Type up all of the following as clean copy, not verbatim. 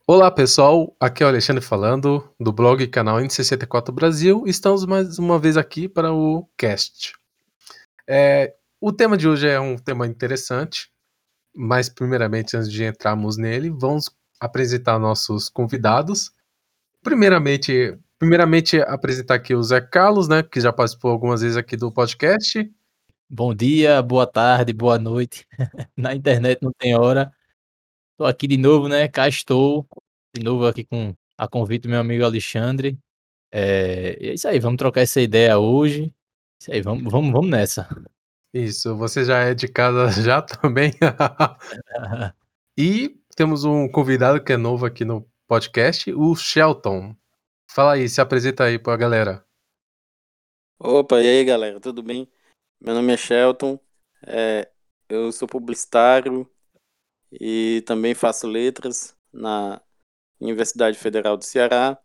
Olá pessoal, aqui é o Alexandre falando do blog e canal N64 Brasil. Estamos mais uma vez aqui para o cast. O tema de hoje é um tema interessante, mas primeiramente, antes de entrarmos nele, vamos apresentar nossos convidados. Primeiramente apresentar aqui o Zé Carlos, né, que já participou algumas vezes aqui do podcast. Bom dia, boa tarde, boa noite. Na internet não tem hora. Tô aqui de novo, né? Cá estou, de novo aqui com a convite do meu amigo Alexandre. E é isso aí, vamos trocar essa ideia hoje. Isso aí, vamos nessa. Isso, você já é de casa já também. E temos um convidado que é novo aqui no podcast, o Shelton. Fala aí, se apresenta aí pra galera. Opa, e aí galera, tudo bem? Meu nome é Shelton, eu sou publicitário e também faço letras na Universidade Federal do Ceará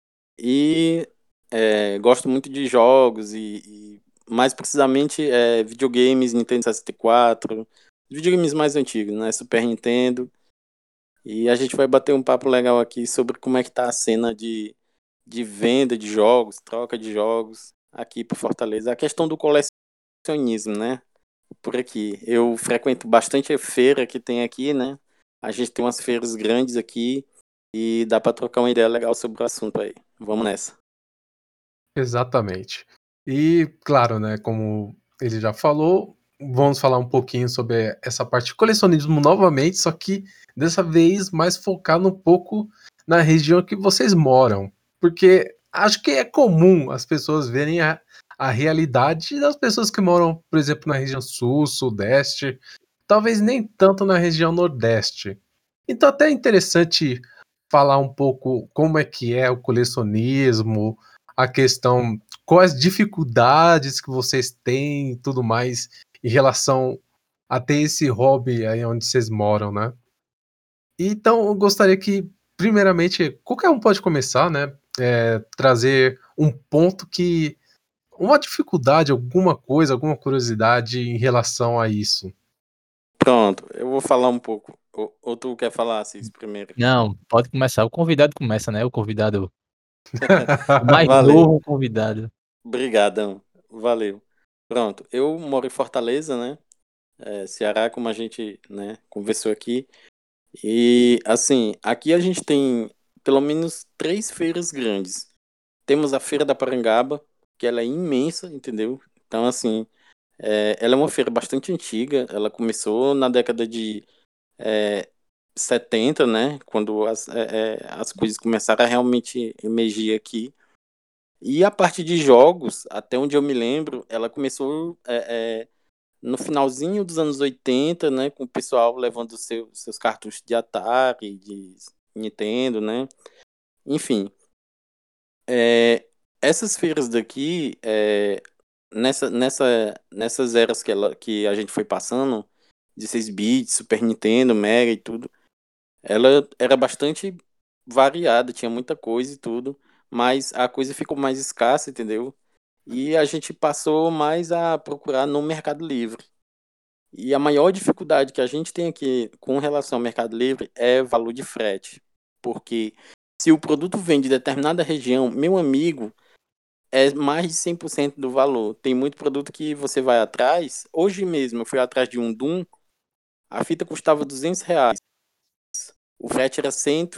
e gosto muito de jogos e mais precisamente videogames, Nintendo 64, videogames mais antigos, né? Super Nintendo. E a gente vai bater um papo legal aqui sobre como é que tá a cena de venda de jogos, troca de jogos aqui por Fortaleza. A questão do colecionismo, né? Por aqui. Eu frequento bastante a feira que tem aqui, né? A gente tem umas feiras grandes aqui e dá para trocar uma ideia legal sobre o assunto aí. Vamos nessa. Exatamente. E, claro, né, como ele já falou, vamos falar um pouquinho sobre essa parte de colecionismo novamente, só que dessa vez mais focado um pouco na região que vocês moram. Porque acho que é comum as pessoas verem a realidade das pessoas que moram, por exemplo, na região sul, sudeste, talvez nem tanto na região nordeste. Então até é interessante falar um pouco como é o colecionismo, a questão, quais dificuldades que vocês têm e tudo mais em relação a ter esse hobby aí onde vocês moram, né? Então eu gostaria que, primeiramente, qualquer um pode começar, né? Trazer um ponto que, uma dificuldade, alguma coisa, alguma curiosidade em relação a isso. Pronto, eu vou falar um pouco. Ou tu quer falar, Cis, primeiro? Não, pode começar. O convidado começa, né? O convidado, o mais Valeu. novo convidado. Obrigadão. Valeu. Pronto, eu moro em Fortaleza, né? Ceará, como a gente, né, conversou aqui. E, assim, aqui a gente tem pelo menos 3 feiras grandes. Temos a Feira da Parangaba, que ela é imensa, entendeu? Então, assim, ela é uma feira bastante antiga. Ela começou na década de é, 70, né? Quando as coisas começaram a realmente emergir aqui. E a parte de jogos, até onde eu me lembro, ela começou no finalzinho dos anos 80, né? Com o pessoal levando seus cartuchos de Atari, de Nintendo, né? Enfim, essas feiras daqui, nessas eras que a gente foi passando, 16 bits, Super Nintendo, Mega e tudo, ela era bastante variada, tinha muita coisa e tudo, mas a coisa ficou mais escassa, entendeu? E a gente passou mais a procurar no Mercado Livre. E a maior dificuldade que a gente tem aqui com relação ao Mercado Livre é valor de frete. Porque se o produto vem de determinada região, meu amigo, é mais de 100% do valor. Tem muito produto que você vai atrás. Hoje mesmo eu fui atrás de um Doom, a fita custava R$ 200. O frete era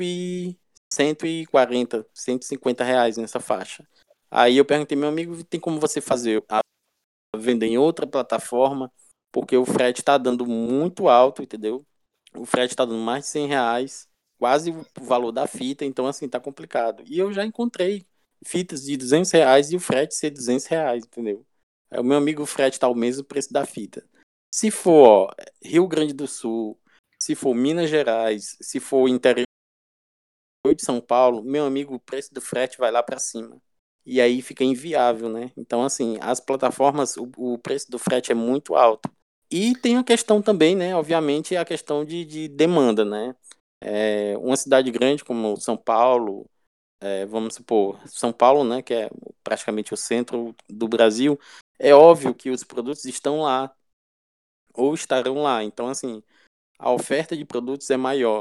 140, R$ 150 nessa faixa. Aí eu perguntei, meu amigo, tem como você fazer a venda em outra plataforma? Porque o frete está dando muito alto, entendeu? O frete está dando mais de R$ 100, quase o valor da fita, então assim, tá complicado. E eu já encontrei fitas de R$ 200 e o frete ser R$ 200, entendeu? Aí o meu amigo, o frete tá o mesmo preço da fita. Se for, ó, Rio Grande do Sul, se for Minas Gerais, se for interior de São Paulo, meu amigo, o preço do frete vai lá para cima. E aí fica inviável, né? Então, assim, as plataformas, o preço do frete é muito alto. E tem a questão também, né? Obviamente, a questão de demanda, né? Uma cidade grande como São Paulo, vamos supor, São Paulo, né? Que é praticamente o centro do Brasil, é óbvio que os produtos estão lá ou estarão lá. Então, assim, a oferta de produtos é maior.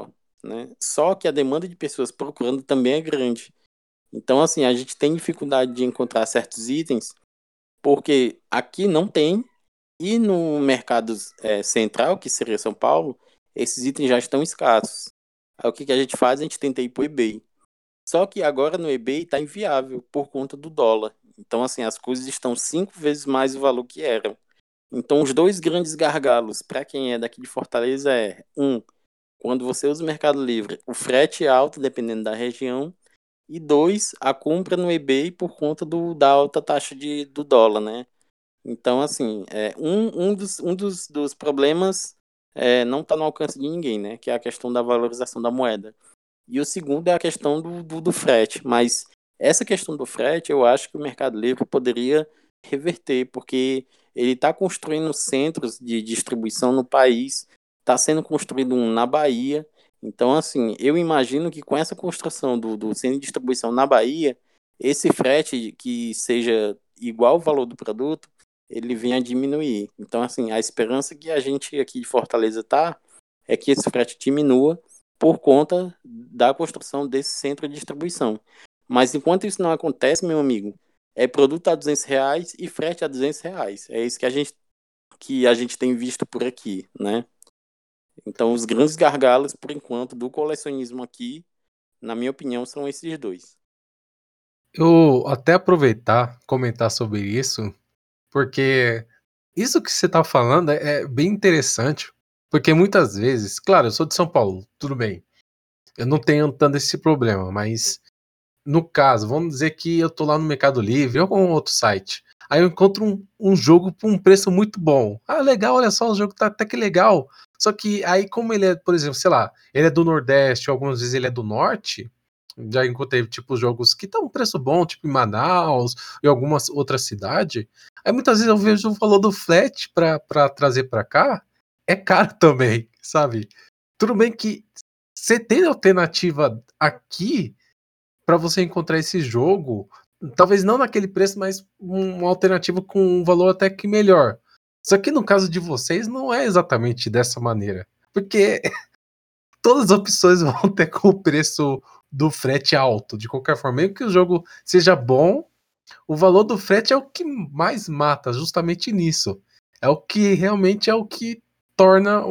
né? Só que a demanda de pessoas procurando também é grande. Então, assim, a gente tem dificuldade de encontrar certos itens, porque aqui não tem, e no mercado central, que seria São Paulo, esses itens já estão escassos. Aí o que que a gente faz? A gente tenta ir para o eBay. Só que agora no eBay está inviável por conta do dólar. Então, assim, as coisas estão 5 vezes mais o valor que eram. Então, os dois grandes gargalos para quem é daqui de Fortaleza quando você usa o Mercado Livre, o frete é alto, dependendo da região. E dois, a compra no eBay por conta da alta taxa do dólar, né? Então, assim, um dos problemas não está no alcance de ninguém, né? Que é a questão da valorização da moeda. E o segundo é a questão do frete. Mas essa questão do frete, eu acho que o Mercado Livre poderia reverter, porque ele está construindo centros de distribuição no país, está sendo construído um na Bahia. Então, assim, eu imagino que com essa construção do centro de distribuição na Bahia, esse frete que seja igual ao valor do produto, ele venha a diminuir. Então, assim, a esperança que a gente aqui de Fortaleza tá é que esse frete diminua por conta da construção desse centro de distribuição. Mas enquanto isso não acontece, meu amigo, é produto a R$ 200 e frete a R$ 200. É isso que a gente tem visto por aqui, né? Então, os grandes gargalos, por enquanto, do colecionismo aqui, na minha opinião, são esses dois. Eu até aproveitar, comentar sobre isso, porque isso que você tá falando é bem interessante, porque muitas vezes, claro, eu sou de São Paulo, tudo bem, eu não tenho tanto esse problema, mas no caso, vamos dizer que eu tô lá no Mercado Livre ou algum outro site, aí eu encontro um jogo por um preço muito bom. Ah, legal, olha só, o jogo tá até que legal. Só que aí, como ele é, por exemplo, sei lá, ele é do Nordeste, ou algumas vezes ele é do Norte, já encontrei, tipo, jogos que estão um preço bom, tipo em Manaus e algumas outras cidades. Aí muitas vezes eu vejo o valor do flat pra trazer pra cá, é caro também, sabe? Tudo bem que você tem alternativa aqui pra você encontrar esse jogo, talvez não naquele preço, mas uma alternativa com um valor até que melhor. Só que no caso de vocês não é exatamente dessa maneira, porque todas as opções vão ter com o preço do frete alto. De qualquer forma, mesmo que o jogo seja bom, o valor do frete é o que mais mata, justamente nisso. É o que realmente é o que torna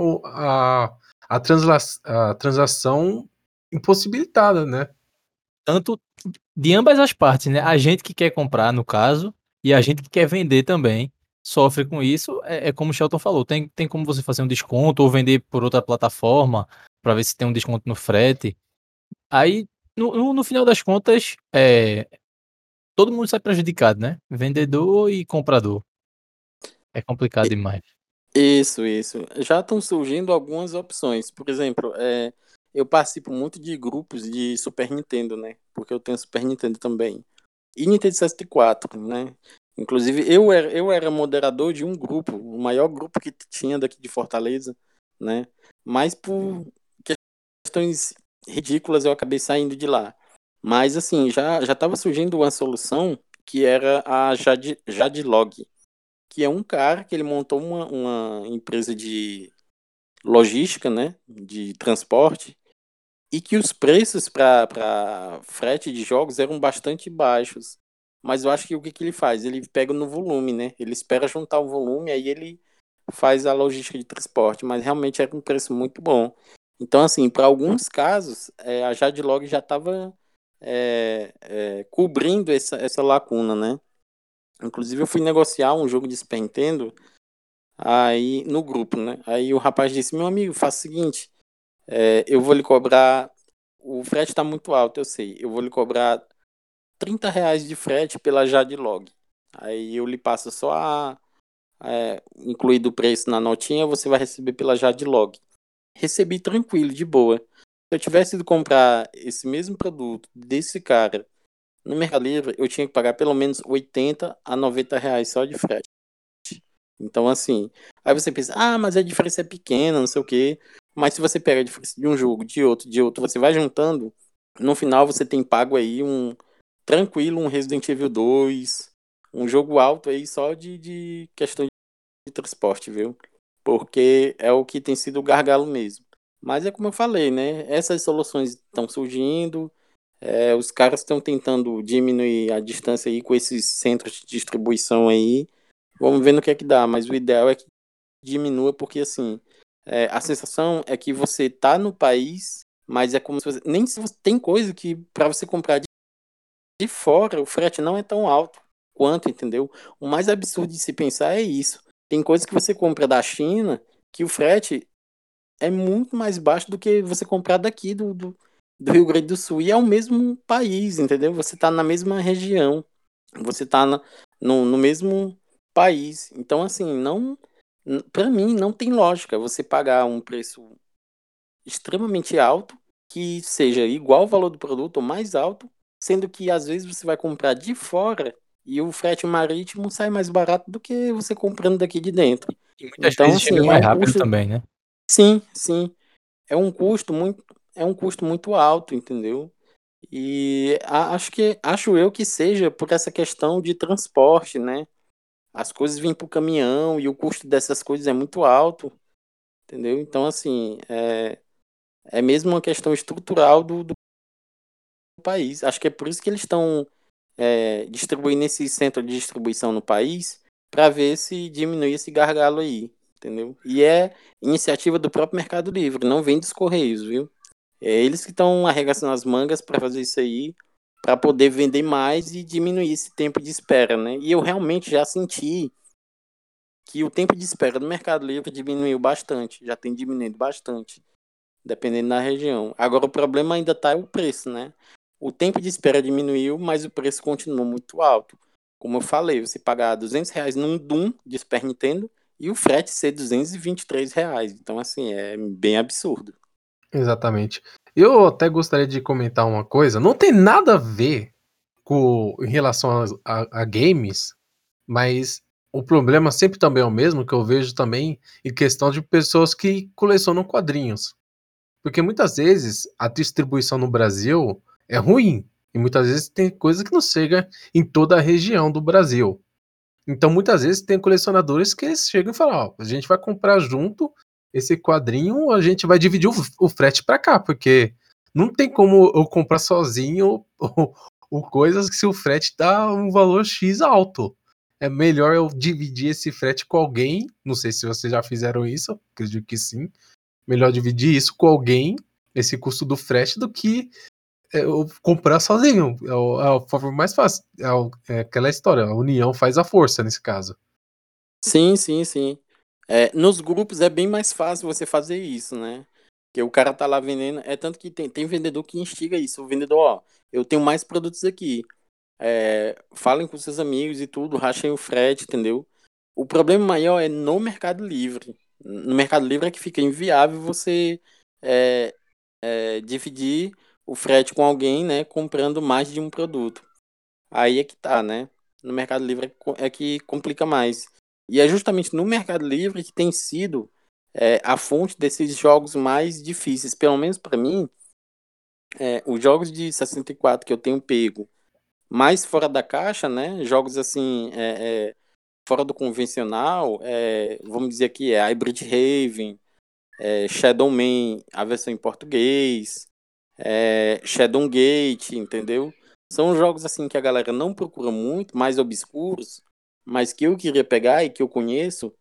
a transação impossibilitada, né? Tanto de ambas as partes, né? A gente que quer comprar, no caso, e a gente que quer vender também sofre com isso. É como o Shelton falou, tem como você fazer um desconto ou vender por outra plataforma para ver se tem um desconto no frete. Aí, no final das contas, todo mundo sai prejudicado, né? Vendedor e comprador. É complicado E- demais. Isso, isso. Já estão surgindo algumas opções. Por exemplo, eu participo muito de grupos de Super Nintendo, né? Porque eu tenho Super Nintendo também. E Nintendo 64, né? Inclusive, eu era moderador de um grupo, o maior grupo que tinha daqui de Fortaleza, né? Mas por questões ridículas eu acabei saindo de lá. Mas, assim, já estava surgindo uma solução que era a Jadlog, que é um cara que ele montou uma empresa de logística, né? De transporte, e que os preços para frete de jogos eram bastante baixos. Mas eu acho que o que ele faz? Ele pega no volume, né? Ele espera juntar o volume, aí ele faz a logística de transporte, mas realmente era um preço muito bom. Então, assim, para alguns casos, a Jadlog já estava cobrindo essa lacuna, né? Inclusive, eu fui negociar um jogo de Super Nintendo aí no grupo, né? Aí o rapaz disse: Meu amigo, faça o seguinte, eu vou lhe cobrar. O frete está muito alto, eu sei. Eu vou lhe cobrar R$ 30 de frete pela Jadlog. Aí eu lhe passo só incluído o preço na notinha, você vai receber pela Jadlog. Recebi tranquilo, de boa. Se eu tivesse ido comprar esse mesmo produto desse cara no Mercado Livre, eu tinha que pagar pelo menos R$ 80 a R$ 90 só de frete. Então, assim, aí você pensa, mas a diferença é pequena, não sei o quê. Mas se você pega a diferença de um jogo, de outro, você vai juntando, no final você tem pago aí tranquilo, um Resident Evil 2, um jogo alto aí só de questão de transporte, viu? Porque é o que tem sido o gargalo mesmo. Mas é como eu falei, né? Essas soluções estão surgindo, os caras estão tentando diminuir a distância aí com esses centros de distribuição aí. Vamos ver no que é que dá, mas o ideal é que diminua, porque assim, a sensação é que você tá no país, mas é como se você. Nem se você tem coisa que para você comprar de fora, o frete não é tão alto quanto, entendeu? O mais absurdo de se pensar é isso. Tem coisa que você compra da China que o frete é muito mais baixo do que você comprar daqui do Rio Grande do Sul. E é o mesmo país, entendeu? Você tá na mesma região, você tá no mesmo país. Então, assim, não. Para mim, não tem lógica você pagar um preço extremamente alto, que seja igual ao valor do produto ou mais alto, sendo que às vezes você vai comprar de fora e o frete marítimo sai mais barato do que você comprando daqui de dentro. E muitas Então, vezes chega assim, é mais um rápido custo. também, né? Sim, sim. É um custo muito alto, entendeu? E acho eu que seja por essa questão de transporte, né? As coisas vêm por caminhão e o custo dessas coisas é muito alto, entendeu? Então, assim, é mesmo uma questão estrutural do país. Acho que é por isso que eles estão distribuindo esse centro de distribuição no país para ver se diminui esse gargalo aí, entendeu? E é iniciativa do próprio Mercado Livre, não vem dos Correios, viu? É eles que estão arregaçando as mangas para fazer isso aí, para poder vender mais e diminuir esse tempo de espera, né? E eu realmente já senti que o tempo de espera do Mercado Livre diminuiu bastante, já tem diminuído bastante, dependendo da região. Agora o problema ainda está o preço, né? O tempo de espera diminuiu, mas o preço continua muito alto. Como eu falei, você pagar R$ 200 num Doom de Super Nintendo e o frete ser R$ 223. Então, assim, é bem absurdo. Exatamente. Eu até gostaria de comentar uma coisa, não tem nada a ver em relação a games, mas o problema sempre também é o mesmo, que eu vejo também em questão de pessoas que colecionam quadrinhos. Porque muitas vezes a distribuição no Brasil é ruim, e muitas vezes tem coisa que não chega em toda a região do Brasil. Então, muitas vezes tem colecionadores que eles chegam e falam: ó, a gente vai comprar junto esse quadrinho, a gente vai dividir o frete para cá, porque não tem como eu comprar sozinho o coisas que se o frete dá um valor X alto. É melhor eu dividir esse frete com alguém. Não sei se vocês já fizeram isso, acredito que sim. Melhor dividir isso com alguém, esse custo do frete, do que eu comprar sozinho. É a forma mais fácil. É aquela história, a união faz a força nesse caso. Sim, sim, sim. Nos grupos é bem mais fácil você fazer isso, né? Porque o cara tá lá vendendo. É tanto que tem vendedor que instiga isso. O vendedor, ó, eu tenho mais produtos aqui. Falem com seus amigos e tudo, rachem o frete, entendeu? O problema maior é no Mercado Livre. No Mercado Livre é que fica inviável você é, dividir o frete com alguém, né? Comprando mais de um produto. Aí é que tá, né? No Mercado Livre é que complica mais. E é justamente no Mercado Livre que tem sido a fonte desses jogos mais difíceis. Pelo menos para mim, os jogos de 64 que eu tenho pego mais fora da caixa, né? Jogos assim, fora do convencional, vamos dizer aqui, Hybrid Heaven, Shadow Man, a versão em português, Shadowgate, entendeu? São jogos assim que a galera não procura muito, mais obscuros, mas que eu queria pegar e que eu conheço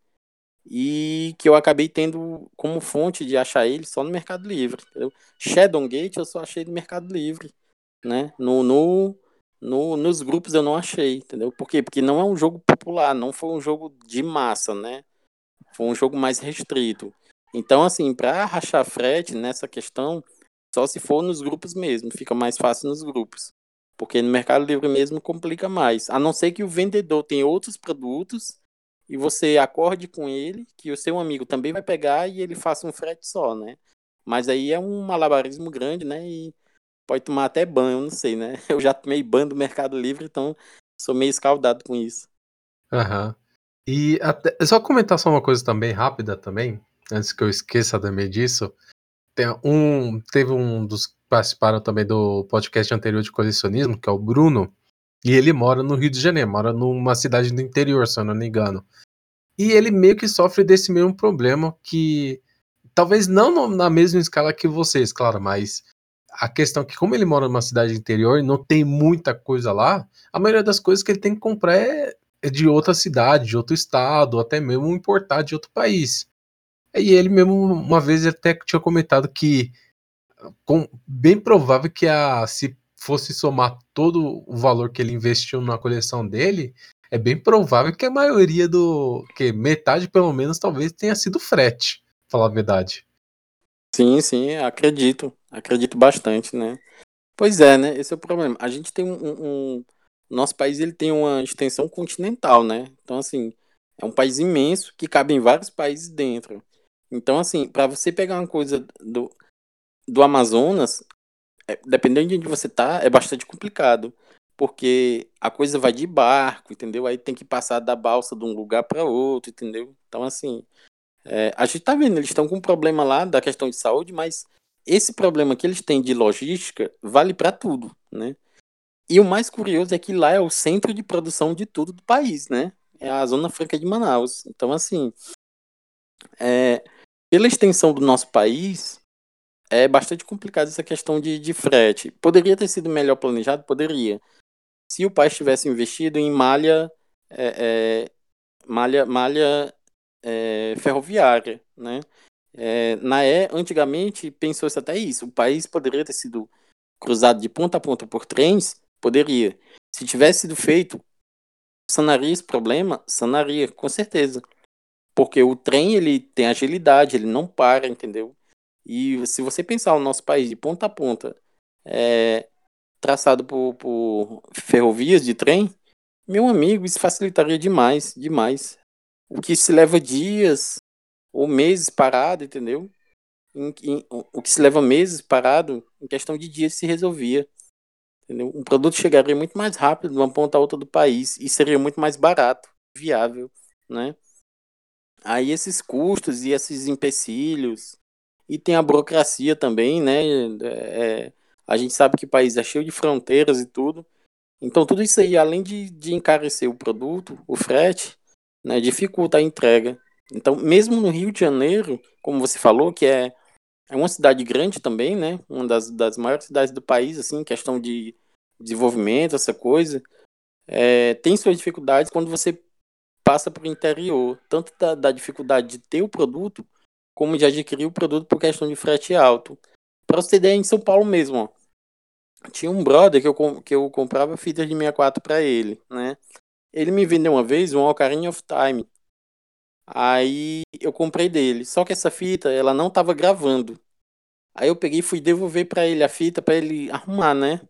e que eu acabei tendo como fonte de achar ele só no Mercado Livre, entendeu? Shadowgate eu só achei no Mercado Livre, né? Nos grupos eu não achei, entendeu? Por quê? Porque não é um jogo popular, não foi um jogo de massa, né? Foi um jogo mais restrito. Então, assim, para rachar frete nessa questão, só se for nos grupos mesmo, fica mais fácil nos grupos. Porque no Mercado Livre mesmo complica mais. A não ser que o vendedor tenha outros produtos e você acorde com ele, que o seu amigo também vai pegar e ele faça um frete só, né? Mas aí é um malabarismo grande, né? E pode tomar até banho, eu não sei, né? Eu já tomei banho do Mercado Livre, então sou meio escaldado com isso. Aham. E só comentar só uma coisa também, rápida também, antes que eu esqueça também disso. Teve um dos que participaram também do podcast anterior de colecionismo, que é o Bruno, e ele mora no Rio de Janeiro, mora numa cidade do interior, se eu não me engano. E ele meio que sofre desse mesmo problema talvez não na mesma escala que vocês, claro, mas a questão é que como ele mora numa cidade interior e não tem muita coisa lá, a maioria das coisas que ele tem que comprar é de outra cidade, de outro estado, ou até mesmo importar de outro país. E ele mesmo, uma vez, ele até tinha comentado que bem provável que se fosse somar todo o valor que ele investiu na coleção dele, é bem provável que a maioria que metade pelo menos talvez tenha sido frete, pra falar a verdade. Sim, acredito bastante, né? Pois é, né? Esse é o problema. A gente tem nosso país, ele tem uma extensão continental, né? Então, assim, é um país imenso que cabe em vários países dentro. Então, assim, para você pegar uma coisa do Amazonas, dependendo de onde você tá, é bastante complicado. Porque a coisa vai de barco, entendeu? Aí tem que passar da balsa de um lugar para outro, entendeu? Então, assim, a gente tá vendo, eles estão com um problema lá da questão de saúde, mas esse problema que eles têm de logística vale para tudo, né? E o mais curioso é que lá é o centro de produção de tudo do país, né? É a Zona Franca de Manaus. Então, assim, pela extensão do nosso país, é bastante complicado essa questão de frete. Poderia ter sido melhor planejado? Poderia. Se o país tivesse investido em malha ferroviária, né? Antigamente pensou-se até isso. O país poderia ter sido cruzado de ponta a ponta por trens? Poderia. Se tivesse sido feito, sanaria esse problema? Sanaria, com certeza. Porque o trem, ele tem agilidade, ele não para, entendeu? E se você pensar o nosso país de ponta a ponta, traçado por ferrovias de trem, meu amigo, isso facilitaria demais, demais. O que se leva dias ou meses parado, entendeu? O que se leva meses parado, em questão de dias se resolvia. Entendeu? Um produto chegaria muito mais rápido de uma ponta a outra do país e seria muito mais barato, viável, né? Aí esses custos e esses empecilhos, e tem a burocracia também, né? A gente sabe que o país é cheio de fronteiras e tudo. Então tudo isso aí, além de encarecer o produto, o frete, né, dificulta a entrega. Então, mesmo no Rio de Janeiro, como você falou, que é uma cidade grande também, né? Uma das maiores cidades do país, assim, em questão de desenvolvimento, essa coisa. Tem suas dificuldades quando você passa para o interior, tanto da dificuldade de ter o produto, como de adquirir o produto por questão de frete alto. Para você ter ideia, em São Paulo mesmo, ó, tinha um brother que eu comprava fitas de 64 para ele, né? Ele me vendeu uma vez um Ocarina of Time. Aí eu comprei dele. Só que essa fita, ela não tava gravando. Aí eu peguei e fui devolver pra ele a fita pra ele arrumar, né?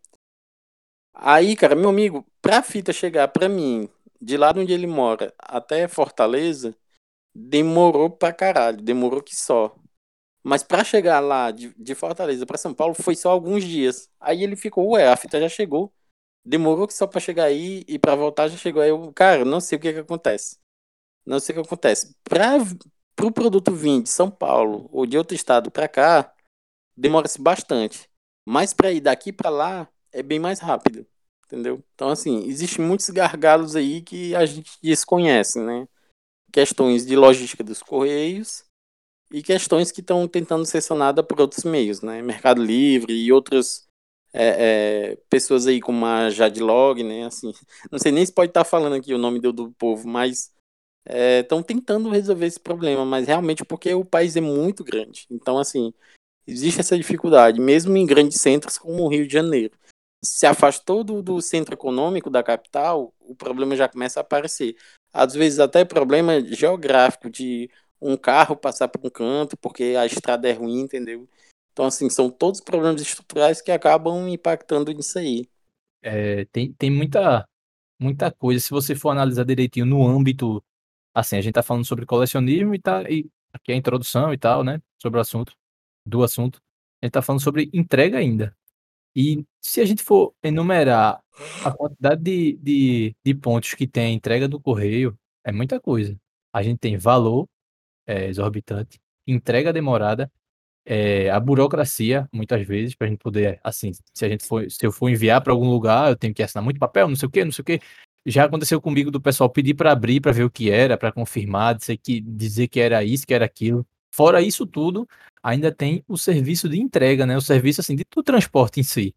Aí, cara, meu amigo, pra fita chegar pra mim, de lá de onde ele mora até Fortaleza, demorou pra caralho, demorou que só. Mas pra chegar lá de Fortaleza pra São Paulo foi só alguns dias. Aí ele ficou, ué, a fita já chegou. Demorou que só pra chegar aí e pra voltar já chegou. Aí eu, cara, não sei o que que acontece. Não sei o que acontece. Pro produto vir de São Paulo ou de outro estado pra cá, demora-se bastante. Mas para ir daqui para lá é bem mais rápido, entendeu? Então, assim, existem muitos gargalos aí que a gente desconhece, né? Questões de logística dos correios e questões que estão tentando ser sanadas por outros meios, né? Mercado Livre e outras pessoas aí como a Jadlog, né? Assim, não sei nem se pode estar falando aqui o nome do povo, mas estão tentando resolver esse problema, mas realmente porque o país é muito grande. Então, assim, existe essa dificuldade, mesmo em grandes centros como o Rio de Janeiro. Se afastou do centro econômico da capital, o problema já começa a aparecer. Às vezes até problema geográfico de um carro passar por um canto porque a estrada é ruim, entendeu? Então, assim, são todos problemas estruturais que acabam impactando nisso aí. Tem muita coisa, se você for analisar direitinho no âmbito, assim, a gente tá falando sobre colecionismo e aqui é a introdução e tal, né, sobre o assunto, do assunto. A gente tá falando sobre entrega ainda. E se a gente for enumerar a quantidade de pontos que tem a entrega do correio, é muita coisa. A gente tem valor, exorbitante, entrega demorada, a burocracia, muitas vezes, para a gente poder, assim, se eu for enviar para algum lugar, eu tenho que assinar muito papel, não sei o quê, não sei o quê. Já aconteceu comigo do pessoal pedir para abrir para ver o que era, para confirmar, dizer que era isso, que era aquilo. Fora isso tudo, ainda tem o serviço de entrega, né? O serviço assim, do transporte em si.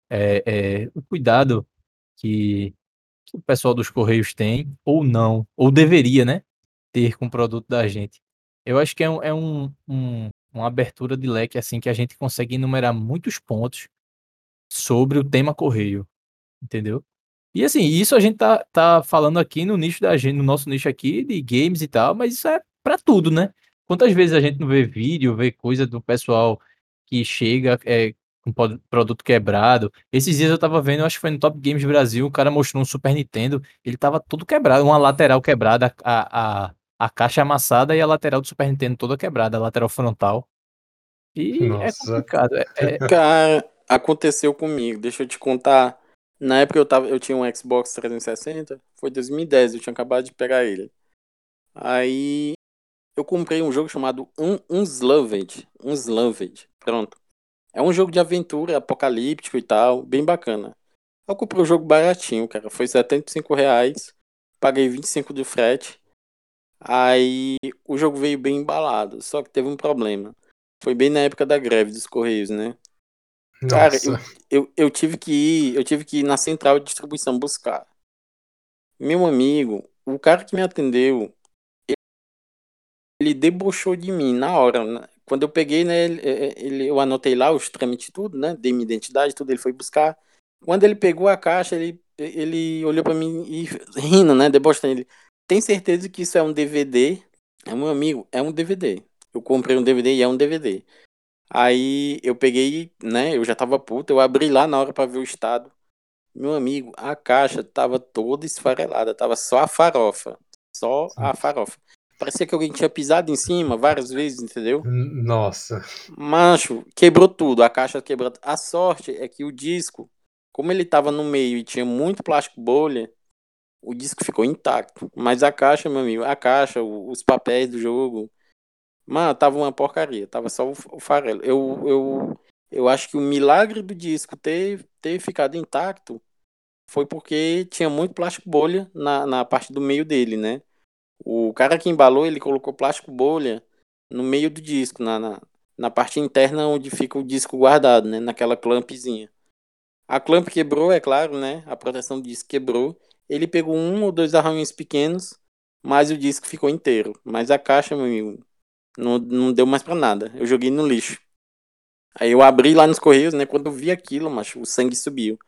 O cuidado que o pessoal dos Correios tem, ou não, ou deveria, né? Ter com o produto da gente. Eu acho que uma abertura de leque assim que a gente consegue enumerar muitos pontos sobre o tema Correio, entendeu? E assim, isso a gente tá falando aqui no nicho da gente, no nosso nicho aqui de games e tal, mas isso é pra tudo, né? Quantas vezes a gente não vê vídeo, vê coisa do pessoal que chega com produto quebrado. Esses dias eu tava vendo, acho que foi no Top Games Brasil, o cara mostrou um Super Nintendo, ele tava todo quebrado, uma lateral quebrada, a caixa amassada e a lateral do Super Nintendo toda quebrada, a lateral frontal. E é Nossa. complicado. Cara, aconteceu comigo. Deixa eu te contar. Na época eu tinha um Xbox 360. Foi 2010, eu tinha acabado de pegar ele. Aí eu comprei um jogo chamado Unslaved. Unslaved. Pronto. É um jogo de aventura, apocalíptico e tal. Bem bacana. Eu comprei o jogo baratinho, cara. Foi R$ 75. Paguei 25 do frete. Aí o jogo veio bem embalado. Só que teve um problema. Foi bem na época da greve dos Correios, né? Cara, Nossa. eu tive que ir na central de distribuição buscar. Meu amigo, o cara que me atendeu, ele debochou de mim na hora, né? Quando eu peguei, né, eu anotei lá os trâmites tudo, né, dei minha identidade, tudo, ele foi buscar. Quando ele pegou a caixa, ele olhou pra mim e rindo, né, debochando. Ele, tem certeza que isso é um DVD? É, meu amigo, é um DVD. Eu comprei um DVD e é um DVD. Aí eu peguei, né, eu já tava puto, eu abri lá na hora pra ver o estado. Meu amigo, a caixa tava toda esfarelada, tava só a farofa. Só a farofa. Parecia que alguém tinha pisado em cima várias vezes, entendeu? Nossa. Macho, quebrou tudo, a caixa quebrou. A sorte é que o disco, como ele tava no meio e tinha muito plástico bolha, o disco ficou intacto. Mas a caixa, meu amigo, a caixa, os papéis do jogo, mano, tava uma porcaria, tava só o farelo. Eu acho que o milagre do disco ter ficado intacto foi porque tinha muito plástico bolha na parte do meio dele, né? O cara que embalou, ele colocou plástico bolha no meio do disco, na parte interna onde fica o disco guardado, né? Naquela clampzinha. A clamp quebrou, é claro, né? A proteção do disco quebrou. Ele pegou um ou dois arranhões pequenos, mas o disco ficou inteiro. Mas a caixa, meu amigo, não deu mais pra nada. Eu joguei no lixo. Aí eu abri lá nos Correios, né? Quando eu vi aquilo, macho, o sangue subiu.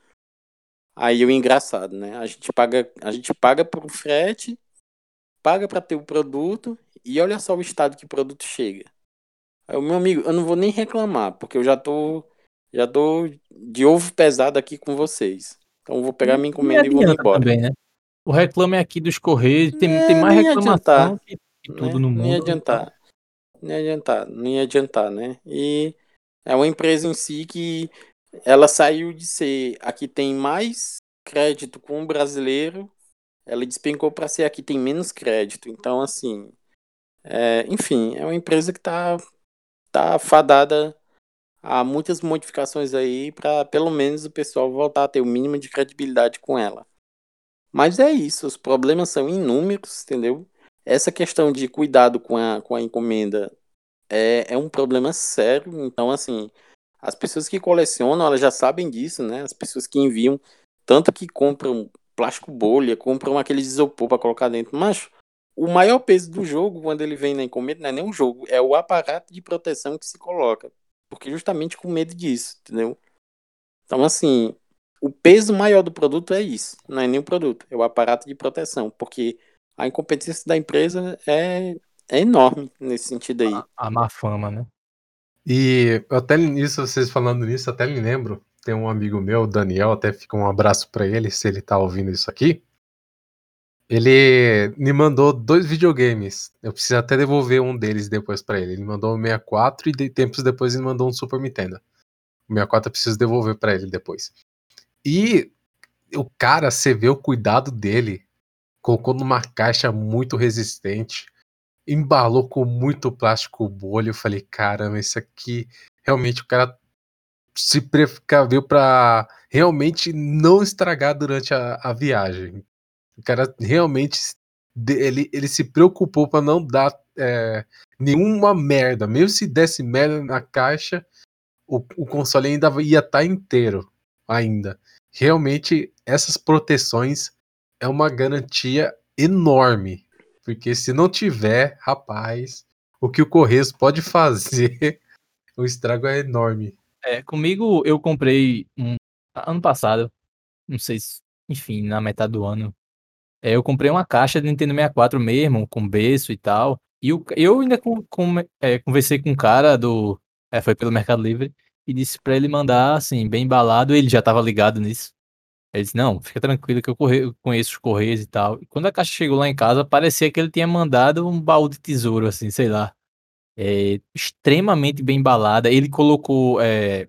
Aí o engraçado, né? A gente paga por frete, paga para ter o produto e olha só o estado que o produto chega. Aí, o meu amigo, eu não vou nem reclamar, porque eu já tô de ovo pesado aqui com vocês. Então eu vou pegar E minha nem encomenda e vou me adianta embora. também, né? O Reclame Aqui dos Correios tem mais Nem ia reclamação adiantar, que tudo né? no Nem ia mundo, então adiantar, nem ia adiantar, nem ia adiantar, né? E é uma empresa em si que ela saiu de ser a que tem mais crédito com o brasileiro. Ela despencou para ser a que tem menos crédito. Então, assim, enfim, é uma empresa que tá fadada a muitas modificações aí para pelo menos o pessoal voltar a ter o mínimo de credibilidade com ela. Mas é isso, os problemas são inúmeros, entendeu? Essa questão de cuidado com a encomenda é um problema sério. Então, assim, as pessoas que colecionam, elas já sabem disso, né? As pessoas que enviam, tanto que compram plástico bolha, compram aquele isopor para colocar dentro. Mas o maior peso do jogo, quando ele vem na encomenda, não é nem o jogo, é o aparato de proteção que se coloca. Porque justamente com medo disso, entendeu? Então, assim, o peso maior do produto é isso. Não é nem o produto, é o aparato de proteção. Porque a incompetência da empresa é enorme nesse sentido aí. a má fama, né? E até nisso, vocês falando nisso, até me lembro, tem um amigo meu, o Daniel, até fica um abraço pra ele, se ele tá ouvindo isso aqui. Ele me mandou 2 videogames. Eu preciso até devolver um deles depois pra ele. Ele mandou um 64 e tempos depois ele mandou um Super Nintendo. O 64 eu preciso devolver pra ele depois. E o cara, você vê o cuidado dele. Colocou numa caixa muito resistente, embalou com muito plástico bolha. Eu falei, caramba, isso aqui realmente o cara se precaveu pra realmente não estragar durante a viagem. O cara realmente ele se preocupou pra não dar nenhuma merda. Mesmo se desse merda na caixa, o console ainda ia estar inteiro ainda. Realmente, essas proteções é uma garantia enorme. Porque se não tiver, rapaz, o que o Correios pode fazer, o estrago é enorme. Comigo eu comprei ano passado, não sei se, enfim, na metade do ano. Eu comprei uma caixa de Nintendo 64 mesmo, com berço e tal. E eu ainda conversei com um cara foi pelo Mercado Livre, e disse pra ele mandar, assim, bem embalado. Ele já tava ligado nisso. Ele disse, não, fica tranquilo que eu conheço os Correios e tal. E quando a caixa chegou lá em casa, parecia que ele tinha mandado um baú de tesouro, assim, sei lá. Extremamente bem embalada. Ele colocou,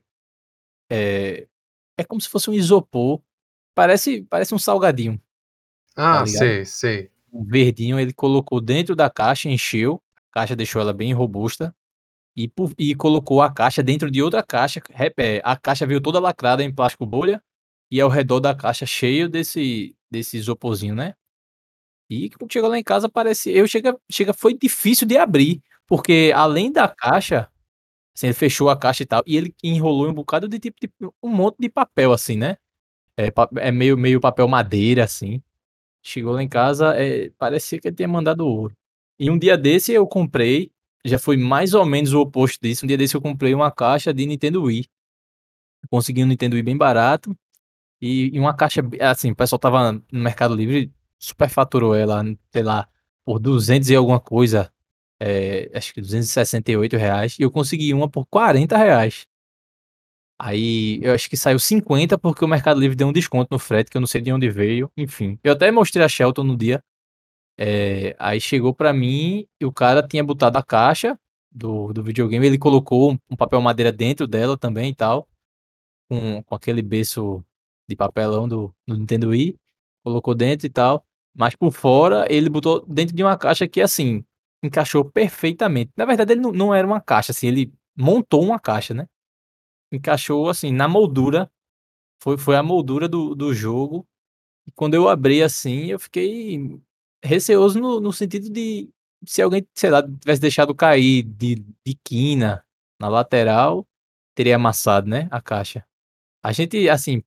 é como se fosse um isopor. Parece um salgadinho, tá Ah, ligado? sei. O verdinho ele colocou dentro da caixa, encheu, a caixa deixou ela bem robusta, e colocou a caixa dentro de outra caixa, a caixa veio toda lacrada em plástico bolha, e ao redor da caixa cheio desse isoporzinho, né. E quando chegou lá em casa parecia foi difícil de abrir, porque além da caixa, assim, ele fechou a caixa e tal, e ele enrolou em um bocado de tipo de um monte de papel, assim, né, meio papel madeira, assim. Chegou lá em casa, parecia que ele tinha mandado ouro. E um dia desse eu comprei, já foi mais ou menos o oposto disso, um dia desse eu comprei uma caixa de Nintendo Wii. Consegui um Nintendo Wii bem barato, e uma caixa assim, o pessoal estava no Mercado Livre, superfaturou ela, sei lá, por 200 e alguma coisa, acho que R$ 268, e eu consegui uma por R$ 40. Aí, eu acho que saiu 50 porque o Mercado Livre deu um desconto no frete, que eu não sei de onde veio, enfim. Eu até mostrei a Shelton no dia. Aí chegou pra mim e o cara tinha botado a caixa do videogame, ele colocou um papel madeira dentro dela também e tal, com aquele berço de papelão do Nintendo Wii, colocou dentro e tal, mas por fora ele botou dentro de uma caixa que, assim, encaixou perfeitamente. Na verdade ele não era uma caixa, assim, ele montou uma caixa, né, encaixou, assim, na moldura, foi a moldura do jogo. E quando eu abri, assim, eu fiquei receoso no sentido de se alguém, sei lá, tivesse deixado cair de quina na lateral, teria amassado, né, a caixa. A gente, assim,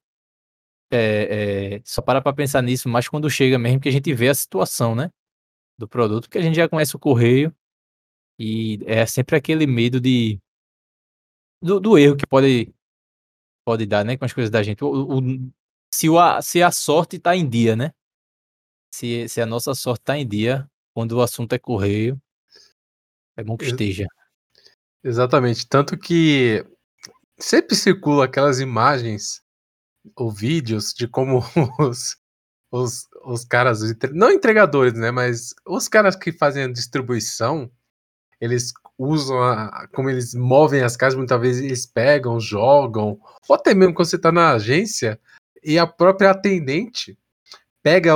só para pra pensar nisso, mas quando chega mesmo que a gente vê a situação, né, do produto, porque a gente já conhece o correio e é sempre aquele medo do erro que pode dar, né, com as coisas da gente. Se a sorte tá em dia, né? Se a nossa sorte tá em dia, quando o assunto é correio, é bom que Ex- esteja. Exatamente. Tanto que sempre circula aquelas imagens ou vídeos de como os caras, não entregadores, né? Mas os caras que fazem a distribuição, eles usam como eles movem as casas, muitas vezes eles pegam, jogam, ou até mesmo quando você tá na agência e a própria atendente pega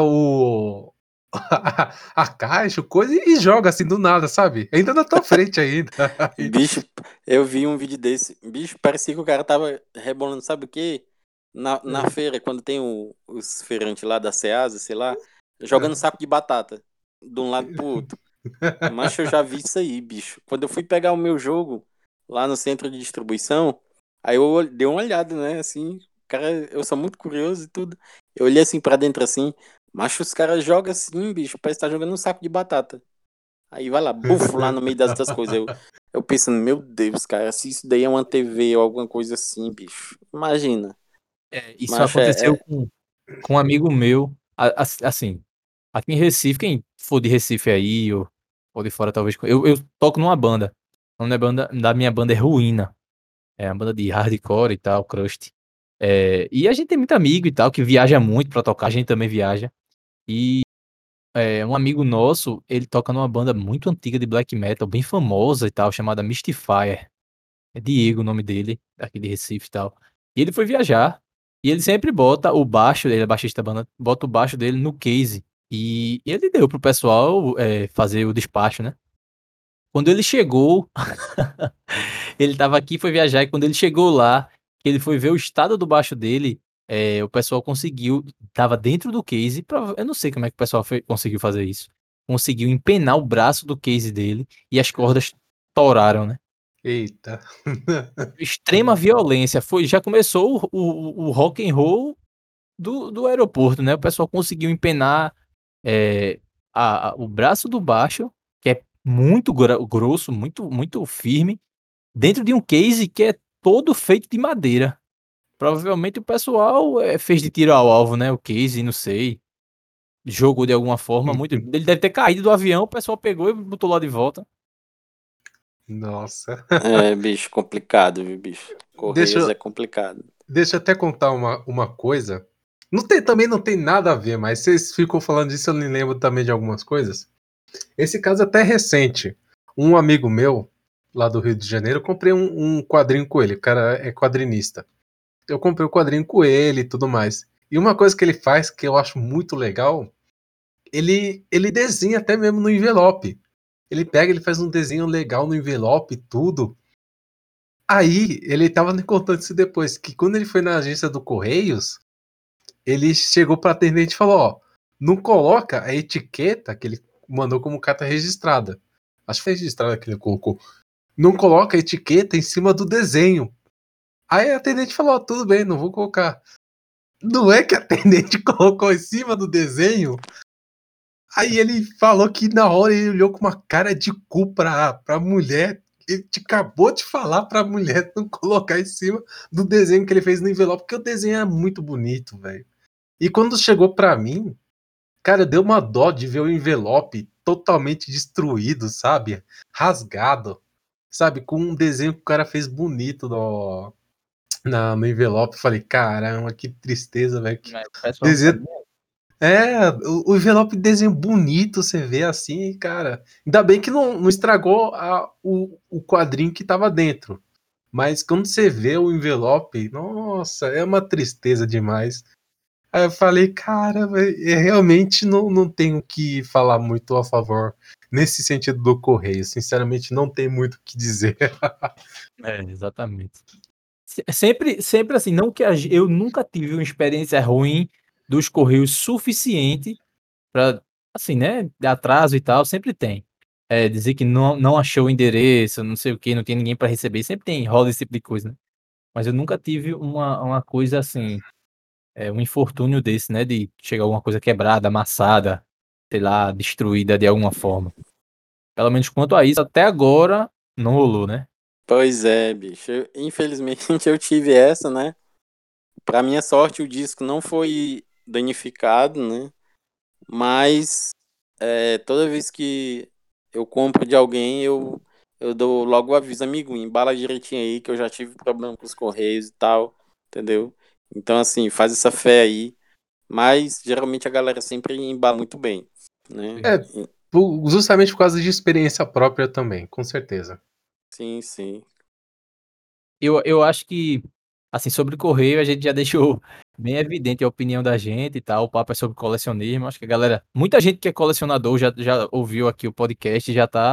a caixa, coisa e joga assim do nada, sabe? Ainda na tua frente ainda. Bicho, eu vi um vídeo desse. Bicho, parecia que o cara tava rebolando, sabe o quê? Na feira, quando tem os feirantes lá da Ceasa, sei lá, jogando saco de batata de um lado pro outro. Mas eu já vi isso aí, bicho. Quando eu fui pegar o meu jogo lá no centro de distribuição, aí eu dei uma olhada, né? Assim, cara, eu sou muito curioso e tudo. Eu olhei assim pra dentro assim, mas os caras jogam assim, bicho, parece que tá jogando um saco de batata. Aí vai lá, bufo lá no meio das outras coisas. Eu pensando, meu Deus, cara, se isso daí é uma TV ou alguma coisa assim, bicho. Imagina. Isso Mas aconteceu com um amigo meu, assim, aqui em Recife, quem for de Recife aí ou de fora talvez, eu toco numa banda. O nome da minha banda é Ruína, é uma banda de hardcore e tal, crust. E a gente tem muito amigo e tal, que viaja muito pra tocar, a gente também viaja. E um amigo nosso, ele toca numa banda muito antiga de black metal, bem famosa e tal, chamada Mystifier. É Diego o nome dele, daqui de Recife e tal. E ele foi viajar, e ele sempre bota o baixo, ele é baixista da banda, bota o baixo dele no case. E ele deu pro pessoal fazer o despacho, né? Quando ele chegou, ele estava aqui, foi viajar, e quando ele chegou lá, que ele foi ver o estado do baixo dele, o pessoal conseguiu, tava dentro do case, eu não sei como é que o pessoal conseguiu fazer isso. conseguiu empenar o braço do case dele e as cordas toraram, né? Eita. Extrema violência. Já começou o rock and roll do aeroporto, né? O pessoal conseguiu empenar é, o braço do baixo, que é muito grosso, muito firme, dentro de um case que é todo feito de madeira. Provavelmente o pessoal fez de tiro ao alvo, né? O case, não sei. Jogou de alguma forma. Ele deve ter caído do avião, o pessoal pegou e botou lá de volta. Nossa. É, bicho, complicado, viu, bicho? Correios Deixa, é complicado. deixa eu até contar uma coisa. Também não tem nada a ver, mas vocês ficam falando disso, eu me lembro também de algumas coisas. Esse caso até é recente. Um amigo meu, lá do Rio de Janeiro, eu comprei um quadrinho com ele. O cara é quadrinista. Eu comprei o quadrinho com ele e tudo mais. E uma coisa que ele faz que eu acho muito legal, ele desenha até mesmo no envelope. Ele pega, ele faz um desenho legal no envelope e tudo. Aí, ele tava me contando isso depois, que quando ele foi na agência do Correios, ele chegou pra atendente e falou, ó, não coloca a etiqueta que ele mandou como carta registrada. Acho que foi registrada que ele colocou. Não coloca a etiqueta em cima do desenho. Aí a atendente falou, ó, tudo bem, não vou colocar. Não é que a atendente colocou em cima do desenho? Aí ele falou que na hora ele olhou com uma cara de cu pra mulher. Ele acabou de falar pra mulher não colocar em cima do desenho que ele fez no envelope, porque o desenho é muito bonito, velho. E quando chegou pra mim, cara, deu uma dó de ver o envelope totalmente destruído, sabe? Rasgado, sabe? Com um desenho que o cara fez bonito no envelope. Falei, caramba, que tristeza, velho. Que O pessoal não desenho. sabe. O envelope de desenho bonito, você vê assim, cara. Ainda bem que não estragou o quadrinho que tava dentro. Mas quando você vê o envelope, nossa, é uma tristeza demais. Aí eu falei, cara, realmente não tenho o que falar muito a favor nesse sentido do Correio. Sinceramente, não tem muito o que dizer. Exatamente. Sempre assim, não que eu nunca tive uma experiência ruim dos Correios suficiente para, assim, né, de atraso e tal, sempre tem. Dizer que não achou o endereço, não sei o que, não tem ninguém para receber, sempre tem, rola esse tipo de coisa, né? Mas eu nunca tive uma coisa assim, um infortúnio desse, né, de chegar alguma coisa quebrada, amassada, sei lá, destruída de alguma forma. Pelo menos quanto a isso, até agora não rolou, né? Pois é, bicho. Infelizmente eu tive essa, né? Pra minha sorte, o disco não foi danificado, né? Mas toda vez que eu compro de alguém, eu dou logo o aviso, amigo, embala direitinho aí, que eu já tive problema com os correios e tal, entendeu? Então, assim, faz essa fé aí. Mas geralmente a galera sempre embala muito bem, né? É, justamente por causa de experiência própria também, com certeza. Sim, sim. Eu acho que, assim, sobre o correio, a gente já deixou bem evidente a opinião da gente e tal. O papo é sobre colecionismo. Acho que a galera, muita gente que é colecionador já ouviu aqui o podcast,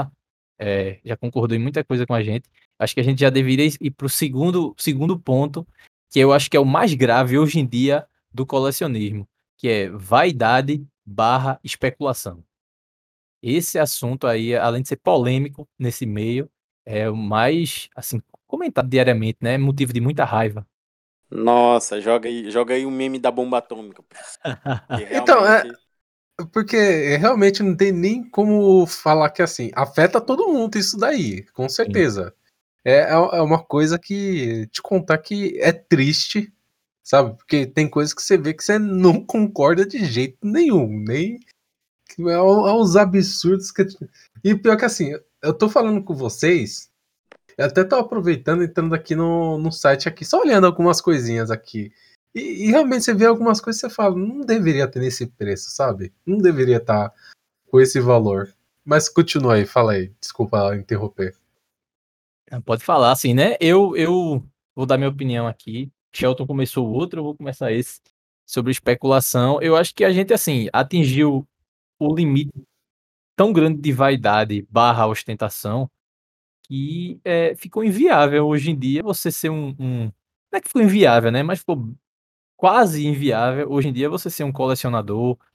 já concordou em muita coisa com a gente. Acho que a gente já deveria ir para o segundo ponto, que eu acho que é o mais grave hoje em dia do colecionismo, que é vaidade barra especulação. Esse assunto aí, além de ser polêmico nesse meio, é o mais, assim, comentado diariamente, né? Motivo de muita raiva. Nossa, joga aí o meme da bomba atômica, pô. Que Então, realmente. porque realmente não tem nem como falar que assim, afeta todo mundo isso daí, com Sim. certeza. É uma coisa que te contar que é triste, sabe? Porque tem coisas que você vê que você não concorda de jeito nenhum, nem é uns absurdos que. E pior que assim, eu tô falando com vocês, eu até tô aproveitando, entrando aqui no site aqui, só olhando algumas coisinhas aqui. E realmente você vê algumas coisas e você fala, não deveria ter nesse preço, sabe? Não deveria estar com esse valor. Mas continua aí, fala aí. Desculpa interromper. Pode falar, assim, né? Eu vou dar minha opinião aqui. Shelton começou outro, eu vou começar esse. Sobre especulação. Eu acho que a gente, assim, atingiu o limite tão grande de vaidade barra ostentação que ficou inviável hoje em dia você ser não é que ficou inviável, né? Mas ficou quase inviável hoje em dia você ser um colecionador,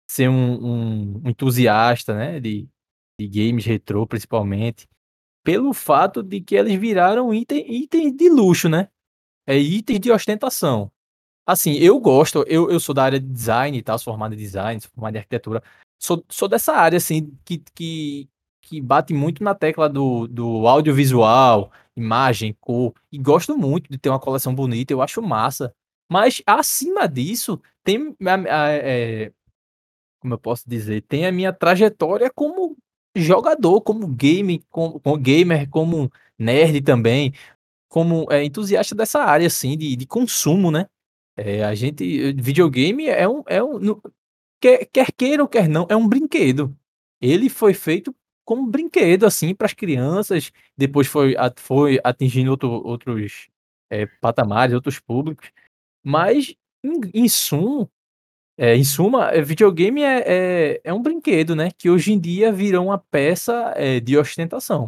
ser um entusiasta, né, de games retrô, principalmente, pelo fato de que eles viraram itens de luxo, né, itens de ostentação. Assim, eu gosto, eu sou da área de design e tal, sou formado em design, sou formado em arquitetura. Sou dessa área, assim, que bate muito na tecla do audiovisual, imagem, cor, e gosto muito de ter uma coleção bonita, eu acho massa. Mas, acima disso, tem, como eu posso dizer, tem a minha trajetória como jogador, como como gamer, como nerd também, como entusiasta dessa área, assim, de consumo, né? Videogame quer queira ou quer não, é um brinquedo. Ele foi feito como brinquedo, assim, para as crianças, depois foi atingindo outros patamares, outros públicos, mas em suma, videogame é um brinquedo, né, que hoje em dia virou uma peça, de ostentação.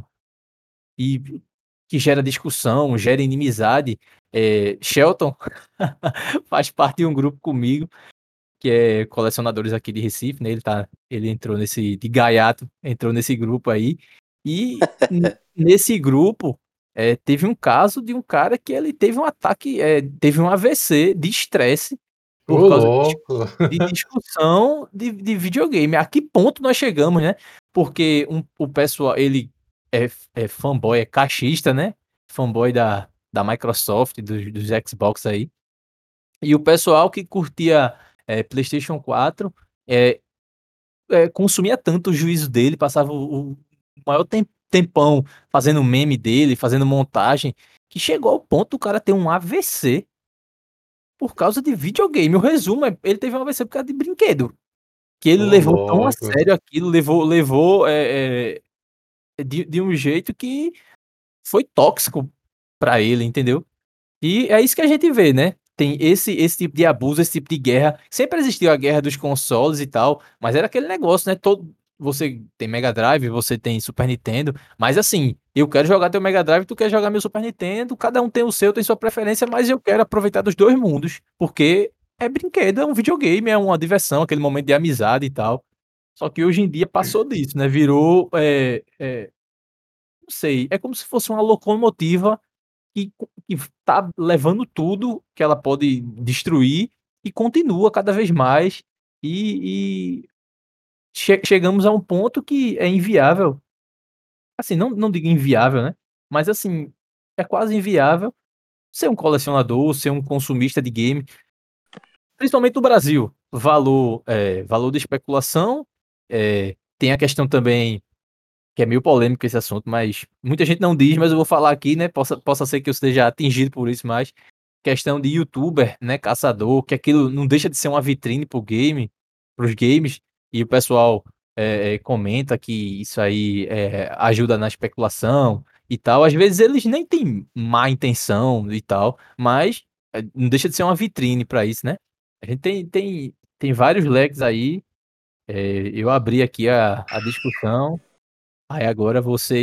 E que gera discussão, gera inimizade. Shelton faz parte de um grupo comigo, que é colecionadores aqui de Recife, né, ele entrou de gaiato, entrou nesse grupo aí, e nesse grupo, teve um caso de um cara que ele teve um ataque, teve um AVC de estresse, por Ô, causa louco. de discussão de videogame. A que ponto nós chegamos, né? Porque o pessoal, ele é fanboy, é caixista, né? Fanboy da Microsoft, dos Xbox aí. E o pessoal que curtia PlayStation 4 é, consumia tanto o juízo dele, passava o maior tempão fazendo meme dele, fazendo montagem, que chegou ao ponto do cara ter um AVC por causa de videogame. O resumo ele teve um AVC por causa de brinquedo. Que ele Ô, levou tão a louco. sério aquilo, levou, de um jeito que foi tóxico pra ele, entendeu? E é isso que a gente vê, né? Tem esse tipo de abuso, esse tipo de guerra. Sempre existiu a guerra dos consoles e tal, mas era aquele negócio, né? Você tem Mega Drive, você tem Super Nintendo, mas assim, eu quero jogar teu Mega Drive, tu quer jogar meu Super Nintendo, cada um tem o seu, tem sua preferência, mas eu quero aproveitar dos dois mundos, porque é brinquedo, é um videogame, é uma diversão, aquele momento de amizade e tal. Só que hoje em dia passou disso, né? Virou, não sei, é como se fosse uma locomotiva que tá levando tudo que ela pode destruir e continua cada vez mais e chegamos a um ponto que é inviável, assim, não digo inviável, né, mas assim, é quase inviável ser um colecionador, ser um consumista de game, principalmente no Brasil. Valor de especulação, tem a questão também que é meio polêmico esse assunto, mas muita gente não diz, mas eu vou falar aqui, né? Possa ser que eu esteja atingido por isso, mas questão de youtuber, né? Caçador, que aquilo não deixa de ser uma vitrine pros games, e o pessoal comenta que isso aí ajuda na especulação e tal. Às vezes eles nem têm má intenção e tal, mas não deixa de ser uma vitrine para isso, né? A gente tem vários leques aí. Eu abri aqui a discussão. Aí agora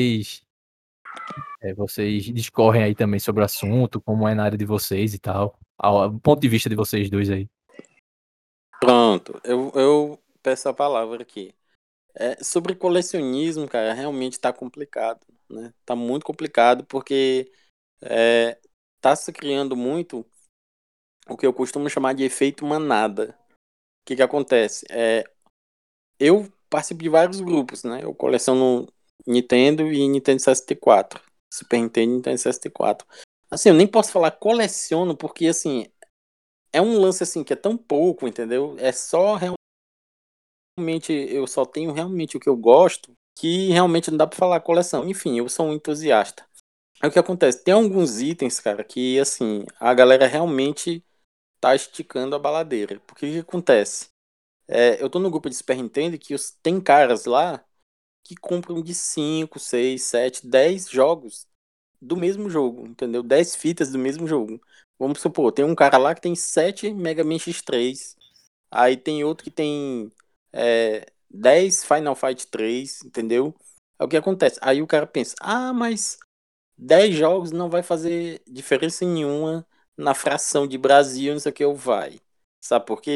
vocês discorrem aí também sobre o assunto, como é na área de vocês e tal. O ponto de vista de vocês dois aí. Pronto, eu peço a palavra aqui. Sobre colecionismo, cara, realmente tá complicado, né? Tá muito complicado porque tá se criando muito o que eu costumo chamar de efeito manada. O que que acontece? Eu participo de vários grupos, né? Eu coleciono Nintendo e Nintendo 64. Super Nintendo e Nintendo 64. Assim, eu nem posso falar coleciono porque, assim, é um lance, assim, que é tão pouco, entendeu? É só realmente, eu só tenho realmente o que eu gosto, que realmente não dá pra falar coleção. Enfim, eu sou um entusiasta. Aí o que acontece? Tem alguns itens, cara, que, assim, a galera realmente tá esticando a baladeira. Porque o que acontece? Eu tô no grupo de Super Nintendo que tem caras lá que compram de 5, 6, 7, 10 jogos do mesmo jogo, entendeu? 10 fitas do mesmo jogo. Vamos supor, tem um cara lá que tem 7 Mega Man X3, aí tem outro que tem 10 Final Fight 3, entendeu? É o que acontece. Aí o cara pensa, mas 10 jogos não vai fazer diferença nenhuma na fração de Brasil, não sei o que, vai. Sabe por quê?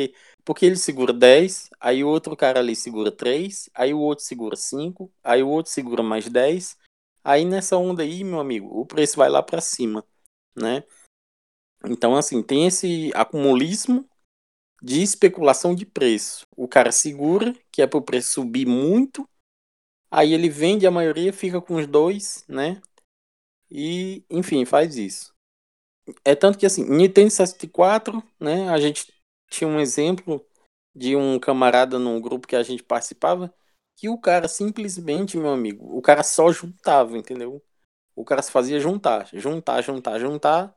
Porque ele segura 10, aí o outro cara ali segura 3, aí o outro segura 5, aí o outro segura mais 10. Aí nessa onda aí, meu amigo, o preço vai lá para cima, né? Então, assim, tem esse acumulismo de especulação de preço. O cara segura, que é para o preço subir muito, aí ele vende a maioria, fica com os dois, né? E, enfim, faz isso. É tanto que, assim, Nintendo 64, né? A gente tinha um exemplo de um camarada num grupo que a gente participava, que o cara simplesmente, meu amigo, o cara só juntava, entendeu? O cara se fazia juntar.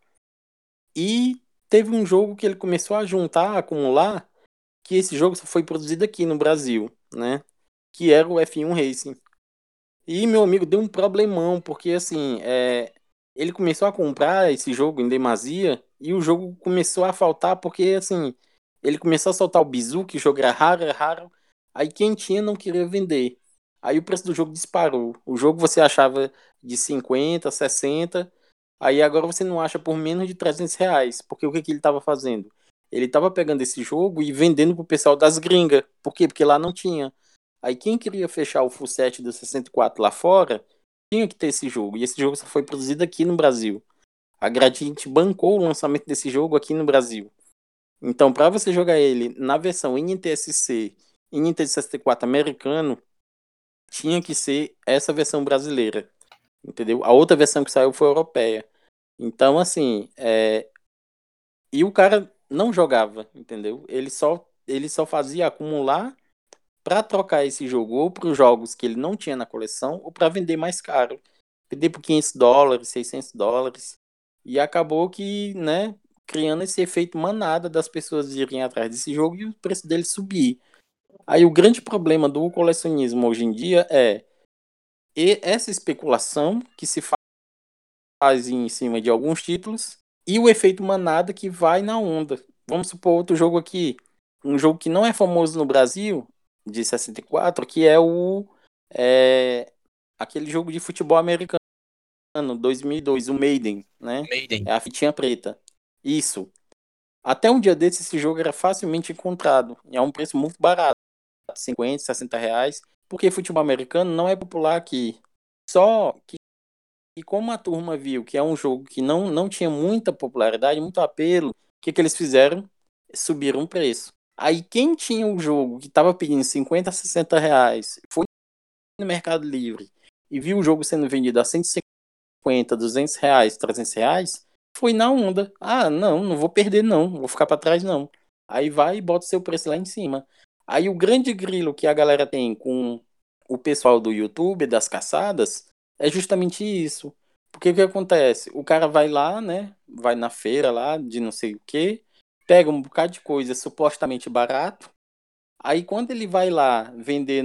E teve um jogo que ele começou a juntar, a acumular, que esse jogo só foi produzido aqui no Brasil, né? Que era o F1 Racing. E meu amigo deu um problemão, porque assim, ele começou a comprar esse jogo em demasia e o jogo começou a faltar porque assim, ele começou a soltar o bizu, que o jogo era raro, aí quem tinha não queria vender. Aí o preço do jogo disparou. O jogo você achava de 50, 60, aí agora você não acha por menos de R$ 300, porque o que que ele estava fazendo? Ele estava pegando esse jogo e vendendo pro pessoal das gringas. Por quê? Porque lá não tinha. Aí quem queria fechar o full set do 64 lá fora, tinha que ter esse jogo. E esse jogo só foi produzido aqui no Brasil. A Gradiente bancou o lançamento desse jogo aqui no Brasil. Então, para você jogar ele na versão NTSC e Nintendo 64 americano, tinha que ser essa versão brasileira. Entendeu? A outra versão que saiu foi europeia. Então, assim, e o cara não jogava, entendeu? Ele só fazia acumular para trocar esse jogo ou para os jogos que ele não tinha na coleção ou para vender mais caro. Vender por US$ 500, US$ 600. E acabou que, né, criando esse efeito manada das pessoas irem atrás desse jogo e o preço dele subir. Aí o grande problema do colecionismo hoje em dia é essa especulação que se faz em cima de alguns títulos e o efeito manada que vai na onda. Vamos supor outro jogo aqui, um jogo que não é famoso no Brasil, de 64, que é aquele jogo de futebol americano, 2002, o Maiden, né? Maiden. É a fitinha preta. Isso. Até um dia desse, esse jogo era facilmente encontrado. E é um preço muito barato, 50, R$ 60, porque futebol americano não é popular aqui. Só que e como a turma viu que é um jogo que não tinha muita popularidade, muito apelo, o que eles fizeram? Subiram o preço. Aí quem tinha o jogo que estava pedindo 50, R$ 60, foi no Mercado Livre e viu o jogo sendo vendido a 150, R$ 200, R$ 300, foi na onda. Ah, não vou perder não, vou ficar para trás não. Aí vai e bota o seu preço lá em cima. Aí o grande grilo que a galera tem com o pessoal do YouTube, das caçadas, é justamente isso. Porque o que acontece? O cara vai lá, né? Vai na feira lá de não sei o que, pega um bocado de coisa supostamente barato. Aí quando ele vai lá vender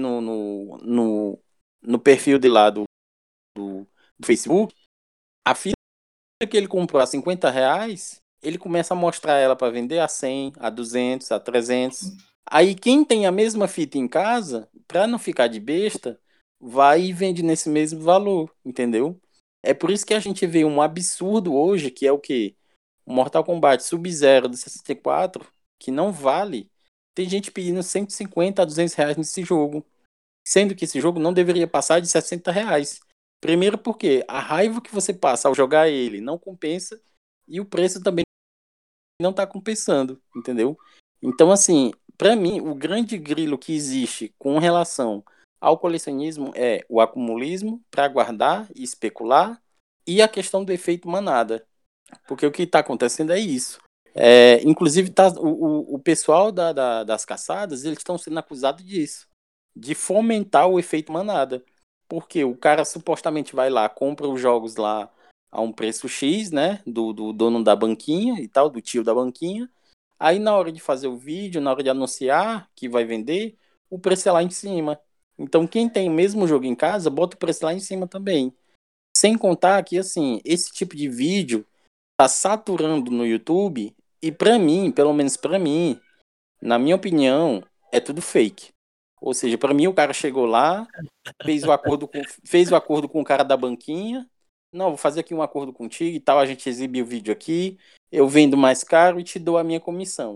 no perfil de lá do Facebook, a fita que ele comprou a R$ 50, ele começa a mostrar ela para vender a 100, a 200, a 300. Aí quem tem a mesma fita em casa, para não ficar de besta, vai e vende nesse mesmo valor, entendeu? É por isso que a gente vê um absurdo hoje, que é o quê? O Mortal Kombat Sub-Zero do 64, que não vale. Tem gente pedindo 150 a R$ 200 nesse jogo, sendo que esse jogo não deveria passar de R$ 60. Primeiro porque a raiva que você passa ao jogar ele não compensa e o preço também não está compensando, entendeu? Então, assim, para mim, o grande grilo que existe com relação ao colecionismo é o acumulismo para guardar e especular e a questão do efeito manada. Porque o que está acontecendo é isso. Inclusive, o pessoal das caçadas, eles estão sendo acusados disso, de fomentar o efeito manada. Porque o cara supostamente vai lá, compra os jogos lá a um preço X, né? Do dono da banquinha e tal, do tio da banquinha. Aí na hora de fazer o vídeo, na hora de anunciar que vai vender, o preço é lá em cima. Então quem tem o mesmo jogo em casa, bota o preço lá em cima também. Sem contar que, assim, esse tipo de vídeo tá saturando no YouTube e pra mim, pelo menos pra mim, na minha opinião, é tudo fake. Ou seja, pra mim o cara chegou lá, fez o acordo com o cara da banquinha. Não, vou fazer aqui um acordo contigo e tal, a gente exibe o vídeo aqui, eu vendo mais caro e te dou a minha comissão.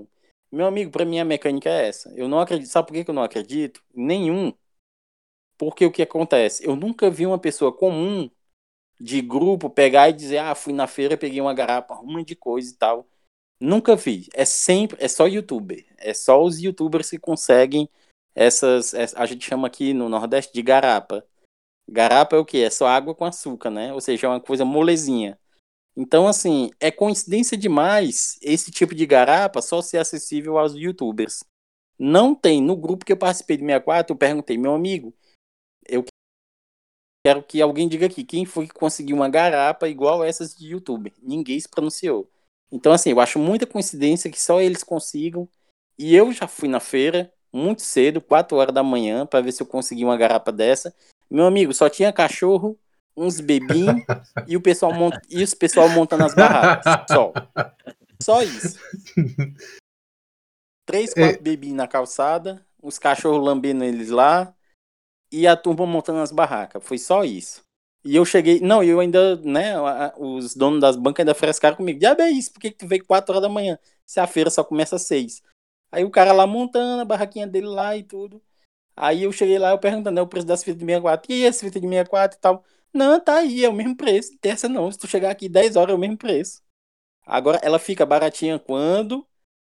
Meu amigo, pra mim a mecânica é essa. Eu não acredito. Sabe por que eu não acredito? Nenhum. Porque o que acontece? Eu nunca vi uma pessoa comum de grupo pegar e dizer, fui na feira, peguei uma garapa, uma de coisa e tal. Nunca vi. É só youtuber. É só os youtubers que conseguem a gente chama aqui no Nordeste de garapa. Garapa é o quê? É só água com açúcar, né? Ou seja, é uma coisa molezinha. Então, assim, é coincidência demais esse tipo de garapa só ser acessível aos youtubers. Não tem. No grupo que eu participei de 64, eu perguntei, meu amigo, eu quero que alguém diga aqui, quem foi que conseguiu uma garapa igual essas de YouTube? Ninguém se pronunciou. Então, assim, eu acho muita coincidência que só eles consigam. E eu já fui na feira muito cedo, 4 horas da manhã, para ver se eu consegui uma garapa dessa. Meu amigo, só tinha cachorro, uns bebinhos e os pessoal montando as barracas. Só isso. 3, 4 bebinhos na calçada, os cachorros lambendo eles lá e a turma montando as barracas. Foi só isso. E eu cheguei. Não, eu ainda, né? Os donos das bancas ainda frescaram comigo. Diabo é isso? Por que tu veio 4 horas da manhã? Se a feira só começa às 6. Aí o cara lá montando a barraquinha dele lá e tudo. Aí eu cheguei lá, eu perguntando, né, o preço das fitas de 64. E essa fita de 64 e tal? Não, tá aí, é o mesmo preço. Não tem essa não. Se tu chegar aqui 10 horas, é o mesmo preço. Agora ela fica baratinha quando?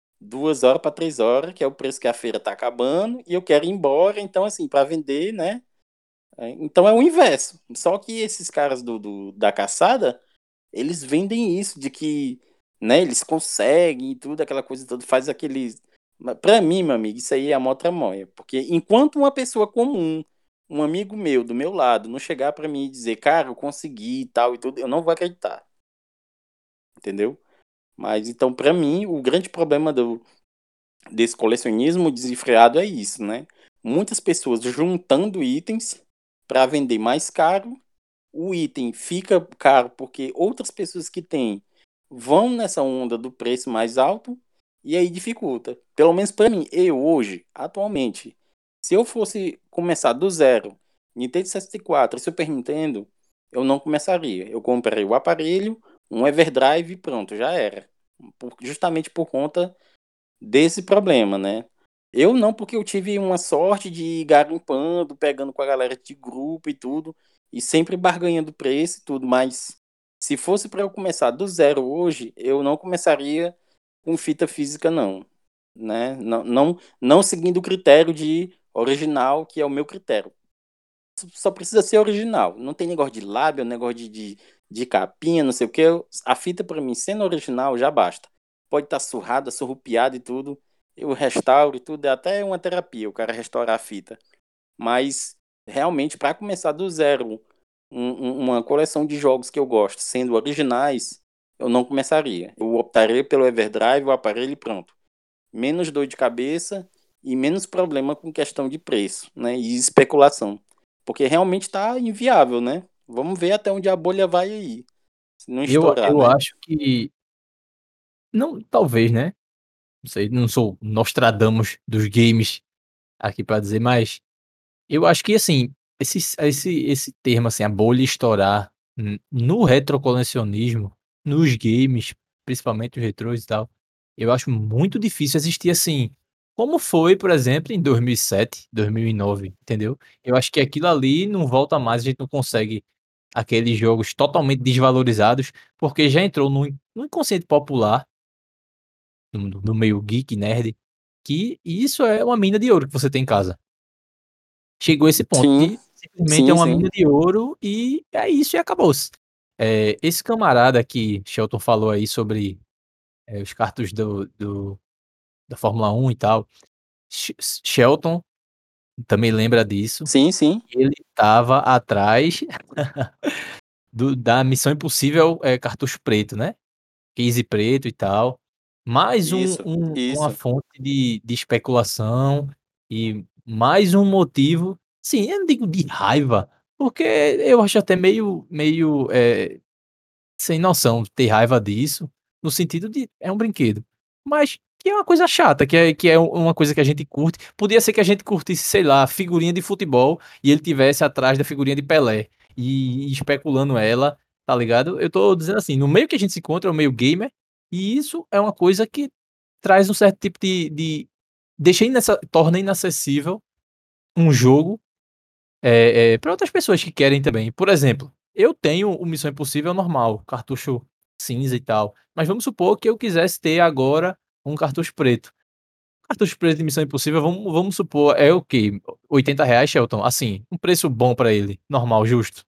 2 horas para 3 horas, que é o preço que a feira tá acabando. E eu quero ir embora, então, assim, para vender, né? Então é o inverso. Só que esses caras da caçada, eles vendem isso, de que, né, eles conseguem e tudo, aquela coisa toda, faz aqueles. Pra mim, meu amigo, isso aí é a mó tramóia. Porque enquanto uma pessoa comum, um amigo meu, do meu lado, não chegar pra mim e dizer, cara, eu consegui e tal e tudo, eu não vou acreditar. Entendeu? Mas então, pra mim, o grande problema desse colecionismo desenfreado é isso, né? Muitas pessoas juntando itens para vender mais caro. O item fica caro porque outras pessoas que têm vão nessa onda do preço mais alto e aí dificulta. Pelo menos para mim, eu hoje, atualmente, se eu fosse começar do zero, Nintendo 64 e Super Nintendo, eu não começaria. Eu compraria o aparelho, um Everdrive e pronto, já era. Justamente por conta desse problema, né? Eu não, porque eu tive uma sorte de ir garimpando, pegando com a galera de grupo e tudo, e sempre barganhando preço e tudo, mas se fosse para eu começar do zero hoje, eu não começaria com fita física, não, né? Não seguindo o critério de original, que é o meu critério. Só precisa ser original, não tem negócio de lábio, negócio de capinha, não sei o que. A fita, para mim, sendo original, já basta. Pode estar surrada, surrupiada e tudo, eu restauro e tudo, é até uma terapia o cara restaurar a fita. Mas realmente, para começar do zero, uma coleção de jogos que eu gosto, sendo originais, eu não começaria. Eu optaria pelo Everdrive, o aparelho e pronto. Menos dor de cabeça e menos problema com questão de preço, né? E especulação. Porque realmente está inviável, né? Vamos ver até onde a bolha vai aí. Se não estourar, Eu né? acho que. Não, talvez, né? Não sei, não sou Nostradamus dos games aqui pra dizer, mas eu acho que, assim, esse termo, assim, a bolha estourar no retrocolecionismo, nos games, principalmente os retrôs e tal, eu acho muito difícil existir, assim, como foi, por exemplo, em 2007, 2009, entendeu? Eu acho que aquilo ali não volta mais, a gente não consegue aqueles jogos totalmente desvalorizados, porque já entrou no inconsciente popular, no meio geek, nerd, que isso é uma mina de ouro que você tem em casa. Chegou esse ponto Sim, de simplesmente é sim, uma sim. mina de ouro e é isso e acabou-se. Esse camarada que Shelton falou aí sobre, os cartos da Fórmula 1 e tal, Shelton também lembra disso, Sim, sim. ele estava atrás da Missão Impossível, cartucho preto, né, case preto e tal. Mais Isso, uma isso. fonte de especulação e mais um motivo, sim, eu não digo de raiva, porque eu acho até meio, sem noção ter raiva disso, no sentido de é um brinquedo, mas que é uma coisa chata, que é uma coisa que a gente curte. Podia ser que a gente curtisse, sei lá, figurinha de futebol e ele tivesse atrás da figurinha de Pelé e especulando ela, tá ligado? Eu tô dizendo assim, no meio que a gente se encontra é o meio gamer, e isso é uma coisa que traz um certo tipo torna inacessível um jogo para outras pessoas que querem também. Por exemplo, eu tenho o Missão Impossível normal, cartucho cinza e tal, mas vamos supor que eu quisesse ter agora um cartucho preto. Cartucho preto de Missão Impossível, vamos supor, é o quê? R$ 80, Shelton? Assim, um preço bom pra ele, normal, justo.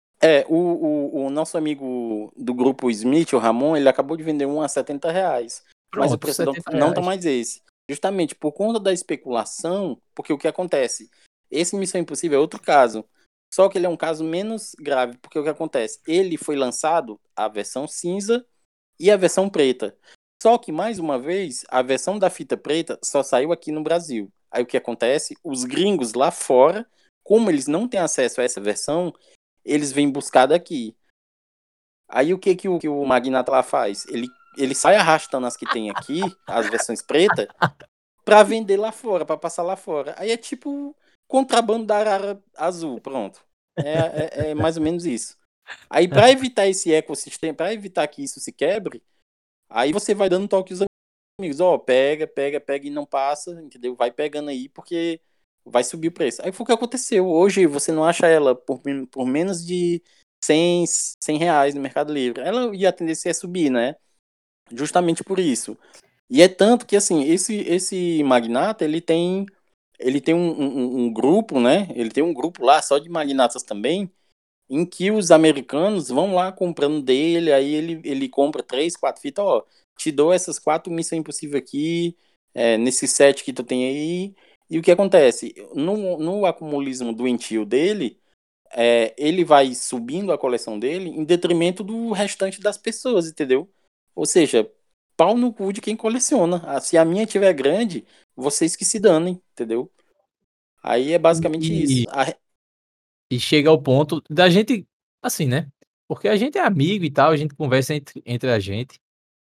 O nosso amigo do grupo Smith, o Ramon, ele acabou de vender um a R$ 70. Mas o Pronto, preço R$ não tá 70. mais esse. Justamente por conta da especulação, porque o que acontece? Esse Missão Impossível é outro caso. Só que ele é um caso menos grave, porque o que acontece? Ele foi lançado a versão cinza e a versão preta. Só que, mais uma vez, a versão da fita preta só saiu aqui no Brasil. Aí o que acontece? Os gringos lá fora, como eles não têm acesso a essa versão, eles vêm buscar daqui. Aí o que o magnata lá faz? Ele sai arrastando as que tem aqui, as versões pretas, pra vender lá fora, pra passar lá fora. Aí é tipo contrabando da arara azul, pronto. É mais ou menos isso. Aí pra evitar esse ecossistema, pra evitar que isso se quebre, aí você vai dando toque aos amigos, ó, pega e não passa, entendeu? Vai pegando aí, porque vai subir o preço. Aí foi o que aconteceu. Hoje você não acha ela por menos de R$ 100 no Mercado Livre. Ela ia tender a subir, né? Justamente por isso. E é tanto que, assim, esse magnata, ele tem um grupo, né? Ele tem um grupo lá só de magnatas também, em que os americanos vão lá comprando dele, aí ele compra 3, 4 fitas, ó, te dou essas 4 Missão Impossível aqui, nesse set que tu tem aí, e o que acontece? No acumulismo doentio dele, ele vai subindo a coleção dele em detrimento do restante das pessoas, entendeu? Ou seja, pau no cu de quem coleciona. Se a minha tiver grande, vocês que se danem, entendeu? Aí é basicamente isso. E, e chega ao ponto da gente, assim, né? Porque a gente é amigo e tal, a gente conversa entre a gente.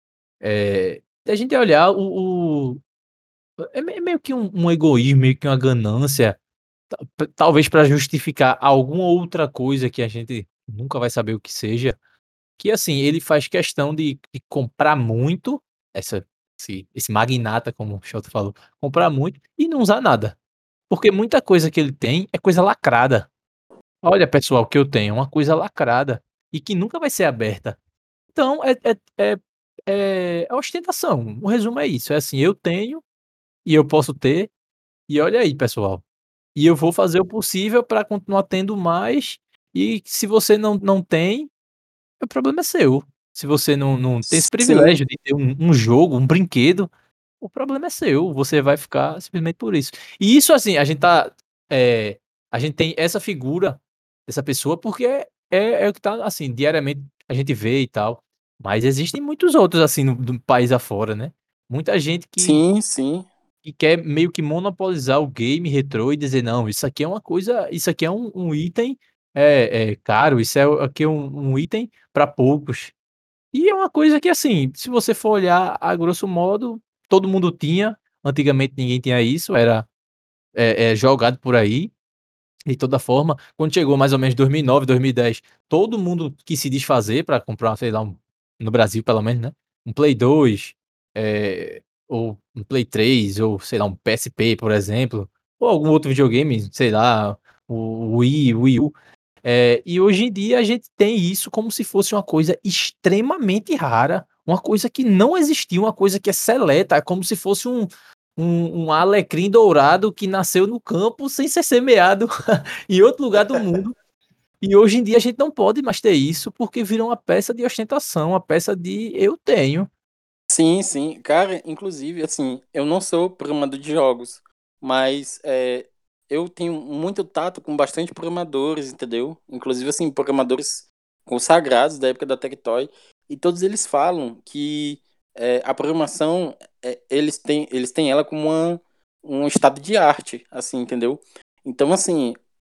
A gente olhar meio que um egoísmo, meio que uma ganância, talvez para justificar alguma outra coisa que a gente nunca vai saber o que seja. Que assim, ele faz questão de comprar muito, essa esse magnata, como o Shelton falou, comprar muito e não usar nada. Porque muita coisa que ele tem é coisa lacrada. "Olha, pessoal, o que eu tenho, é uma coisa lacrada, e que nunca vai ser aberta". Então é ostentação, o resumo é isso, é assim, eu tenho, e eu posso ter, e olha aí, pessoal, e eu vou fazer o possível para continuar tendo mais, e se você não tem, o problema é seu. Se você não tem esse Sim, privilégio de ter um jogo, um brinquedo, o problema é seu, você vai ficar simplesmente por isso. E isso, assim, eh, a gente tem essa figura dessa pessoa, porque é o que tá, assim, diariamente a gente vê e tal, mas existem muitos outros, assim, no do país afora, né. Muita gente sim, sim. que quer meio que monopolizar o game retrô e dizer: "Não, isso aqui é uma coisa, isso aqui é um item, caro, isso aqui é um item para poucos". E é uma coisa que, assim, se você for olhar a grosso modo, todo mundo tinha, antigamente ninguém tinha isso, era, jogado por aí, de toda forma. Quando chegou mais ou menos 2009, 2010, todo mundo quis se desfazer para comprar, sei lá, no Brasil pelo menos, né, um Play 2, ou um Play 3, ou sei lá, um PSP, por exemplo, ou algum outro videogame, sei lá, o Wii, o Wii U. E hoje em dia a gente tem isso como se fosse uma coisa extremamente rara, uma coisa que não existia, uma coisa que é seleta, é como se fosse um alecrim dourado que nasceu no campo sem ser semeado em outro lugar do mundo. E hoje em dia a gente não pode mais ter isso, porque virou uma peça de ostentação, uma peça de "eu tenho". Sim, sim. Cara, inclusive, assim, eu não sou programador de jogos, mas eu tenho muito tato com bastante programadores, entendeu? Inclusive, assim, programadores consagrados da época da Tectoy, e todos eles falam que a programação, eles têm ela como um estado de arte, assim, entendeu? Então, assim,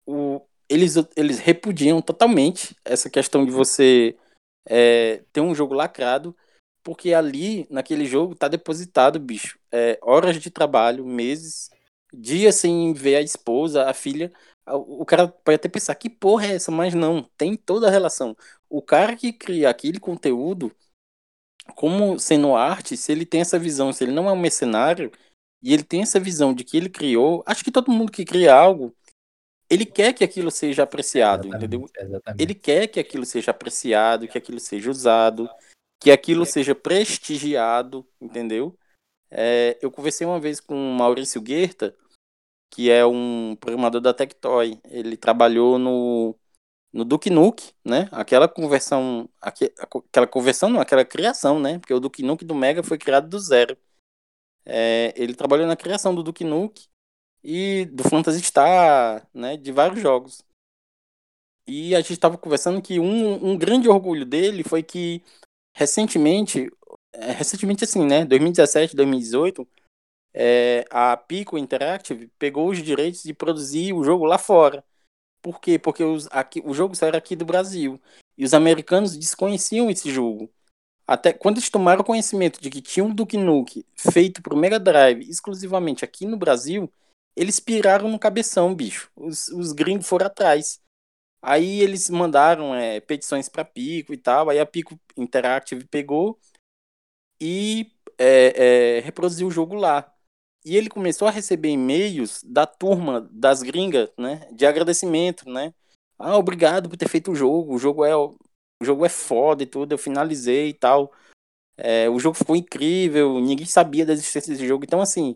eles repudiam totalmente essa questão de você ter um jogo lacrado, porque ali, naquele jogo, tá depositado, bicho, horas de trabalho, meses, dias sem ver a esposa, a filha. O cara pode até pensar, que porra é essa? Mas não, tem toda a relação. O cara que cria aquele conteúdo, como sendo arte, se ele tem essa visão, se ele não é um mercenário, e ele tem essa visão de que ele criou, acho que todo mundo que cria algo, ele quer que aquilo seja apreciado, entendeu? Exatamente, Ele exatamente. quer que aquilo seja apreciado, que aquilo seja usado, que aquilo seja prestigiado, entendeu? Eu conversei uma vez com o Maurício Guerta, que é um programador da Tectoy. Ele trabalhou no Duke Nukem, né? Aquela conversão não, aquela criação, né? Porque o Duke Nukem do Mega foi criado do zero. Ele trabalhou na criação do Duke Nukem e do Phantasy Star, né? De vários jogos. E a gente estava conversando que um grande orgulho dele foi que recentemente assim, né? 2017, 2018, a Pico Interactive pegou os direitos de produzir o jogo lá fora. Por quê? Porque o jogo saiu aqui do Brasil. E os americanos desconheciam esse jogo. Até quando eles tomaram conhecimento de que tinha um Duke Nukem feito pro Mega Drive exclusivamente aqui no Brasil, eles piraram no cabeção, bicho. Os gringos foram atrás. Aí eles mandaram petições pra Pico e tal. Aí a Pico Interactive pegou e reproduziu o jogo lá. E ele começou a receber e-mails da turma das gringas, né, de agradecimento, né? Ah, obrigado por ter feito o jogo é foda e tudo, eu finalizei e tal. O jogo ficou incrível, ninguém sabia da existência desse jogo. Então, assim,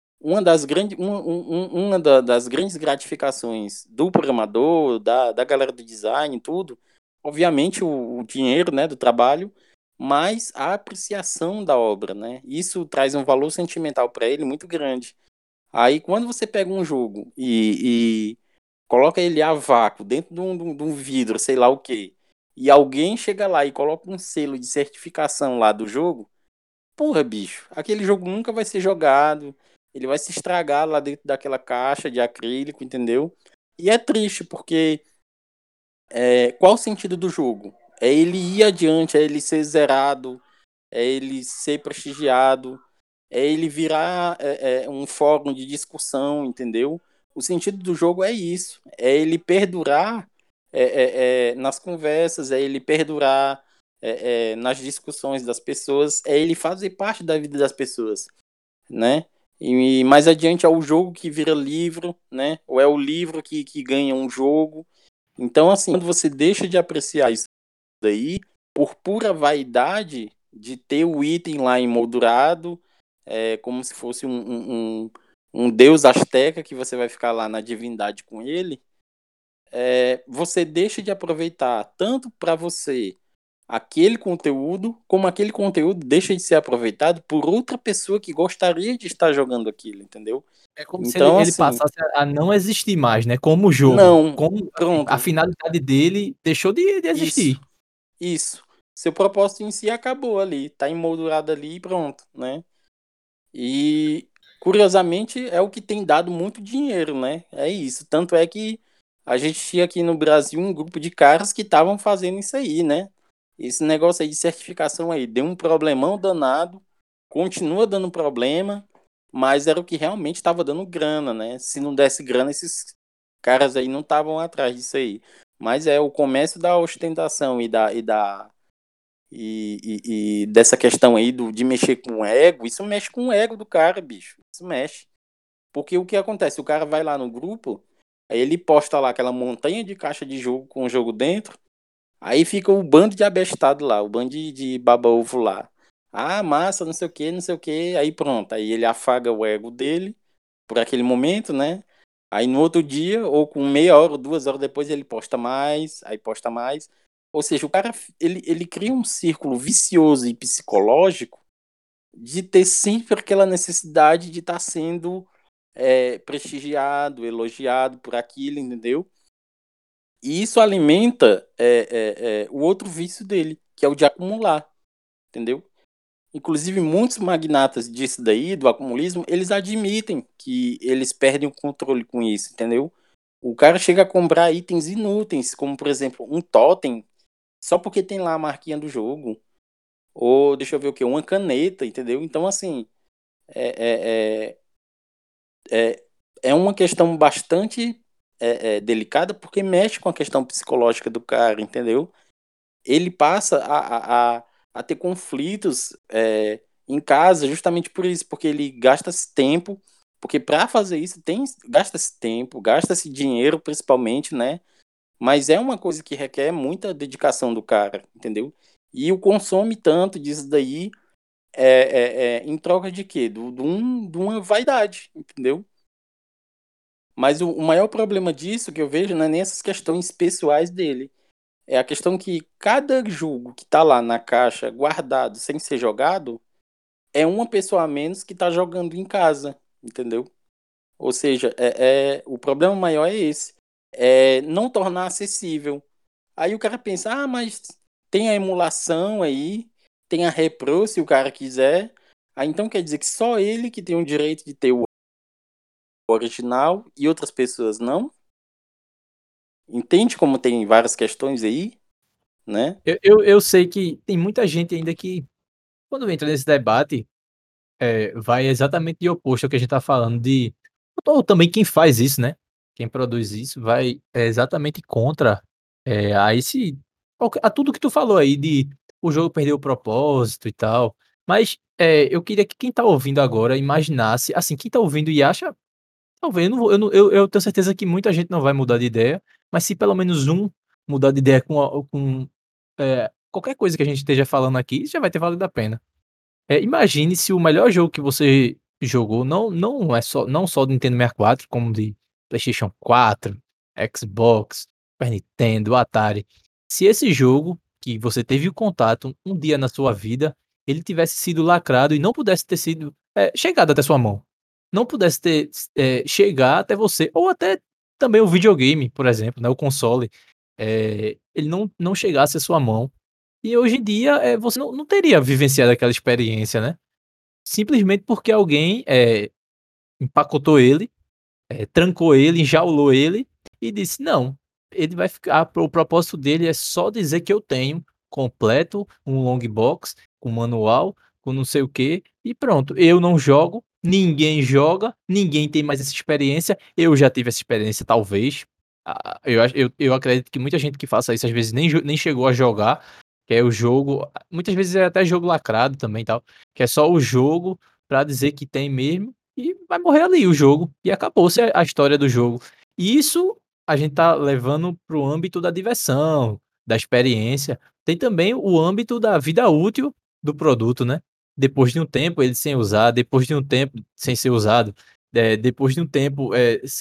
das grandes gratificações do programador, da galera do design, tudo, obviamente o dinheiro, né, do trabalho, mas a apreciação da obra, né? Isso traz um valor sentimental para ele muito grande. Aí, quando você pega um jogo e coloca ele a vácuo dentro de um vidro, sei lá o quê, e alguém chega lá e coloca um selo de certificação lá do jogo, porra, bicho, aquele jogo nunca vai ser jogado, ele vai se estragar lá dentro daquela caixa de acrílico, entendeu? E é triste, porque qual o sentido do jogo? É ele ir adiante, é ele ser zerado, é ele ser prestigiado, é ele virar um fórum de discussão, entendeu? O sentido do jogo é isso, é ele perdurar nas conversas, é ele perdurar nas discussões das pessoas, é ele fazer parte da vida das pessoas, né? E mais adiante é o jogo que vira livro, né? Ou é o livro que ganha um jogo. Então, assim, quando você deixa de apreciar isso daí, por pura vaidade de ter o item lá emoldurado, como se fosse um deus asteca que você vai ficar lá na divindade com ele, você deixa de aproveitar tanto para você aquele conteúdo, como aquele conteúdo deixa de ser aproveitado por outra pessoa que gostaria de estar jogando aquilo, entendeu? É como se ele, Então, ele assim, passasse a não existir mais, né? Como jogo. não, Como assim, a pronto, finalidade dele deixou de isso, existir. isso. Seu propósito em si acabou ali, tá emoldurado ali e pronto, né? E curiosamente é o que tem dado muito dinheiro, né? É isso. Tanto é que a gente tinha aqui no Brasil um grupo de caras que estavam fazendo isso aí, né? Esse negócio aí de certificação aí deu um problemão danado, continua dando problema, mas era o que realmente estava dando grana, né? Se não desse grana, esses caras aí não estavam atrás disso aí. Mas o comércio da ostentação e dessa questão aí de mexer com o ego, isso mexe com o ego do cara, bicho. Isso mexe. Porque o que acontece? O cara vai lá no grupo, aí ele posta lá aquela montanha de caixa de jogo com o jogo dentro, aí fica o bando de abestado lá, o bando de baba-ovo lá. Ah, massa, não sei o que, não sei o que. Aí pronto, aí ele afaga o ego dele por aquele momento, né? Aí no outro dia, ou com meia hora ou 2 horas depois, ele posta mais, aí posta mais. Ou seja, o cara ele cria um círculo vicioso e psicológico de ter sempre aquela necessidade de estar sendo prestigiado, elogiado por aquilo, entendeu? E isso alimenta o outro vício dele, que é o de acumular, entendeu? Inclusive, muitos magnatas disso daí, do acumulismo, eles admitem que eles perdem o controle com isso, entendeu? O cara chega a comprar itens inúteis, como, por exemplo, um totem, só porque tem lá a marquinha do jogo. Ou, deixa eu ver o que, uma caneta, entendeu? Então, assim, é, é, é, é uma questão bastante delicada, porque mexe com a questão psicológica do cara, entendeu? Ele passa a ter conflitos em casa, justamente por isso, porque ele gasta-se tempo, porque para fazer isso gasta-se tempo, gasta-se dinheiro principalmente, né? Mas é uma coisa que requer muita dedicação do cara, entendeu? E o consome tanto disso daí em troca de quê? De uma vaidade, entendeu? Mas o maior problema disso que eu vejo não é nem essas questões pessoais dele. É a questão que cada jogo que tá lá na caixa, guardado, sem ser jogado, é uma pessoa a menos que tá jogando em casa, entendeu? Ou seja, o problema maior é esse. É não tornar acessível. Aí o cara pensa, mas tem a emulação aí, tem a repro se o cara quiser. Aí então quer dizer que só ele que tem o direito de ter o original e outras pessoas não? Entende como tem várias questões aí, né? Eu sei que tem muita gente ainda que, quando entra nesse debate, vai exatamente de oposto ao que a gente tá falando de ou também quem faz isso, né, quem produz isso vai exatamente contra, a esse a tudo que tu falou aí de o jogo perder o propósito e tal. Mas, eu queria que quem tá ouvindo agora imaginasse, assim, quem tá ouvindo e acha talvez eu não eu tenho certeza que muita gente não vai mudar de ideia, mas se pelo menos um mudar de ideia com, qualquer coisa que a gente esteja falando aqui, já vai ter valido a pena. Imagine se o melhor jogo que você jogou não só do Nintendo 64, como de PlayStation 4, Xbox, Super Nintendo, Atari. Se esse jogo que você teve o contato um dia na sua vida, ele tivesse sido lacrado e não pudesse ter sido, chegado até sua mão. Não pudesse ter, chegar até você, ou até também o videogame, por exemplo, né, o console, ele não chegasse à sua mão. E hoje em dia, você não teria vivenciado aquela experiência, né. Simplesmente porque alguém, empacotou ele, trancou ele, enjaulou ele e disse: "Não, ele vai ficar o propósito dele é só dizer que eu tenho completo, um long box, com manual, com não sei o quê, e pronto. Eu não jogo, ninguém joga, ninguém tem mais essa experiência, eu já tive essa experiência talvez". Eu acredito que muita gente que faça isso, às vezes, nem chegou a jogar, que é o jogo muitas vezes é até jogo lacrado também, tal, que é só o jogo pra dizer que tem mesmo, e vai morrer ali o jogo, e acabou-se a história do jogo. E isso a gente tá levando para o âmbito da diversão, da experiência. Tem também o âmbito da vida útil do produto, né. Depois de um tempo ele sem usar, depois de um tempo sem ser usado, depois de um tempo,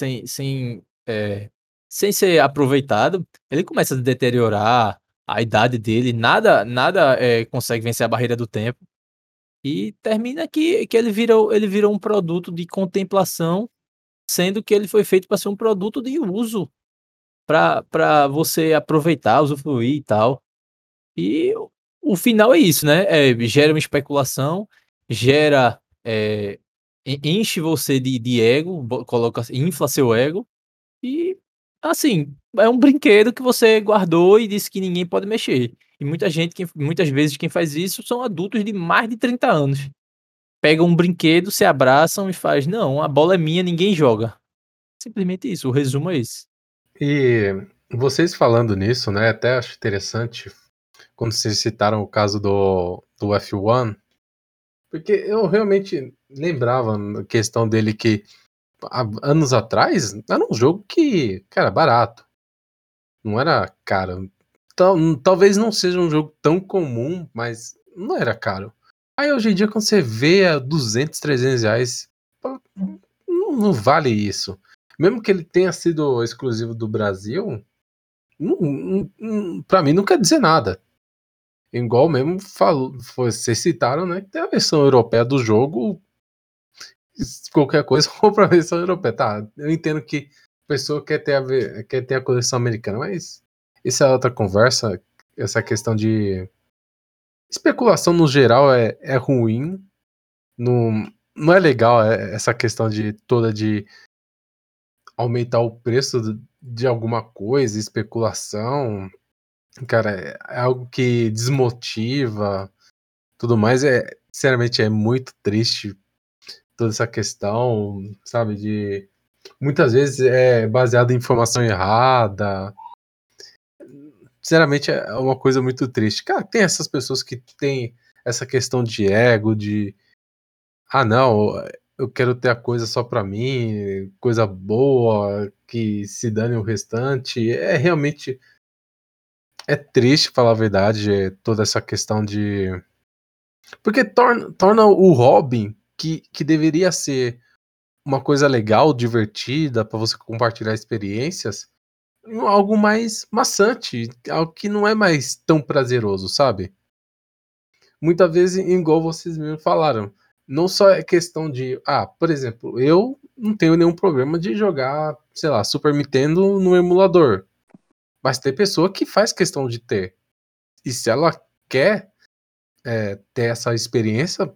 sem ser aproveitado, ele começa a deteriorar, a idade dele, nada, consegue vencer a barreira do tempo. E termina que ele virou um produto de contemplação, sendo que ele foi feito para ser um produto de uso, para você aproveitar, usufruir e tal. E o final é isso, né, gera uma especulação, gera, enche você de ego, coloca infla seu ego e, assim, é um brinquedo que você guardou e disse que ninguém pode mexer. E muitas vezes quem faz isso são adultos de mais de 30 anos. Pegam um brinquedo, se abraçam e faz: "Não, a bola é minha, ninguém joga". Simplesmente isso, o resumo é esse. E vocês falando nisso, né, até acho interessante quando vocês citaram o caso do F1, porque eu realmente lembrava a questão dele que há anos atrás era um jogo que, cara, barato, não era caro. Talvez não seja um jogo tão comum, mas não era caro. Aí hoje em dia quando você vê a 200, R$300, pô, não vale isso. Mesmo que ele tenha sido exclusivo do Brasil, pra mim não quer dizer nada. Igual mesmo falou, vocês citaram, né, que tem a versão europeia do jogo, qualquer coisa compra a versão europeia. Tá, eu entendo que a pessoa quer ter a coleção americana, mas isso é outra conversa. Essa questão de especulação no geral é ruim, não é legal essa questão de toda de aumentar o preço de alguma coisa, especulação. Cara, é algo que desmotiva, tudo mais. Sinceramente, é muito triste toda essa questão, sabe, de muitas vezes é baseado em informação errada. sinceramente, é uma coisa muito triste. Cara, tem essas pessoas que têm essa questão de ego, de não, eu quero ter a coisa só pra mim, coisa boa, que se dane o restante. É realmente triste falar a verdade, toda essa questão de. Porque torna o hobby, que deveria ser uma coisa legal, divertida, pra você compartilhar experiências, algo mais maçante, algo que não é mais tão prazeroso, sabe? Muitas vezes, igual vocês mesmo falaram, não só é questão de, por exemplo, eu não tenho nenhum problema de jogar, sei lá, Super Nintendo no emulador, mas tem pessoa que faz questão de ter. E se ela quer ter essa experiência,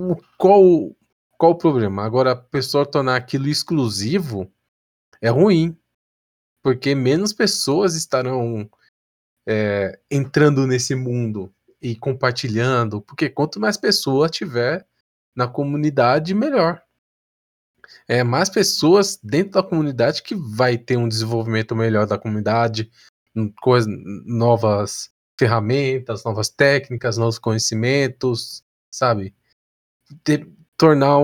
qual o problema? Agora, a pessoa tornar aquilo exclusivo é ruim, porque menos pessoas estarão entrando nesse mundo e compartilhando, porque quanto mais pessoa tiver na comunidade, melhor. Mais pessoas dentro da comunidade que vai ter um desenvolvimento melhor da comunidade, novas ferramentas, novas técnicas, novos conhecimentos, sabe? Tornar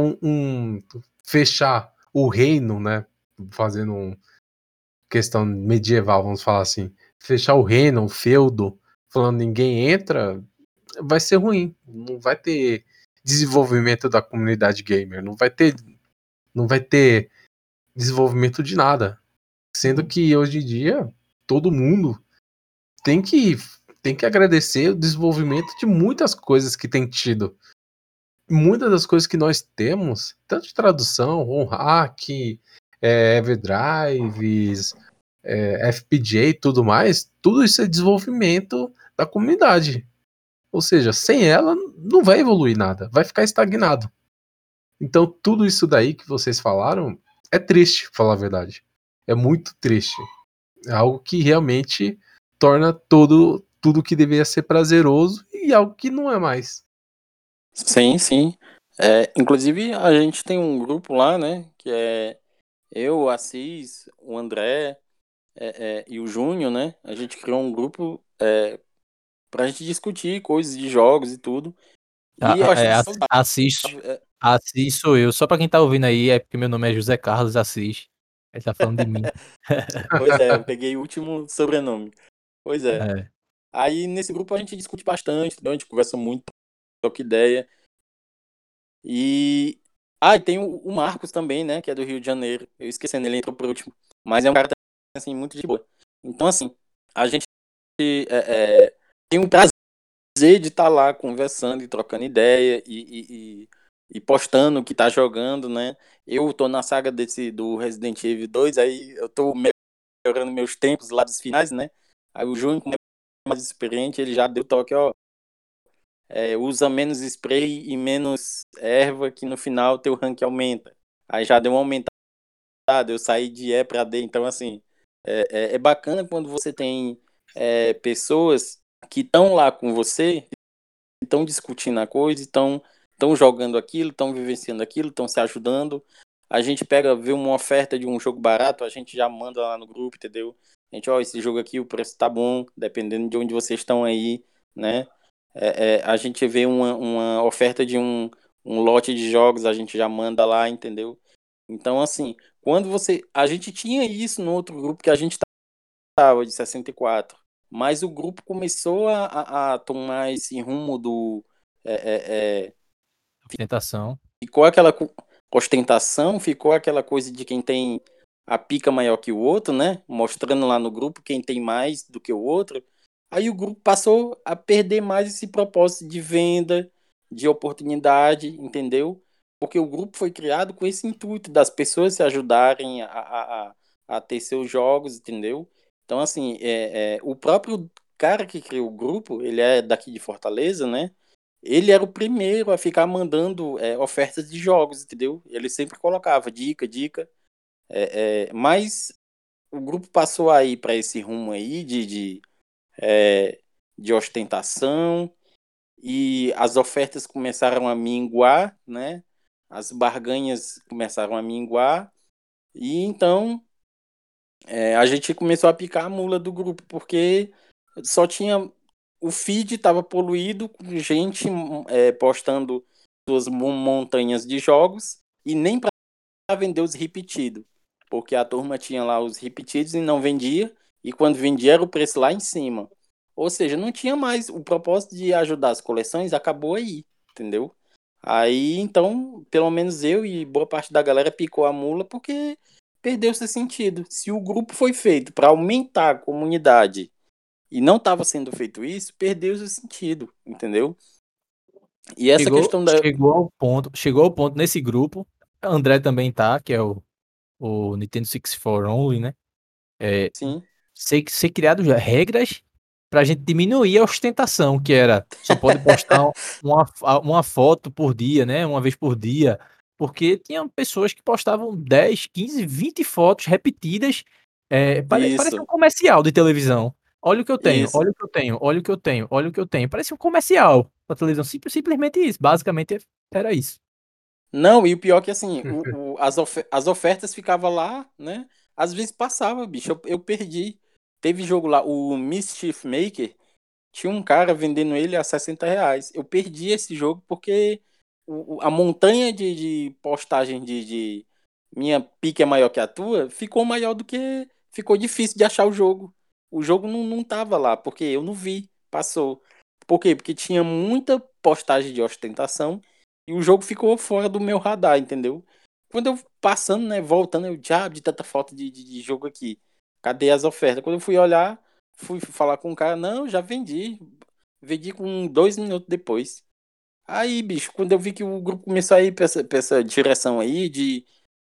fechar o reino, né? Fazendo questão medieval, vamos falar assim, fechar o reino, o feudo, falando ninguém entra, vai ser ruim. Não vai ter desenvolvimento da comunidade gamer, não vai ter desenvolvimento de nada. Sendo que hoje em dia todo mundo tem que agradecer o desenvolvimento de muitas coisas que tem tido. Muitas das coisas que nós temos, tanto de tradução, hack, Everdrives, FPGA e tudo mais, tudo isso é desenvolvimento da comunidade. Ou seja, sem ela não vai evoluir nada, vai ficar estagnado. Então tudo isso daí que vocês falaram é triste, pra falar a verdade. É muito triste. É algo que realmente torna tudo que deveria ser prazeroso e algo que não é mais. Sim, sim. Inclusive, a gente tem um grupo lá, né? Que é eu, o Assis, o André e o Júnior, né? A gente criou um grupo pra gente discutir coisas de jogos e tudo. E eu achei saudável. Assis sou eu. Só pra quem tá ouvindo aí, é porque meu nome é José Carlos Assis. Ele tá falando de mim. Pois é, eu peguei o último sobrenome. Pois é. É. Aí nesse grupo a gente discute bastante, entendeu? A gente conversa muito, troca ideia. E tem o Marcos também, né? Que é do Rio de Janeiro. Eu esquecendo, ele entrou por último. Mas é um cara assim, muito de boa. Então, assim, a gente tem um prazer de estar lá conversando e trocando ideia e postando o que tá jogando, né? Eu tô na saga do Resident Evil 2, aí eu tô melhorando meus tempos lá dos finais, né? Aí o Júnior, como é mais experiente, ele já deu toque, ó. Usa menos spray e menos erva, que no final teu rank aumenta. Aí já deu uma aumentada, eu saí de E pra D. Então, assim, é bacana quando você tem pessoas que estão lá com você, estão discutindo a coisa, estão jogando aquilo, estão vivenciando aquilo, estão se ajudando. A gente vê uma oferta de um jogo barato, a gente já manda lá no grupo, entendeu? A gente, esse jogo aqui, o preço tá bom, dependendo de onde vocês estão aí, né? A gente vê uma oferta de um lote de jogos, a gente já manda lá, entendeu? Então, assim, a gente tinha isso no outro grupo que a gente tava, de 64, mas o grupo começou a tomar esse rumo do Tentação. ficou aquela ostentação, ficou aquela coisa de quem tem a pica maior que o outro, né? Mostrando lá no grupo quem tem mais do que o outro. Aí o grupo passou a perder mais esse propósito de venda, de oportunidade, entendeu? Porque o grupo foi criado com esse intuito das pessoas se ajudarem a ter seus jogos, entendeu? Então, assim, o próprio cara que criou o grupo, ele é daqui de Fortaleza, né? Ele era o primeiro a ficar mandando ofertas de jogos, entendeu? Ele sempre colocava dica, dica. Mas o grupo passou aí para esse rumo aí de ostentação e as ofertas começaram a minguar, né? As barganhas começaram a minguar e então a gente começou a picar a mula do grupo porque só tinha... O feed estava poluído com gente postando suas montanhas de jogos e nem para vender os repetidos. Porque a turma tinha lá os repetidos e não vendia. E quando vendia era o preço lá em cima. Ou seja, não tinha mais. O propósito de ajudar as coleções acabou aí, entendeu? Aí, então, pelo menos eu e boa parte da galera picou a mula porque perdeu esse sentido. Se o grupo foi feito para aumentar a comunidade e não estava sendo feito isso, perdeu esse sentido, entendeu? E essa Chegou, questão da... chegou ao ponto nesse grupo. André também tá, que é o Nintendo 64 Only, né? É, Sim, ser criado já regras pra gente diminuir a ostentação, que era só pode postar uma foto por dia, né? Uma vez por dia. Porque tinham pessoas que postavam 10, 15, 20 fotos repetidas. Parece um isso, comercial de televisão. Olha o que eu tenho, isso. olha o que eu tenho, olha o que eu tenho, olha o que eu tenho. Parece um comercial da televisão. Simplesmente isso. Basicamente era isso. Não, e o pior é que assim, as ofertas ficavam lá, né? Às vezes passava, bicho, eu perdi. Teve jogo lá, o Mischief Maker, tinha um cara vendendo ele a R$ 60. Eu perdi esse jogo porque a montanha de postagem de minha pique é maior que a tua ficou maior do que. Ficou difícil de achar o jogo. O jogo não tava lá, porque eu não vi, passou. Por quê? Porque tinha muita postagem de ostentação e o jogo ficou fora do meu radar, entendeu? Quando eu passando, né, voltando, eu diabo de tanta falta de jogo aqui. Cadê as ofertas? Quando eu fui olhar, fui falar com o cara, não, já vendi. Vendi com 2 minutos depois. Aí, bicho, quando eu vi que o grupo começou a ir pra essa direção aí de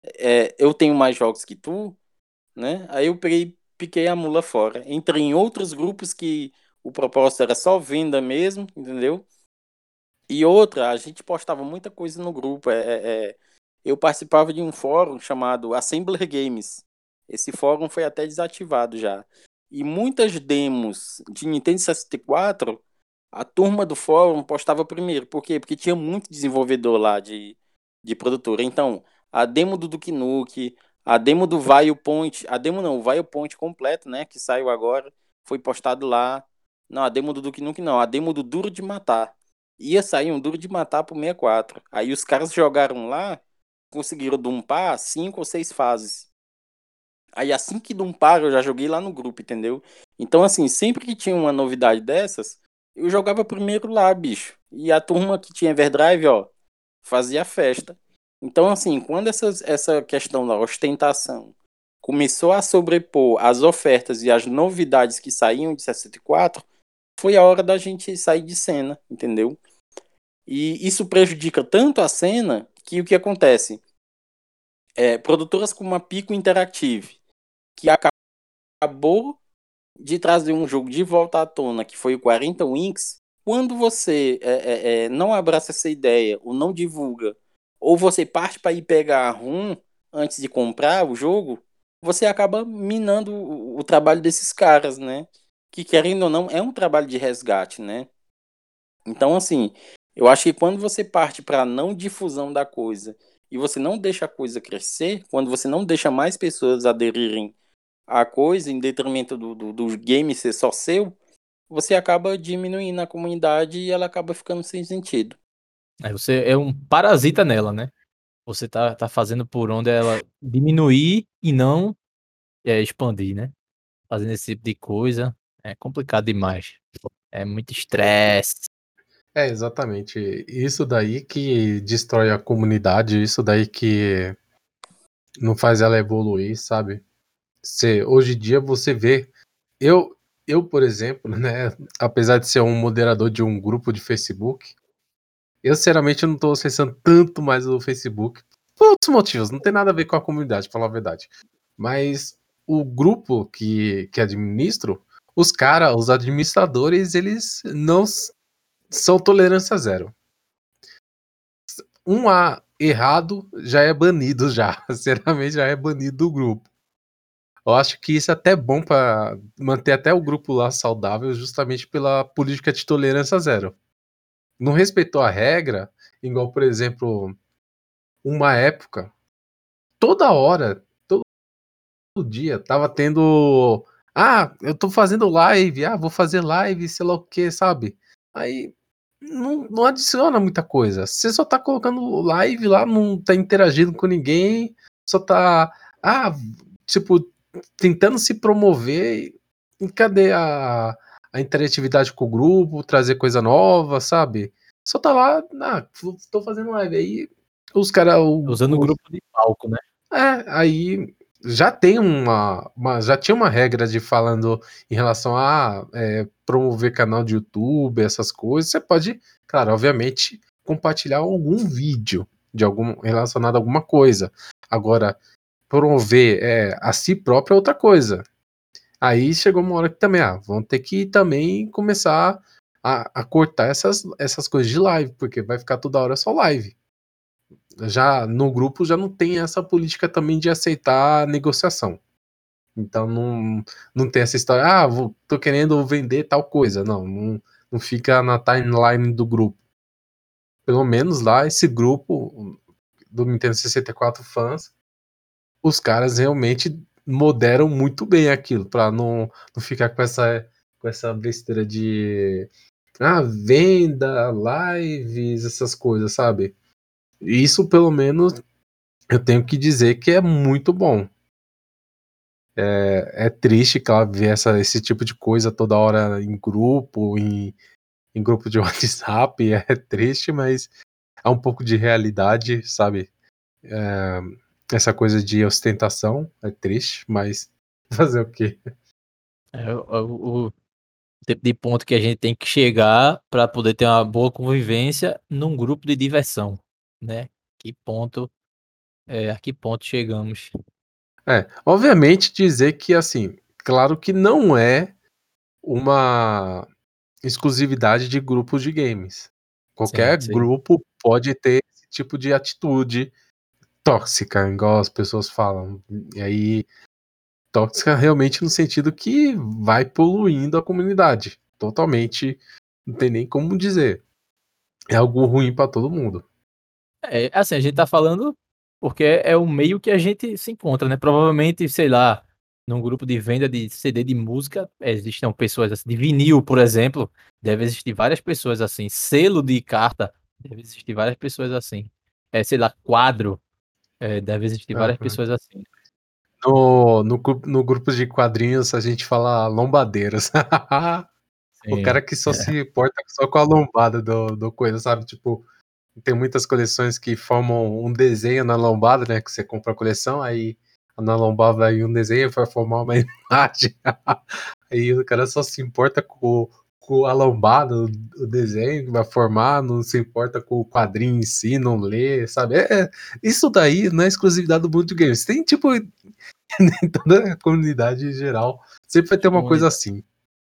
eu tenho mais jogos que tu, né? Aí eu peguei, piquei a mula fora. Entrei em outros grupos que o propósito era só venda mesmo, entendeu? E outra, a gente postava muita coisa no grupo. Eu participava de um fórum chamado Assembler Games. Esse fórum foi até desativado já. E muitas demos de Nintendo 64, a turma do fórum postava primeiro. Por quê? Porque tinha muito desenvolvedor lá de produtora. Então, a demo do Duke Nukem, a demo do Viewpoint, a demo não, o Viewpoint completo, né, que saiu agora, foi postado lá. Não, a demo do Duke Nukem não, a demo do Duro de Matar. Ia sair um Duro de Matar pro 64. Aí os caras jogaram lá, conseguiram dumpar 5 ou 6 fases. Aí assim que dumpar, eu já joguei lá no grupo, entendeu? Então, assim, sempre que tinha uma novidade dessas, eu jogava primeiro lá, bicho. E a turma que tinha Everdrive, ó, fazia festa. Então, assim, quando essa questão da ostentação começou a sobrepor as ofertas e as novidades que saíam de 64, foi a hora da gente sair de cena, entendeu? E isso prejudica tanto a cena que o que acontece? Produtoras como a Pico Interactive, que acabou de trazer um jogo de volta à tona, que foi o 40 Winks, quando você não abraça essa ideia, ou não divulga, ou você parte para ir pegar a ROM antes de comprar o jogo, você acaba minando o trabalho desses caras, né? Que querendo ou não, é um trabalho de resgate, né? Então, assim, eu acho que quando você parte para a não difusão da coisa e você não deixa a coisa crescer, quando você não deixa mais pessoas aderirem à coisa em detrimento do game ser só seu, você acaba diminuindo a comunidade e ela acaba ficando sem sentido. Aí você é um parasita nela, né? Você tá fazendo por onde ela diminuir e não expandir, né? Fazendo esse tipo de coisa é complicado demais. É muito estresse. É, exatamente. Isso daí que destrói a comunidade, isso daí que não faz ela evoluir, sabe? Hoje em dia você vê. Eu, por exemplo, né, apesar de ser um moderador de um grupo de Facebook, eu sinceramente não tô acessando tanto mais o Facebook. Por outros motivos, não tem nada a ver com a comunidade, pra falar a verdade. Mas o grupo que administro, os administradores, eles não são tolerância zero. Um A errado já é banido já. Sinceramente, já é banido do grupo. Eu acho que isso é até bom pra manter até o grupo lá saudável, justamente pela política de tolerância zero. Não respeitou a regra, igual, por exemplo, uma época, toda hora, todo dia, tava tendo eu tô fazendo live, vou fazer live, sei lá o que, sabe? Aí não adiciona muita coisa. Você só tá colocando live lá, não tá interagindo com ninguém, só tá, tipo, tentando se promover. E cadê a interatividade com o grupo, trazer coisa nova, sabe? Só tá lá, tô fazendo live. Aí os caras. Usando o grupo de palco, né? Aí já tem já tinha uma regra de falando em relação a promover canal de YouTube, essas coisas. Você pode, claro, obviamente, compartilhar algum vídeo de relacionado a alguma coisa. Agora, promover a si próprio é outra coisa. Aí chegou uma hora que também, vão ter que também começar a cortar essas coisas de live, porque vai ficar toda hora só live. Já no grupo já não tem essa política também de aceitar negociação. Então não tem essa história, tô querendo vender tal coisa. Não fica na timeline do grupo. Pelo menos lá, esse grupo do Nintendo 64 fãs, os caras realmente moderam muito bem aquilo, pra não ficar com essa besteira de venda, lives, essas coisas, sabe? Isso, pelo menos, eu tenho que dizer que é muito bom. É triste, claro, ver esse tipo de coisa toda hora em grupo, em grupo de WhatsApp, é triste, mas há um pouco de realidade, sabe? Essa coisa de ostentação é triste, mas fazer o quê? É o tipo de ponto que a gente tem que chegar para poder ter uma boa convivência num grupo de diversão, né? A que ponto chegamos? Obviamente dizer que, assim, claro que não é uma exclusividade de grupos de games. Sim, Qualquer sim. grupo pode ter esse tipo de atitude tóxica, igual as pessoas falam. E aí, tóxica realmente no sentido que vai poluindo a comunidade. Totalmente, não tem nem como dizer. É algo ruim pra todo mundo. Assim, a gente tá falando porque é o meio que a gente se encontra, né? Provavelmente, sei lá, num grupo de venda de CD de música, existem pessoas assim, de vinil, por exemplo, deve existir várias pessoas assim. Selo de carta, deve existir várias pessoas assim. Sei lá, quadro, deve existir várias Aham. pessoas assim. No grupo de quadrinhos a gente fala lombadeiras. O Sim. cara que só se importa só com a lombada do coisa, sabe? Tipo, tem muitas coleções que formam um desenho na lombada, né? Que você compra a coleção, aí na lombada vai um desenho vai formar uma imagem. Aí o cara só se importa com a lombada, o desenho que vai formar, não se importa com o quadrinho em si, não lê, sabe? Isso daí não é exclusividade do mundo de games. Tem, tipo, em toda a comunidade em geral, sempre vai ter uma coisa assim.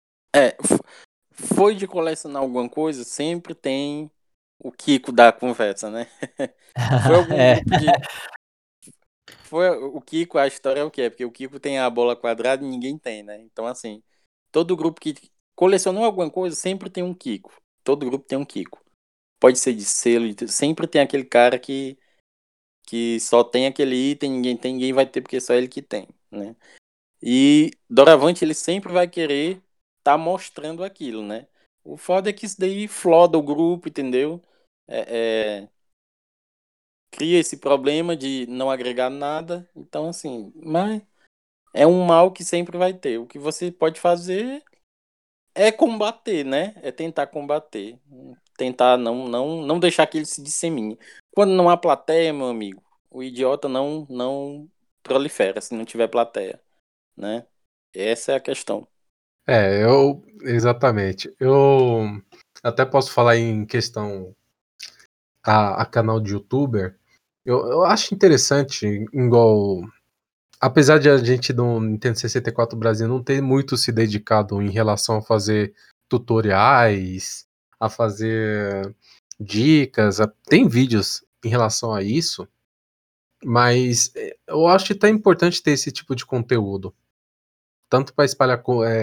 Foi de colecionar alguma coisa, sempre tem o Kiko da conversa, né? Foi algum É. grupo de. Foi o Kiko, a história é o quê? É porque o Kiko tem a bola quadrada e ninguém tem, né? Então, assim, todo grupo que colecionou alguma coisa sempre tem um Kiko. Todo grupo tem um Kiko. Pode ser de selo, sempre tem aquele cara que só tem aquele item, ninguém tem, ninguém vai ter porque só ele que tem, né? E Doravante ele sempre vai querer tá mostrando aquilo, né? O foda é que isso daí floda o grupo, entendeu? É, cria esse problema de não agregar nada. Então, assim, mas é um mal que sempre vai ter. O que você pode fazer é combater, né? É tentar combater. Tentar não deixar que ele se dissemine. Quando não há plateia, meu amigo, o idiota não prolifera se não tiver plateia, né? Essa é a questão. Exatamente. Eu até posso falar em questão a canal de youtuber. Eu acho interessante, igual. Apesar de a gente no Nintendo 64 Brasil não ter muito se dedicado em relação a fazer tutoriais, a fazer dicas, tem vídeos em relação a isso, mas eu acho que tá importante ter esse tipo de conteúdo, tanto para espalhar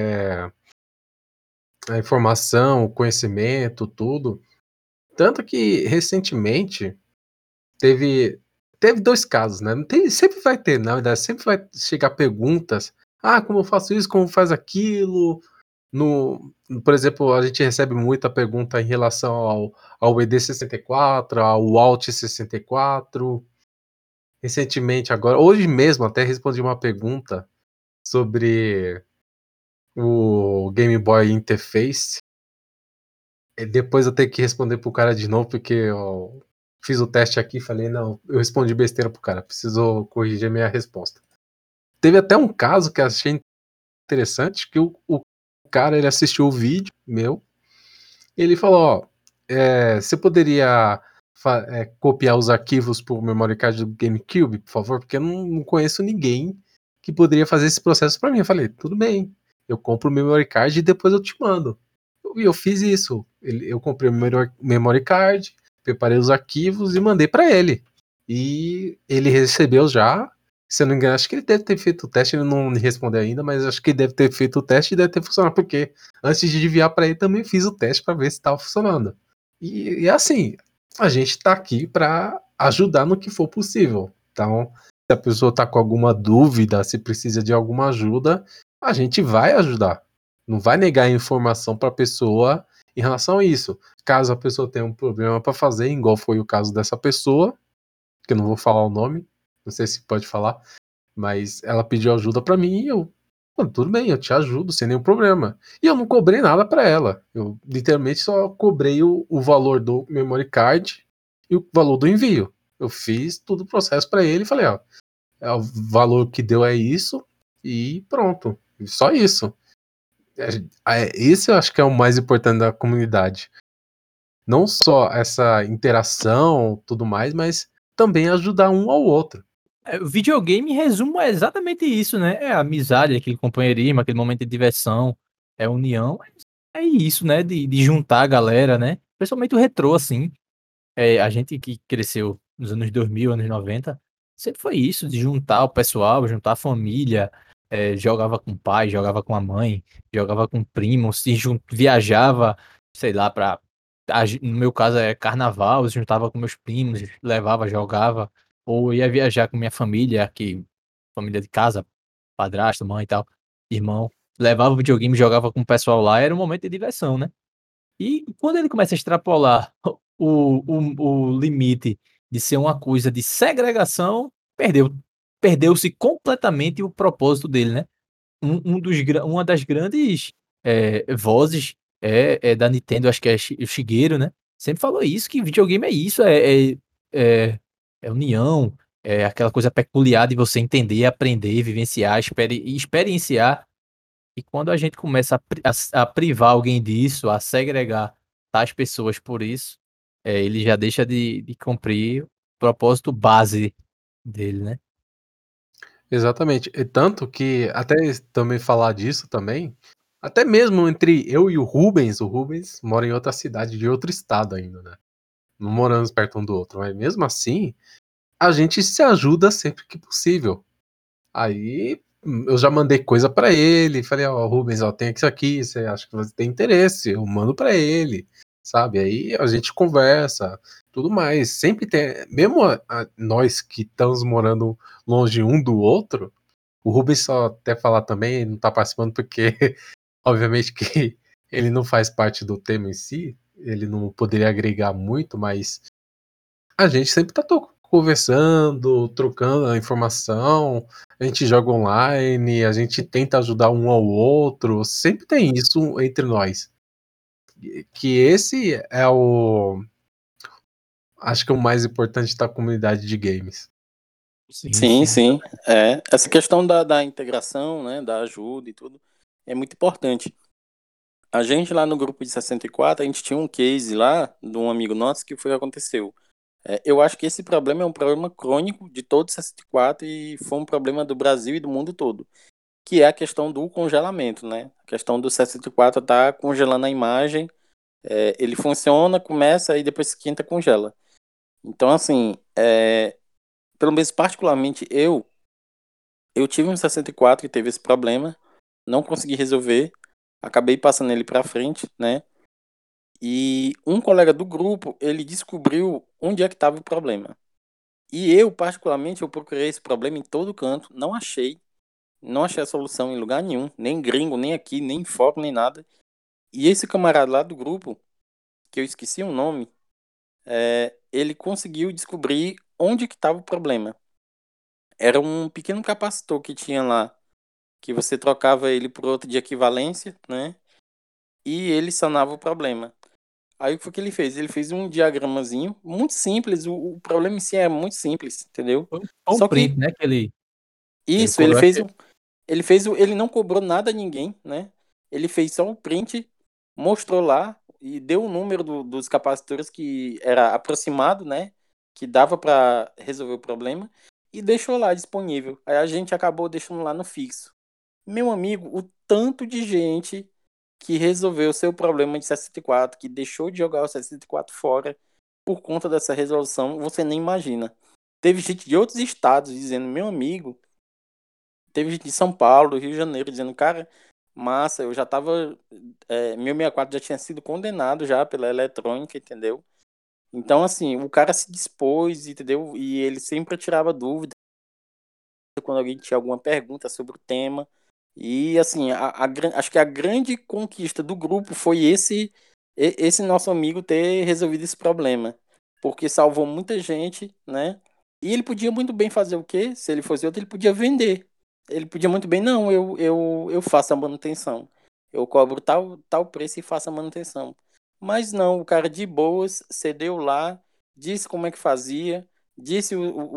a informação, o conhecimento, tudo. Tanto que recentemente teve dois casos, né? Sempre vai ter, na verdade, sempre vai chegar perguntas como eu faço isso, como faz aquilo. Por exemplo, a gente recebe muita pergunta em relação ao ED64, ao Alt64. Recentemente, agora, hoje mesmo, até respondi uma pergunta sobre o Game Boy Interface. E depois eu tenho que responder pro cara de novo, porque eu fiz o teste aqui e falei, não, eu respondi besteira pro cara, preciso corrigir minha resposta. Teve até um caso que eu achei interessante, que o cara, ele assistiu o vídeo meu, e ele falou, você poderia copiar os arquivos pro memory card do GameCube, por favor? Porque eu não conheço ninguém que poderia fazer esse processo pra mim. Eu falei, tudo bem, eu compro o memory card e depois eu te mando. E eu fiz isso. Eu comprei o memory card, preparei os arquivos e mandei pra ele. E ele recebeu já. Se eu não me engano, acho que ele deve ter feito o teste, ele não me respondeu ainda, mas acho que ele deve ter feito o teste e deve ter funcionado, porque antes de enviar pra ele também fiz o teste pra ver se estava funcionando. E assim, a gente tá aqui pra ajudar no que for possível. Então, se a pessoa tá com alguma dúvida, se precisa de alguma ajuda, a gente vai ajudar. Não vai negar informação para a pessoa em relação a isso. Caso a pessoa tenha um problema para fazer, igual foi o caso dessa pessoa, que eu não vou falar o nome, não sei se pode falar, mas ela pediu ajuda para mim e eu, tudo bem, eu te ajudo sem nenhum problema. E eu não cobrei nada para ela. Eu literalmente só cobrei o valor do memory card e o valor do envio. Eu fiz todo o processo para ele e falei, ó, o valor que deu é isso e pronto. Só isso. Esse eu acho que é o mais importante da comunidade. Não só essa interação, tudo mais, mas também ajudar um ao outro. O videogame, em resumo, é exatamente isso, né? É a amizade, aquele companheirismo, aquele momento de diversão, é união. É isso, né? De juntar a galera, né? Principalmente o retrô, assim. A gente que cresceu nos anos 2000, anos 90, sempre foi isso, de juntar o pessoal, juntar a família. Jogava com o pai, jogava com a mãe, jogava com o primo, viajava, sei lá, no meu caso é carnaval, se juntava com meus primos, levava, jogava, ou ia viajar com minha família, família de casa, padrasto, mãe e tal, irmão, levava o videogame, jogava com o pessoal lá, era um momento de diversão, né? E quando ele começa a extrapolar o limite de ser uma coisa de segregação, perdeu-se completamente o propósito dele, né? Uma das grandes vozes da Nintendo, acho que é o Shigeru, né? Sempre falou isso, que videogame é isso, é união, é aquela coisa peculiar de você entender, aprender, vivenciar, experienciar. E quando a gente começa a privar alguém disso, a segregar tais pessoas por isso, ele já deixa de cumprir o propósito base dele, né? Exatamente. E tanto que, até também falar disso também, até mesmo entre eu e o Rubens mora em outra cidade, de outro estado ainda, né? Não moramos perto um do outro, mas mesmo assim, a gente se ajuda sempre que possível. Aí eu já mandei coisa pra ele, falei, ó, Rubens, ó, tem isso aqui, você acha que você tem interesse? Eu mando pra ele, sabe? Aí a gente conversa, tudo mais. Sempre tem, mesmo nós que estamos morando longe um do outro, o Rubens só até falar também, não tá participando porque, obviamente que ele não faz parte do tema em si, ele não poderia agregar muito, mas a gente sempre tá conversando, trocando a informação, a gente joga online, a gente tenta ajudar um ao outro, sempre tem isso entre nós. Que esse é acho que é o mais importante da comunidade de games. Sim, sim. Essa questão da integração, né, da ajuda e tudo, é muito importante. A gente lá no grupo de 64, a gente tinha um case lá de um amigo nosso que foi o que aconteceu. Eu acho que esse problema é um problema crônico de todo o 64 e foi um problema do Brasil e do mundo todo, que é a questão do congelamento, né? A questão do 64 tá congelando a imagem, ele funciona, começa e depois esquenta, congela. Então, assim, pelo menos particularmente eu tive um 64 que teve esse problema, não consegui resolver, acabei passando ele pra frente, né? E um colega do grupo, ele descobriu onde é que estava o problema. E eu, particularmente, eu procurei esse problema em todo canto, não achei. Não achei a solução em lugar nenhum, nem gringo, nem aqui, nem em fórum, nem nada. E esse camarada lá do grupo, que eu esqueci o nome, ele conseguiu descobrir onde que estava o problema. Era um pequeno capacitor que tinha lá, que você trocava ele por outro de equivalência, né? E ele sanava o problema. Aí o que foi que ele fez? Ele fez um diagramazinho muito simples, o problema em si é muito simples, entendeu? Foi um Só print, que né? Que ele isso, ele cobrou, acho fez que. ele não cobrou nada a ninguém, né? Ele fez só um print, mostrou lá e deu o número dos capacitores que era aproximado, né? Que dava para resolver o problema e deixou lá disponível. Aí a gente acabou deixando lá no fixo. Meu amigo, o tanto de gente que resolveu o seu problema de 64, que deixou de jogar o 64 fora por conta dessa resolução, você nem imagina. Teve gente de outros estados dizendo, meu amigo, teve gente de São Paulo, Rio de Janeiro, dizendo, cara, massa, eu já tava. Meu 64 já tinha sido condenado já pela eletrônica, entendeu? Então, assim, o cara se dispôs, entendeu? E ele sempre tirava dúvida quando alguém tinha alguma pergunta sobre o tema. E, assim, acho que a grande conquista do grupo foi esse nosso amigo ter resolvido esse problema. Porque salvou muita gente, né? E ele podia muito bem fazer o quê? Se ele fosse outro, ele podia vender. Ele podia muito bem, não, eu faço a manutenção. Eu cobro tal preço e faço a manutenção. Mas não, o cara de boas cedeu lá, disse como é que fazia, disse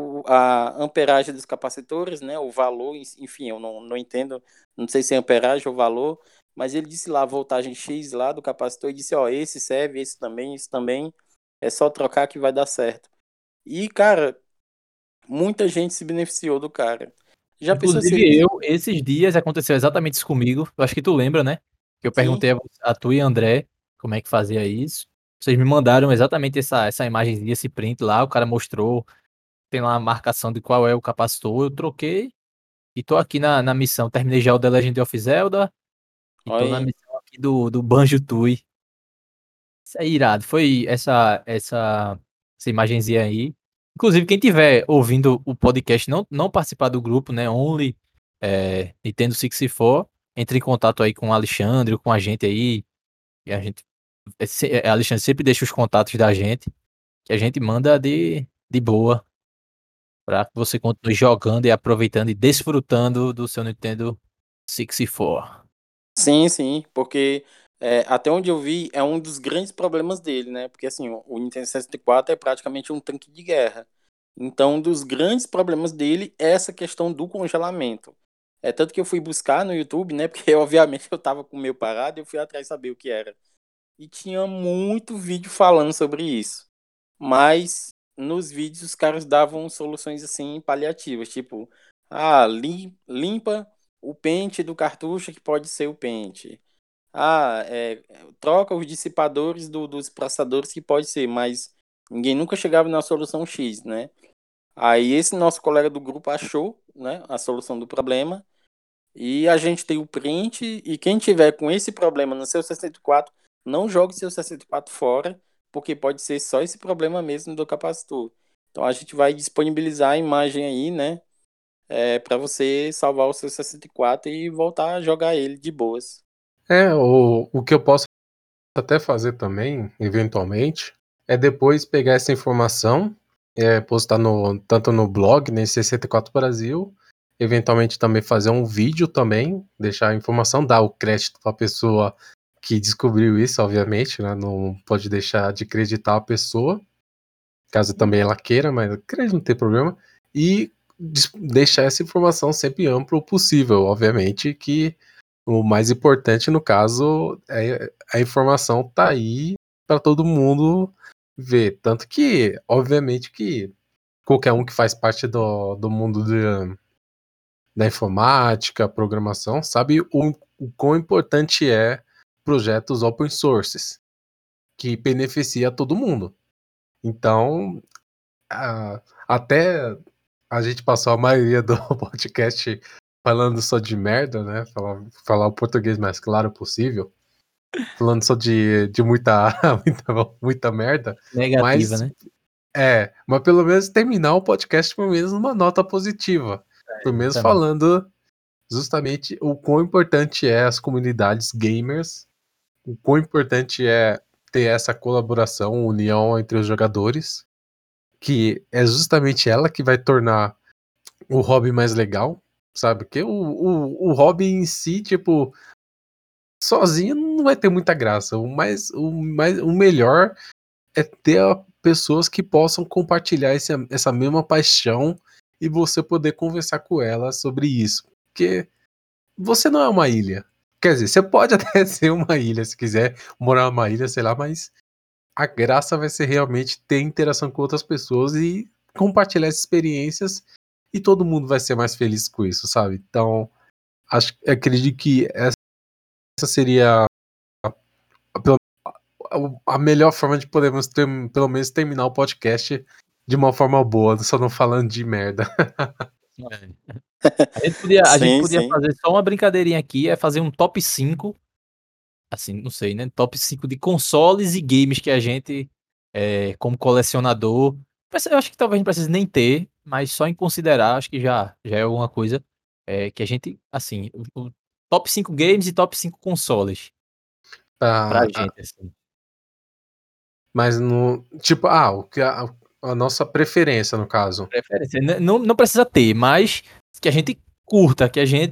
a amperagem dos capacitores, né? O valor, enfim, eu não entendo, não sei se é amperagem ou valor, mas ele disse lá a voltagem X lá do capacitor e disse, ó, esse serve, esse também, é só trocar que vai dar certo. E, cara, muita gente se beneficiou do cara. Já pensou se ele... Inclusive, esses dias, aconteceu exatamente isso comigo. Eu acho que tu lembra, né? Que eu Sim, perguntei a tu e a André como é que fazia isso. Vocês me mandaram exatamente essa imagenzinha, esse print lá. O cara mostrou, tem lá a marcação de qual é o capacitor. Eu troquei e tô aqui na missão. Terminei já o The Legend of Zelda e olha tô na aí. missão aqui do Banjo-Tooie. Isso é irado. Foi essa imagenzinha aí. Inclusive, quem tiver ouvindo o podcast, não participar do grupo, né? Only Nintendo 64, entre em contato aí com o Alexandre, ou com a gente aí. E a gente. Alexandre sempre deixa os contatos da gente, que a gente manda de boa, pra que você continue jogando e aproveitando e desfrutando do seu Nintendo 64. Sim, sim, porque até onde eu vi é um dos grandes problemas dele, né? Porque assim, o Nintendo 64 é praticamente um tanque de guerra. Então, um dos grandes problemas dele é essa questão do congelamento. É tanto que eu fui buscar no YouTube, né? Porque obviamente eu tava com o meu parado e eu fui atrás saber o que era. E tinha muito vídeo falando sobre isso. Mas nos vídeos os caras davam soluções assim paliativas, tipo, limpa o pente do cartucho que pode ser o pente. Troca os dissipadores dos processadores que pode ser, mas ninguém nunca chegava na solução X, né? Aí esse nosso colega do grupo achou, né, a solução do problema e a gente tem o print e quem tiver com esse problema no seu 64, não jogue seu 64 fora, porque pode ser só esse problema mesmo do capacitor. Então a gente vai disponibilizar a imagem aí, né, para você salvar o seu 64 e voltar a jogar ele de boas. O que eu posso até fazer também, eventualmente, é depois pegar essa informação, postar tanto no blog, né, 64 Brasil, eventualmente também fazer um vídeo também, deixar a informação, dar o crédito para a pessoa que descobriu isso, obviamente, né, não pode deixar de acreditar a pessoa, caso também ela queira, mas crédito não tem problema, e deixar essa informação sempre amplo possível, obviamente que o mais importante, no caso, é a informação tá aí para todo mundo ver. Tanto que, obviamente, que qualquer um que faz parte do mundo da informática, programação, sabe o quão importante é projetos open sources, que beneficia todo mundo. Então, até a gente passou a maioria do podcast falando só de merda, né? Falar o português mais claro possível. Falando só de muita, muita merda. Negativa, Mas, né? mas pelo menos terminar o podcast pelo menos numa nota positiva. Pelo menos Exatamente. falando justamente o quão importante é as comunidades gamers, o quão importante é ter essa colaboração, união entre os jogadores, que é justamente ela que vai tornar o hobby mais legal, sabe? Porque o hobby em si, tipo, sozinho não vai ter muita graça. O melhor é ter pessoas que possam compartilhar essa mesma paixão e você poder conversar com elas sobre isso. Porque você não é uma ilha. Quer dizer, você pode até ser uma ilha se quiser morar numa ilha, sei lá, mas a graça vai ser realmente ter interação com outras pessoas e compartilhar essas experiências e todo mundo vai ser mais feliz com isso, sabe? Então, acredito que essa seria a melhor forma de podermos pelo menos terminar o podcast de uma forma boa, só não falando de merda. É. A gente Sim, podia sim. fazer só uma brincadeirinha aqui, é fazer um top 5, assim, não sei, né? Top 5 de consoles e games que a gente, como colecionador, eu acho que talvez não precise nem ter, mas só em considerar, acho que já é alguma coisa que a gente, assim, o top 5 games e top 5 consoles pra Ah, gente, assim. mas no. Tipo, a nossa preferência, no caso. Preferência. Não precisa ter, mas que a gente curta,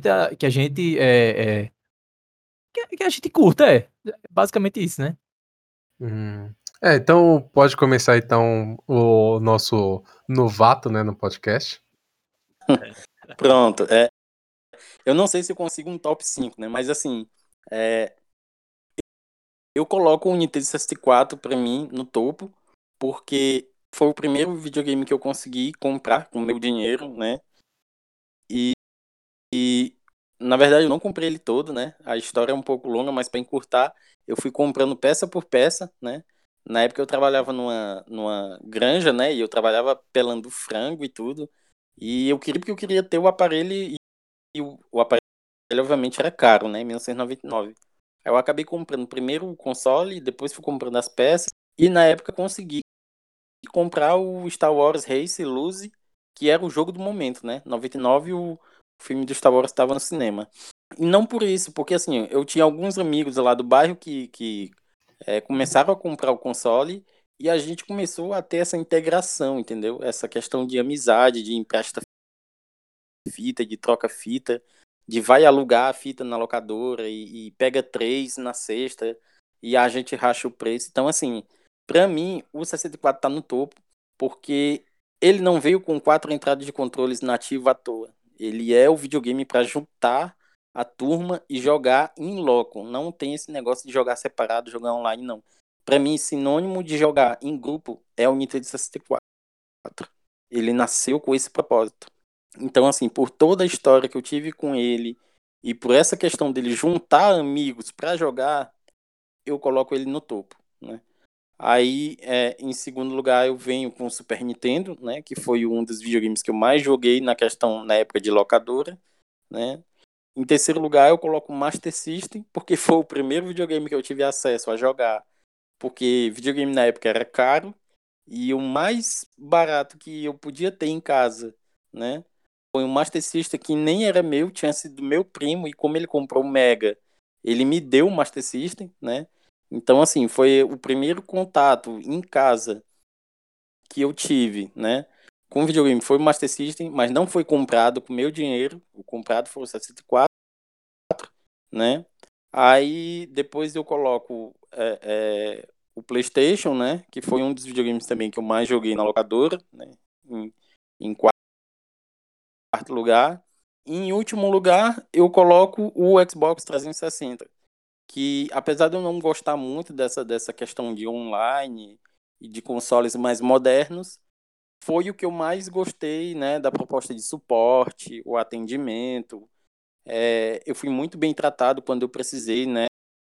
que a gente curta, basicamente isso, né? Hum. Então pode começar então o nosso novato, né, no podcast. Pronto. Eu não sei se eu consigo um top 5, né? Mas assim, é, eu coloco o Nintendo 64 pra mim no topo, porque foi o primeiro videogame que eu consegui comprar com meu dinheiro, né? E, e na verdade eu não comprei ele todo, né? A história é um pouco longa, mas pra encurtar, eu fui comprando peça por peça, né? Na época eu trabalhava numa granja, né? E eu trabalhava pelando frango e tudo. E eu queria, porque eu queria ter o aparelho e o aparelho obviamente era caro, né? Em 1999. Aí eu acabei comprando primeiro o console, depois fui comprando as peças. E na época consegui comprar o Star Wars Race Luzi, que era o jogo do momento, né? 99 o filme do Star Wars estava no cinema. E não por isso, porque assim, eu tinha alguns amigos lá do bairro que começaram a comprar o console e a gente começou a ter essa integração, entendeu? Essa questão de amizade, de empresta fita, de troca fita, de vai alugar a fita na locadora e pega 3 na sexta e a gente racha o preço. Então, assim, pra mim, o 64 tá no topo, porque ele não veio com 4 entradas de controles nativos à toa. Ele é o videogame para juntar a turma e jogar em loco. Não tem esse negócio de jogar separado, jogar online, não. Pra mim, sinônimo de jogar em grupo é o Nintendo 64. Ele nasceu com esse propósito. Então, assim, por toda a história que eu tive com ele e por essa questão dele juntar amigos para jogar, eu coloco ele no topo, né? Aí, em segundo lugar, eu venho com o Super Nintendo, né? Que foi um dos videogames que eu mais joguei na época de locadora, né? Em terceiro lugar, eu coloco o Master System, porque foi o primeiro videogame que eu tive acesso a jogar, porque videogame na época era caro e o mais barato que eu podia ter em casa, né? Foi um Master System que nem era meu, tinha sido do meu primo, e como ele comprou o Mega, ele me deu o Master System, né? Então, assim, foi o primeiro contato em casa que eu tive, né? Com o videogame foi o Master System, mas não foi comprado com meu dinheiro, o comprado foi o 64, né? Aí depois eu coloco o PlayStation, né? Que foi um dos videogames também que eu mais joguei na locadora, né? Em quarto lugar. E em último lugar, eu coloco o Xbox 360, que apesar de eu não gostar muito dessa questão de online e de consoles mais modernos, foi o que eu mais gostei, né, da proposta de suporte, o atendimento. Eu fui muito bem tratado quando eu precisei, né,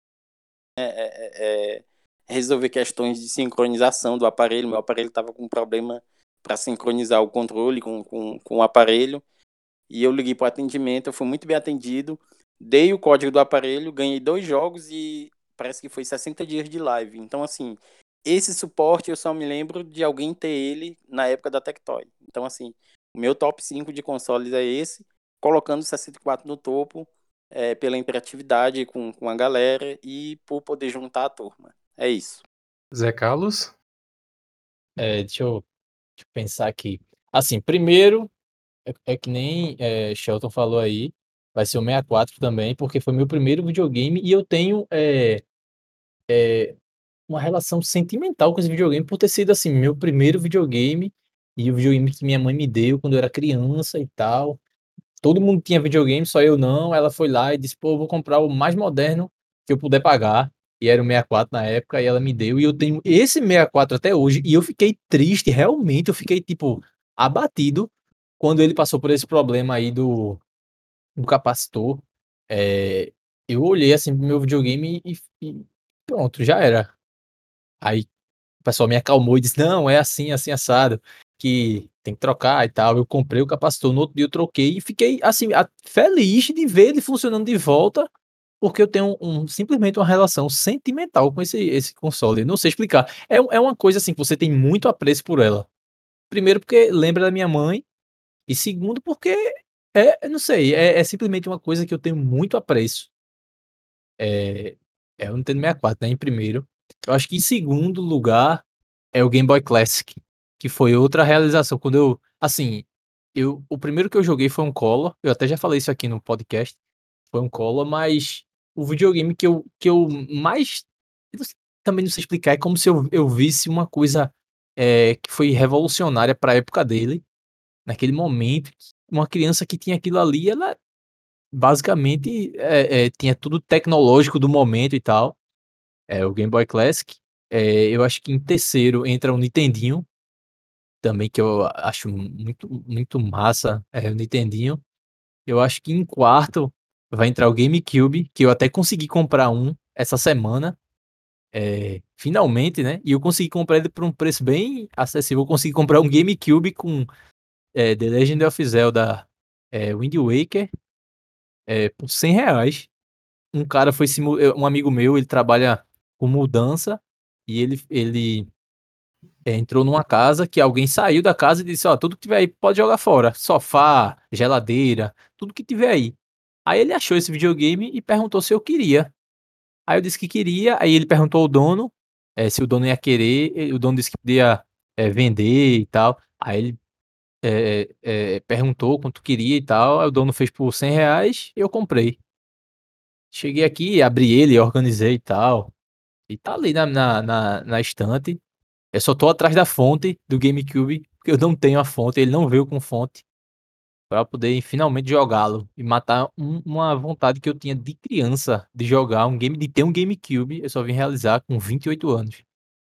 resolver questões de sincronização do aparelho. Meu aparelho estava com problema para sincronizar o controle com o aparelho. E eu liguei para o atendimento, eu fui muito bem atendido, dei o código do aparelho, ganhei 2 jogos e parece que foi 60 dias de live. Então, assim, esse suporte eu só me lembro de alguém ter ele na época da Tectoy. Então, assim, o meu top 5 de consoles é esse. colocando o 64 no topo, pela interatividade com a galera e por poder juntar a turma. É isso. Zé Carlos? Deixa eu pensar aqui. Assim, primeiro, é que nem Shelton falou aí, vai ser o 64 também, porque foi meu primeiro videogame e eu tenho uma relação sentimental com esse videogame por ter sido, assim, meu primeiro videogame e o videogame que minha mãe me deu quando eu era criança e tal. Todo mundo tinha videogame, só eu não. Ela foi lá e disse, pô, eu vou comprar o mais moderno que eu puder pagar. E era o 64 na época, e ela me deu. E eu tenho esse 64 até hoje. E eu fiquei triste, realmente. Eu fiquei, tipo, abatido quando ele passou por esse problema aí do capacitor. É, eu olhei, assim, pro meu videogame e pronto, já era. Aí o pessoal me acalmou e disse: "Não, é assim, assim, assado, que tem que trocar e tal". Eu comprei o capacitor, no outro dia eu troquei e fiquei, assim, feliz de ver ele funcionando de volta, porque eu tenho simplesmente uma relação sentimental com esse console. Não sei explicar. É uma coisa, assim, que você tem muito apreço por ela. Primeiro porque lembra da minha mãe, e segundo porque não sei, é simplesmente uma coisa que eu tenho muito apreço. É é o Nintendo 64, né, em primeiro. Eu acho que em segundo lugar é o Game Boy Classic, que foi outra realização. Quando eu, assim, o primeiro que eu joguei foi um Color. Eu até já falei isso aqui no podcast. Foi um Color, mas o videogame que eu mais, eu não sei- também não sei explicar. É como se eu visse uma coisa que foi revolucionária para a época dele, naquele momento. Uma criança que tinha aquilo ali, ela basicamente tinha tudo tecnológico do momento e tal. É o Game Boy Classic. Eu acho que em terceiro entra o Nintendinho, também, que eu acho muito, muito massa, o Nintendinho. Eu acho que em quarto vai entrar o GameCube, que eu até consegui comprar um essa semana, finalmente, né? E eu consegui comprar ele por um preço bem acessível. Eu consegui comprar um GameCube com The Legend of Zelda, Wind Waker, por R$ 100. Um cara foi um amigo meu, ele trabalha com mudança e ele entrou numa casa que alguém saiu da casa e disse: "Ó, tudo que tiver aí pode jogar fora, sofá, geladeira, tudo que tiver aí". Aí ele achou esse videogame e perguntou se eu queria. Aí eu disse que queria, aí ele perguntou ao dono, se o dono ia querer, o dono disse que podia, vender e tal. Aí ele, perguntou quanto queria e tal, aí o dono fez por R$ 100 e eu comprei. Cheguei aqui, abri ele, organizei e tal, e tá ali na estante. Eu só tô atrás da fonte do GameCube, porque eu não tenho a fonte, ele não veio com fonte, pra poder finalmente jogá-lo e matar uma vontade que eu tinha de criança de jogar um game, de ter um GameCube. Eu só vim realizar com 28 anos.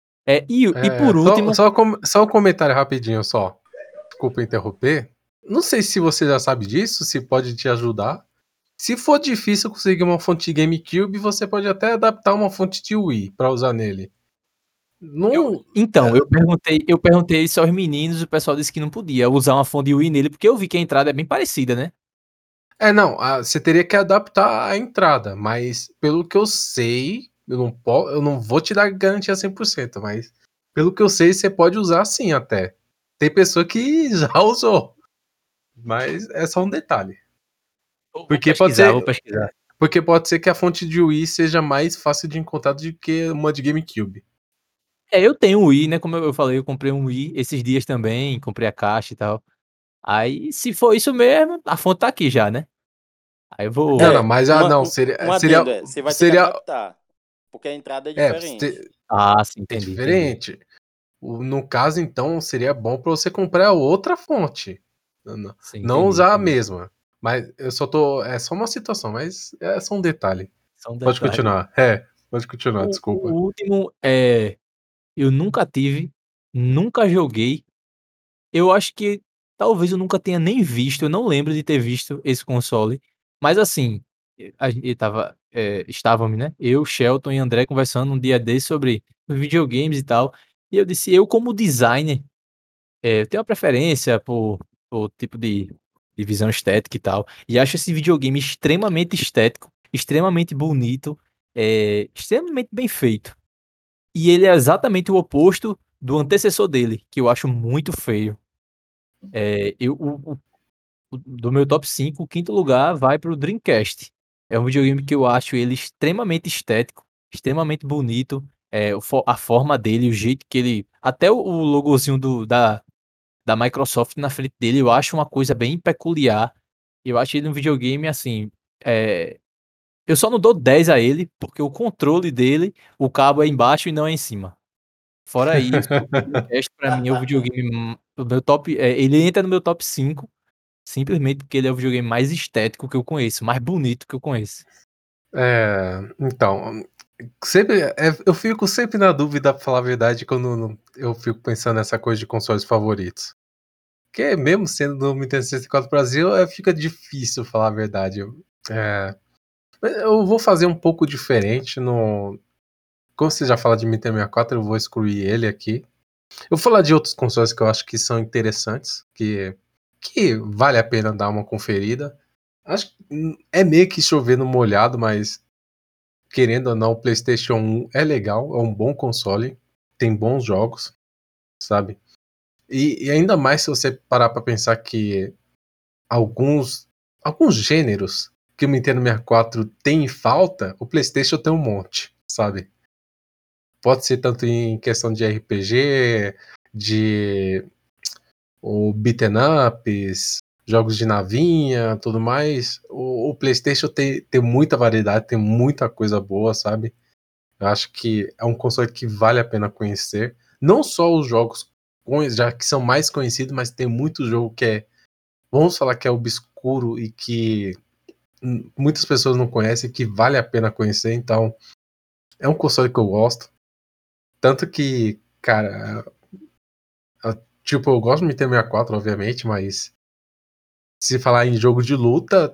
E por Só, último, só um comentário rapidinho só. Desculpa interromper. Não sei se você já sabe disso, se pode te ajudar. Se for difícil conseguir uma fonte de GameCube, você pode até adaptar uma fonte de Wii para usar nele. Não, eu perguntei isso aos meninos, o pessoal disse que não podia usar uma fonte Wii nele, porque eu vi que a entrada é bem parecida, né? não, você teria que adaptar a entrada, mas pelo que eu sei, eu não vou te dar garantia 100%, mas pelo que eu sei, você pode usar sim até. Tem pessoa que já usou, mas é só um detalhe. Vou Porque pode pesquisar, vou ser, pesquisar. porque pode ser que a fonte de Wii seja mais fácil de encontrar do que uma de GameCube. Eu tenho um Wii, né, como eu falei, eu comprei um Wii esses dias também, comprei a caixa e tal. Aí, se for isso mesmo, a fonte tá aqui já, né? Aí eu Não, não, vou. mas não, Um adendo, você vai ter que seria, adaptar, porque a entrada é diferente. Ah, sim, é entendi. diferente. No caso, então, seria bom para você comprar outra fonte. Não, Sim, não usar a entendi. mesma. Mas eu só tô. É só uma situação, mas é só um detalhe. Só um Pode detalhe. continuar. Pode continuar, O desculpa. último eu nunca tive, nunca joguei. Eu acho que talvez eu nunca tenha nem visto, eu não lembro de ter visto esse console. Mas assim, a gente estávamos, né, eu, Shelton e André conversando um dia desse sobre videogames e tal, e eu disse: "Eu como designer, eu tenho uma preferência por tipo de visão estética e tal, e acho esse videogame extremamente estético, extremamente bonito, extremamente bem feito. E ele é exatamente o oposto do antecessor dele, que eu acho muito feio. Eu do meu top 5, o quinto lugar vai pro Dreamcast. É um videogame que eu acho ele extremamente estético, extremamente bonito. A forma dele, o jeito que ele. Até o logozinho da Microsoft na frente dele, eu acho uma coisa bem peculiar. Eu acho ele um videogame assim. Eu só não dou 10 a ele, porque o controle dele, o cabo é embaixo e não é em cima. Fora isso, o Dreamcast pra mim é o videogame. O meu top, ele entra no meu top 5, simplesmente porque ele é o videogame mais estético que eu conheço, mais bonito que eu conheço. Então, eu fico sempre na dúvida, pra falar a verdade, quando eu fico pensando nessa coisa de consoles favoritos. Porque mesmo sendo do Nintendo 64 Brasil, fica difícil falar a verdade. É, eu vou fazer um pouco diferente no. Como você já fala de Nintendo 64, eu vou excluir ele aqui. Eu vou falar de outros consoles que eu acho que são interessantes, que vale a pena dar uma conferida. Acho que é meio que chover no molhado, mas querendo ou não, o PlayStation 1 é legal, é um bom console, tem bons jogos, sabe? E ainda mais se você parar pra pensar que alguns, alguns gêneros que o Nintendo 64 tem em falta, o PlayStation tem um monte, sabe? Pode ser tanto em questão de RPG, de o beaten ups, jogos de navinha, tudo mais. O PlayStation tem muita variedade, tem muita coisa boa, sabe? Eu acho que é um console que vale a pena conhecer. Não só os jogos já que são mais conhecidos, mas tem muito jogo que vamos falar que é obscuro e que muitas pessoas não conhecem, que vale a pena conhecer. Então, é um console que eu gosto. Tanto que, cara, tipo, eu gosto do Nintendo 64, obviamente, mas se falar em jogo de luta,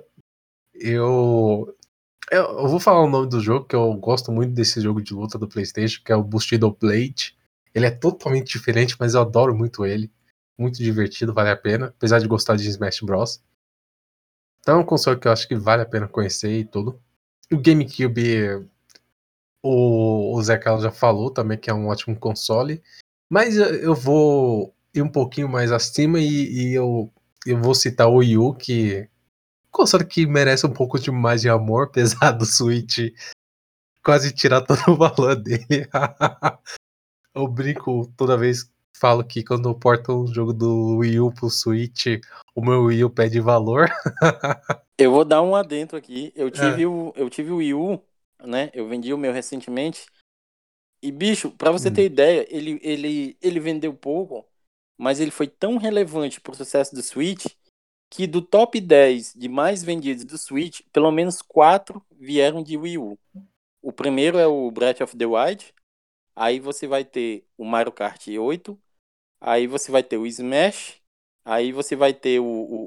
eu vou falar o nome do jogo, que eu gosto muito desse jogo de luta do PlayStation, que é o Bushido Blade. Ele é totalmente diferente, mas eu adoro muito ele. Muito divertido, vale a pena, apesar de gostar de Smash Bros. Então é um console que eu acho que vale a pena conhecer e tudo. O GameCube, o Zé Carlos já falou também que é um ótimo console, mas eu vou ir um pouquinho mais acima e eu vou citar o Wii U, que console que merece um pouco de mais de amor, apesar do Switch quase tirar todo o valor dele. Eu brinco toda vez, falo que quando eu porto um jogo do Wii U pro Switch, o meu Wii U pede valor. Eu vou dar um adentro aqui. É. Eu tive o Wii U, né? Eu vendi o meu recentemente. E, bicho, pra você ter Hum. ideia, ele vendeu pouco, mas ele foi tão relevante pro sucesso do Switch que do top 10 de mais vendidos do Switch, pelo menos 4 vieram de Wii U. O primeiro é o Breath of the Wild, aí você vai ter o Mario Kart 8, aí você vai ter o Smash, aí você vai ter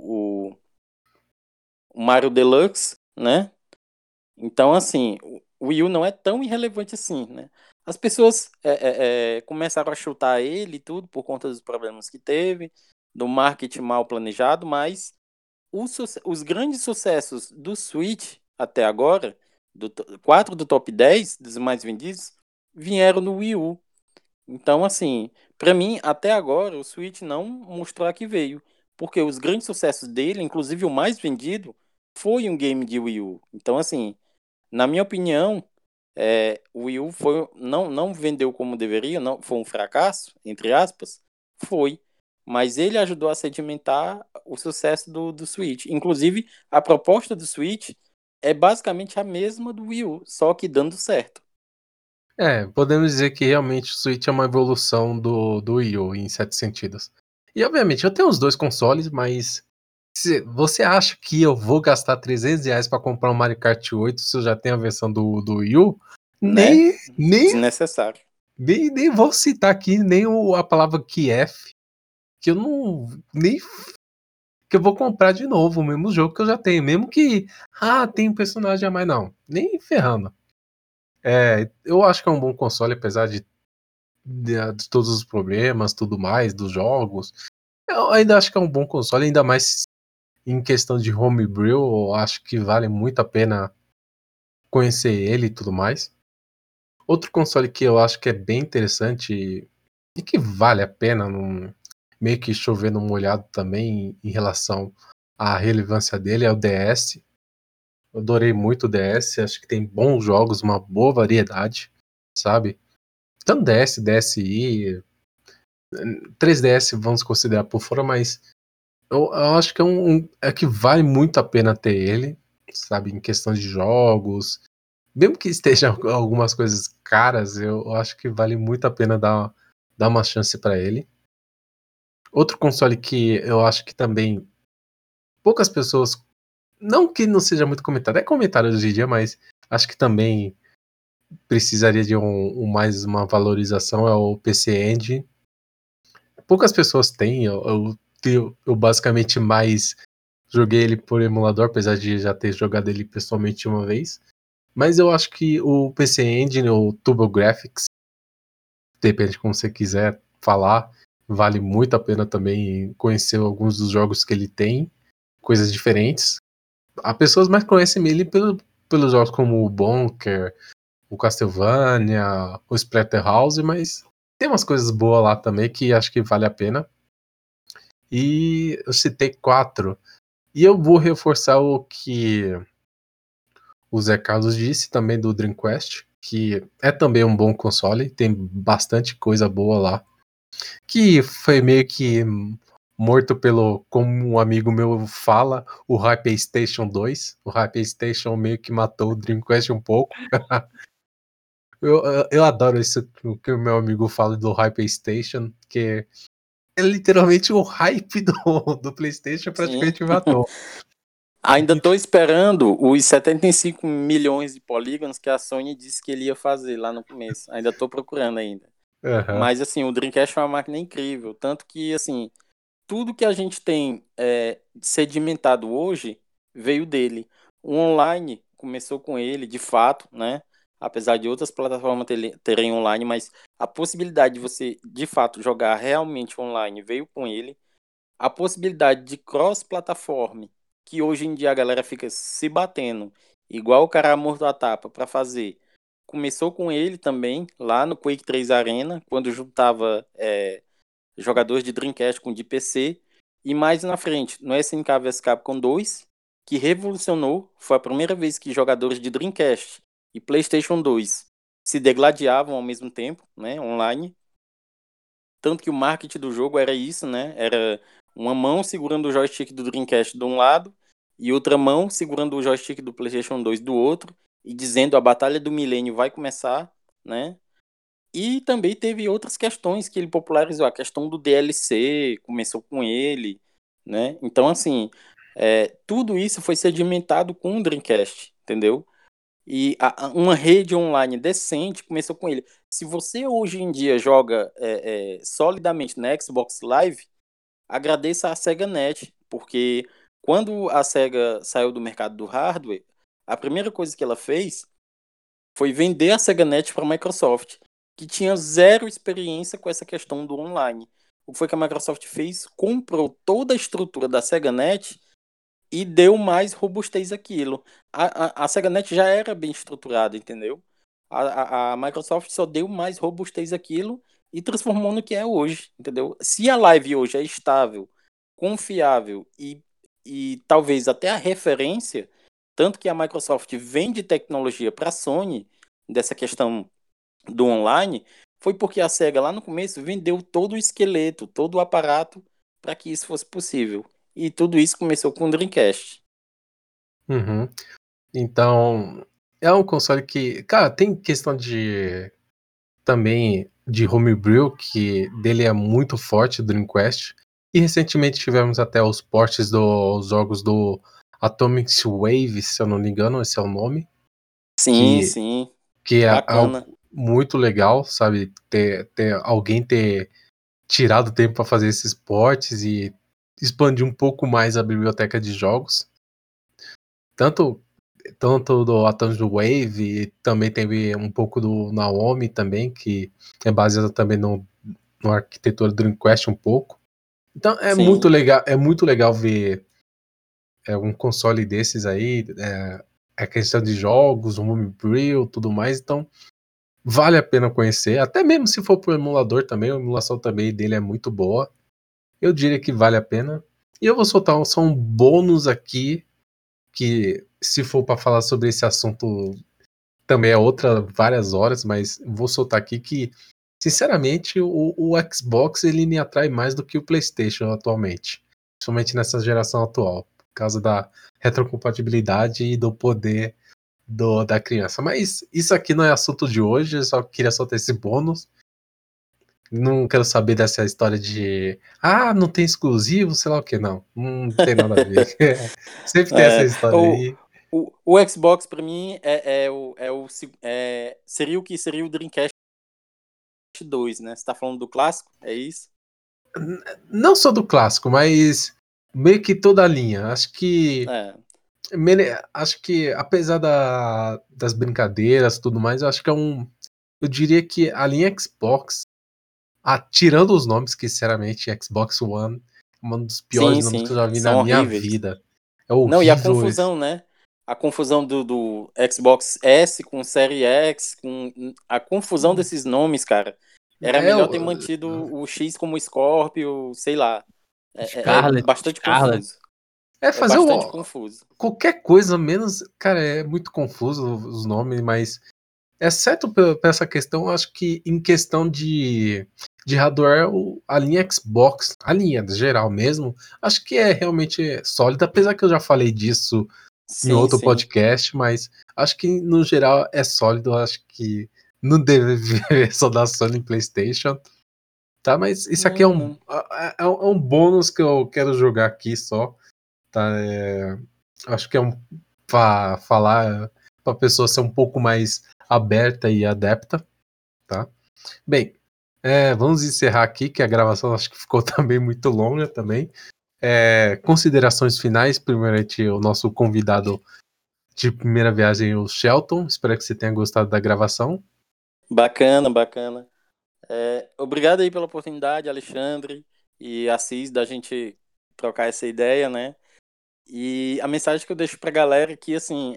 o Mario Deluxe, né? Então, assim, o Wii U não é tão irrelevante assim, né? As pessoas começaram a chutar ele e tudo por conta dos problemas que teve, do marketing mal planejado, mas os grandes sucessos do Switch até agora, 4 do top 10 dos mais vendidos, vieram no Wii U. Então, assim, pra mim, até agora, o Switch não mostrou a que veio. Porque os grandes sucessos dele, inclusive o mais vendido, foi um game de Wii U. Então, assim, na minha opinião, o Wii U não vendeu como deveria, não foi um fracasso, entre aspas, foi. Mas ele ajudou a sedimentar o sucesso do Switch. Inclusive, a proposta do Switch é basicamente a mesma do Wii U, só que dando certo. Podemos dizer que realmente o Switch é uma evolução do Wii U em certos sentidos. E obviamente eu tenho os dois consoles, mas você acha que eu vou gastar R$ 300 pra comprar um Mario Kart 8 se eu já tenho a versão do Wii U? Né? Nem, Desnecessário. nem vou citar aqui nem a palavra Kiev, que eu não. Nem que eu vou comprar de novo o mesmo jogo que eu já tenho. Mesmo que. Tem um personagem a mais, não. Nem ferrando. Eu acho que é um bom console, apesar de todos os problemas, tudo mais, dos jogos. Eu ainda acho que é um bom console, ainda mais em questão de homebrew. Eu acho que vale muito a pena conhecer ele e tudo mais. Outro console que eu acho que é bem interessante que vale a pena, meio que chover no molhado também em relação a relevância dele é o DS. Eu adorei muito o DS, acho que tem bons jogos, uma boa variedade, sabe? Tanto DS, DSi, 3DS vamos considerar por fora, mas eu acho que é que vale muito a pena ter ele, sabe? Em questão de jogos, mesmo que esteja algumas coisas caras, eu acho que vale muito a pena dar uma chance pra ele. Outro console que eu acho que também poucas pessoas, não que não seja muito comentado, é comentado hoje em dia, mas acho que também precisaria de mais uma valorização, é o PC Engine. Poucas pessoas têm, eu basicamente mais joguei ele por emulador, apesar de já ter jogado ele pessoalmente uma vez. Mas eu acho que o PC Engine ou TurboGrafx, depende de como você quiser falar, vale muito a pena também conhecer alguns dos jogos que ele tem, coisas diferentes. As pessoas mais conhecem ele pelos jogos como o Bonker, o Castlevania, o Splatterhouse, mas tem umas coisas boas lá também que acho que vale a pena. E eu citei 4. E eu vou reforçar o que o Zé Carlos disse também do Dreamcast, que é também um bom console, tem bastante coisa boa lá. Que foi meio que morto pelo, como um amigo meu fala, o Hyper-Station 2. O Hyper-Station meio que matou o Dreamcast um pouco. Eu adoro isso que o meu amigo fala do Hyper-Station, que é literalmente o hype do PlayStation Sim. praticamente matou. Ainda tô esperando os 75 milhões de polígonos que a Sony disse que ele ia fazer lá no começo. Ainda tô procurando ainda. Uhum. Mas, assim, o Dreamcast é uma máquina incrível. Tanto que, assim, tudo que a gente tem sedimentado hoje veio dele. O online começou com ele, de fato, né? Apesar de outras plataformas terem online, mas a possibilidade de você, de fato, jogar realmente online veio com ele. A possibilidade de cross-plataforma, que hoje em dia a galera fica se batendo, igual o cara morto à tapa para fazer, começou com ele também, lá no Quake 3 Arena, quando juntava jogadores de Dreamcast com de PC, e mais na frente, no SNK vs Capcom 2, que revolucionou, foi a primeira vez que jogadores de Dreamcast e PlayStation 2 se degladiavam ao mesmo tempo, né, online. Tanto que o marketing do jogo era isso, né? Era uma mão segurando o joystick do Dreamcast de um lado e outra mão segurando o joystick do PlayStation 2 do outro e dizendo a batalha do milênio vai começar, né? E também teve outras questões que ele popularizou. A questão do DLC começou com ele, né? Então, assim, tudo isso foi sedimentado com o Dreamcast, entendeu? E uma rede online decente começou com ele. Se você hoje em dia joga solidamente na Xbox Live, agradeça a SegaNet, porque quando a Sega saiu do mercado do hardware, a primeira coisa que ela fez foi vender a SegaNet para a Microsoft, que tinha zero experiência com essa questão do online. O que foi que a Microsoft fez? Comprou toda a estrutura da SegaNet e deu mais robustez àquilo. A SegaNet já era bem estruturada, entendeu? A Microsoft só deu mais robustez àquilo e transformou no que é hoje, entendeu? Se a Live hoje é estável, confiável e talvez até a referência, tanto que a Microsoft vende tecnologia para a Sony, dessa questão do online, foi porque a SEGA lá no começo vendeu todo o esqueleto, todo o aparato para que isso fosse possível. E tudo isso começou com o Dreamcast. Uhum. Então, é um console que, cara, tem questão de também de homebrew, que dele é muito forte, do Dreamcast. E recentemente tivemos até os ports dos jogos do Atomic Wave, se eu não me engano, esse é o nome. Sim, sim. Que é Bacana. algo muito legal, sabe? Alguém ter tirado tempo para fazer esses ports e expandir um pouco mais a biblioteca de jogos. Tanto do Atomic Wave, também teve um pouco do Naomi também, que é baseado também no arquitetura do Dreamcast um pouco. Então Sim. é muito legal ver um console desses aí, a questão de jogos, um homebrew, tudo mais, então vale a pena conhecer, até mesmo se for pro emulador também, a emulação também dele é muito boa. Eu diria que vale a pena. E eu vou soltar só um bônus aqui, que se for para falar sobre esse assunto também é várias horas, mas vou soltar aqui que, sinceramente, o Xbox ele me atrai mais do que o PlayStation atualmente, principalmente nessa geração atual, por causa da retrocompatibilidade e do poder da criança. Mas isso aqui não é assunto de hoje, eu só queria soltar esse bônus. Não quero saber dessa história de não tem exclusivo, sei lá o que, não tem nada a ver. Sempre tem essa história o, aí. o Xbox, pra mim, seria o que seria o Dreamcast 2, né? Você tá falando do clássico? É isso? Não só do clássico, mas meio que toda a linha. Acho que apesar das brincadeiras e tudo mais, eu acho que eu diria que a linha Xbox, tirando os nomes, que sinceramente Xbox One é um dos piores Sim, nomes que sim. eu já vi na São minha horríveis. vida. É Não, e a horrível esse. confusão, né? A confusão do Xbox S com Série X, a confusão desses nomes, cara. Era melhor ter mantido o X como Scorpio, sei lá. É bastante Scarlett. confuso. É Fazer bastante confuso. qualquer coisa, menos. Cara, é muito confuso os nomes, mas. Exceto por essa questão, eu acho que em questão de hardware, a linha Xbox, a linha geral mesmo, acho que é realmente sólida, apesar que eu já falei disso em Sim, outro sim. podcast, mas acho que no geral é sólido, acho que não deve viver só da Sony e PlayStation, tá? Mas isso aqui Não. é um bônus que eu quero jogar aqui só, tá? Acho que é pra falar, pra pessoa ser um pouco mais aberta e adepta, tá? Bem, vamos encerrar aqui, que a gravação acho que ficou também muito longa também. Considerações finais, primeiramente o nosso convidado de primeira viagem, o Shelton. Espero que você tenha gostado da gravação. Bacana, bacana. Obrigado aí pela oportunidade, Alexandre e Assis, da gente trocar essa ideia, né? E a mensagem que eu deixo pra galera é que, assim,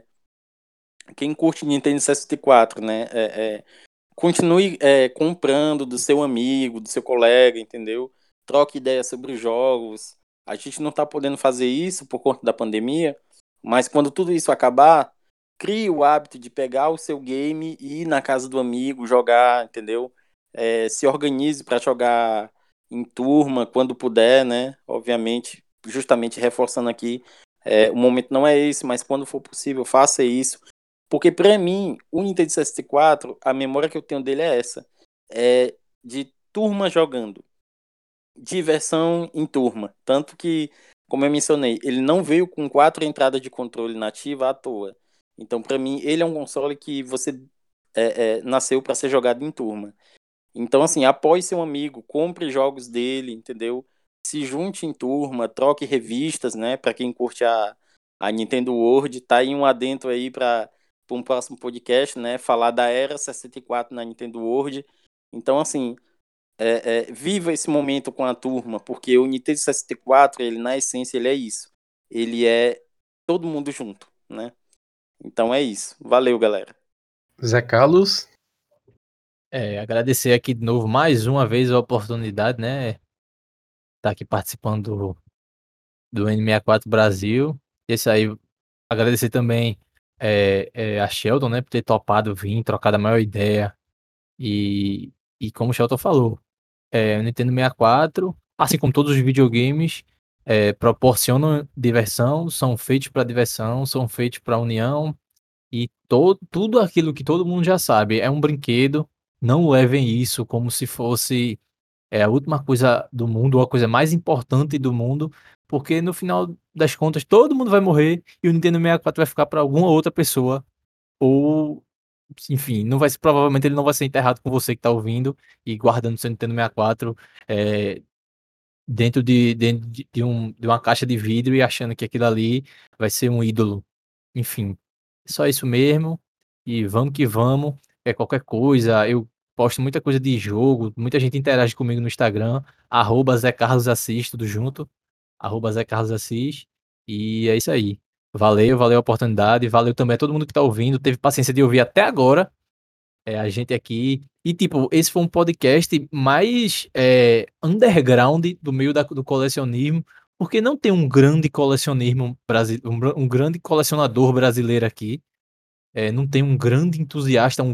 quem curte Nintendo 64, né? Continue comprando do seu amigo, do seu colega, entendeu? Troque ideias sobre os jogos. A gente não tá podendo fazer isso por conta da pandemia, mas quando tudo isso acabar, crie o hábito de pegar o seu game e ir na casa do amigo, jogar, entendeu? Se organize para jogar em turma quando puder, né? Obviamente, justamente reforçando aqui, o momento não é esse, mas quando for possível, faça isso. Porque pra mim, o Nintendo 64, a memória que eu tenho dele é essa. É de turma jogando. Diversão em turma. Tanto que, como eu mencionei, ele não veio com 4 entradas de controle nativa à toa. Então, pra mim, ele é um console que você nasceu pra ser jogado em turma. Então, assim, apoie seu amigo, compre jogos dele, entendeu? Se junte em turma, troque revistas, né? Pra quem curte a Nintendo World, tá aí um adentro aí pra um próximo podcast, né? Falar da era 64 na Nintendo World. Então, assim, viva esse momento com a turma, porque o Nintendo 64, ele na essência, ele é isso. Ele é todo mundo junto, né? Então é isso. Valeu, galera. Zé Carlos. Agradecer aqui de novo mais uma vez a oportunidade, né? Tá aqui participando do N64 Brasil. Esse aí, agradecer também a Sheldon, né? Por ter topado vir, trocado a maior ideia. E como o Sheldon falou, o Nintendo 64, assim como todos os videogames, proporcionam diversão, são feitos para diversão, são feitos para união e tudo aquilo que todo mundo já sabe. É um brinquedo, não levem isso como se fosse a última coisa do mundo, ou a coisa mais importante do mundo, porque no final das contas todo mundo vai morrer e o Nintendo 64 vai ficar para alguma outra pessoa, ou enfim, não vai ser, provavelmente ele não vai ser enterrado com você que tá ouvindo e guardando seu Nintendo 64 dentro de uma caixa de vidro e achando que aquilo ali vai ser um ídolo. Enfim, é só isso mesmo. E vamos que vamos. Qualquer coisa, eu posto muita coisa de jogo, muita gente interage comigo no Instagram, @Zé Carlos Assis, tudo junto, @Zé Carlos Assis. E é isso aí. Valeu a oportunidade, valeu também a todo mundo que tá ouvindo, teve paciência de ouvir até agora. A gente aqui. E, tipo, esse foi um podcast mais underground do meio do colecionismo, Porque não tem um grande colecionismo um grande colecionador brasileiro aqui. Não tem um grande entusiasta,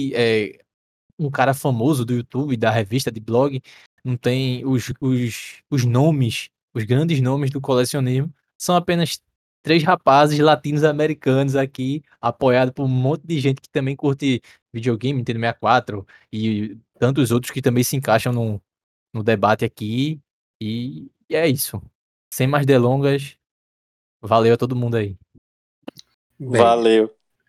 um cara famoso do YouTube, da revista, de blog. Não tem os nomes, os grandes nomes do colecionismo. São apenas 3 rapazes latinos-americanos aqui, apoiado por um monte de gente que também curte videogame, Nintendo 64 e tantos outros que também se encaixam no debate aqui. E é isso. Sem mais delongas, valeu a todo mundo aí. Bem, Valeu.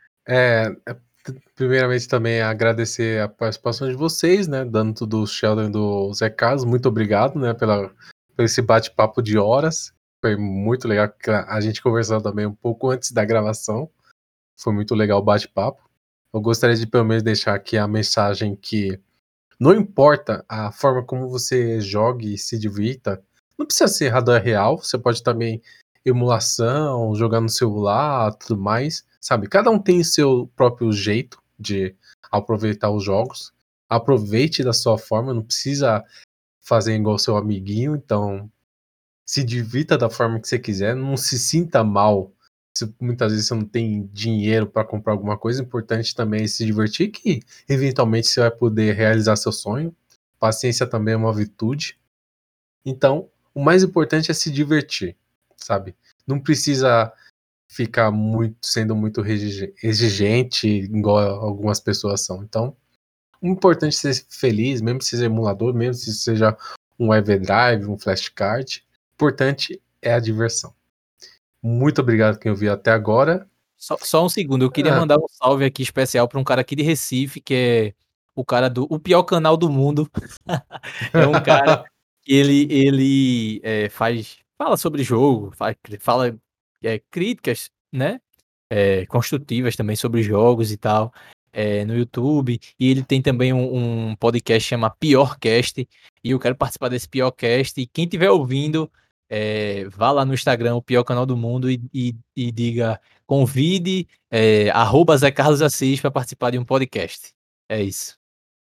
primeiramente também agradecer a participação de vocês, né, tanto do Sheldon e do Zé Carlos, muito obrigado, né, por esse bate-papo de horas, foi muito legal, a gente conversou também um pouco antes da gravação, foi muito legal o bate-papo. Eu gostaria de pelo menos deixar aqui a mensagem que não importa a forma como você jogue e se divirta, não precisa ser hardware real, você pode também emulação, jogar no celular, tudo mais, sabe? Cada um tem seu próprio jeito de aproveitar os jogos. Aproveite da sua forma, não precisa fazer igual seu amiguinho, então se divirta da forma que você quiser, não se sinta mal se muitas vezes você não tem dinheiro para comprar alguma coisa. Importante também é se divertir, que eventualmente você vai poder realizar seu sonho. Paciência também é uma virtude. Então, o mais importante é se divertir, sabe? Não precisa ficar sendo muito exigente, igual algumas pessoas são. Então, o importante é ser feliz, mesmo se seja emulador, mesmo se seja um Everdrive, um flashcard. O importante é a diversão. Muito obrigado quem ouviu até agora. Só um segundo, eu queria mandar um salve aqui especial para um cara aqui de Recife, que é o pior canal do mundo. É um cara que ele fala sobre jogo, fala críticas, né, construtivas também sobre jogos e tal, no YouTube. E ele tem também um podcast chama Piorcast, e eu quero participar desse Piorcast. E quem estiver ouvindo, vá lá no Instagram, o pior canal do mundo, e diga, convide @Zé Carlos Assis para participar de um podcast. É isso.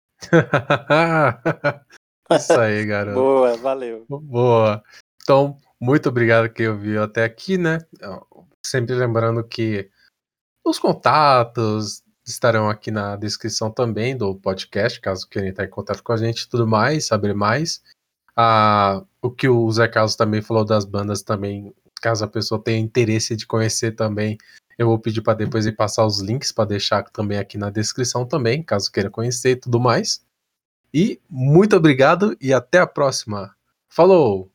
Isso aí, garoto. Boa, valeu. Boa. Então, muito obrigado quem ouviu até aqui, né? Sempre lembrando que os contatos estarão aqui na descrição também do podcast, caso queiram entrar em contato com a gente e tudo mais, saber mais. O que o Zé Carlos também falou das bandas também, caso a pessoa tenha interesse de conhecer também, eu vou pedir para depois ele passar os links para deixar também aqui na descrição também, caso queira conhecer e tudo mais. E muito obrigado e até a próxima. Falou!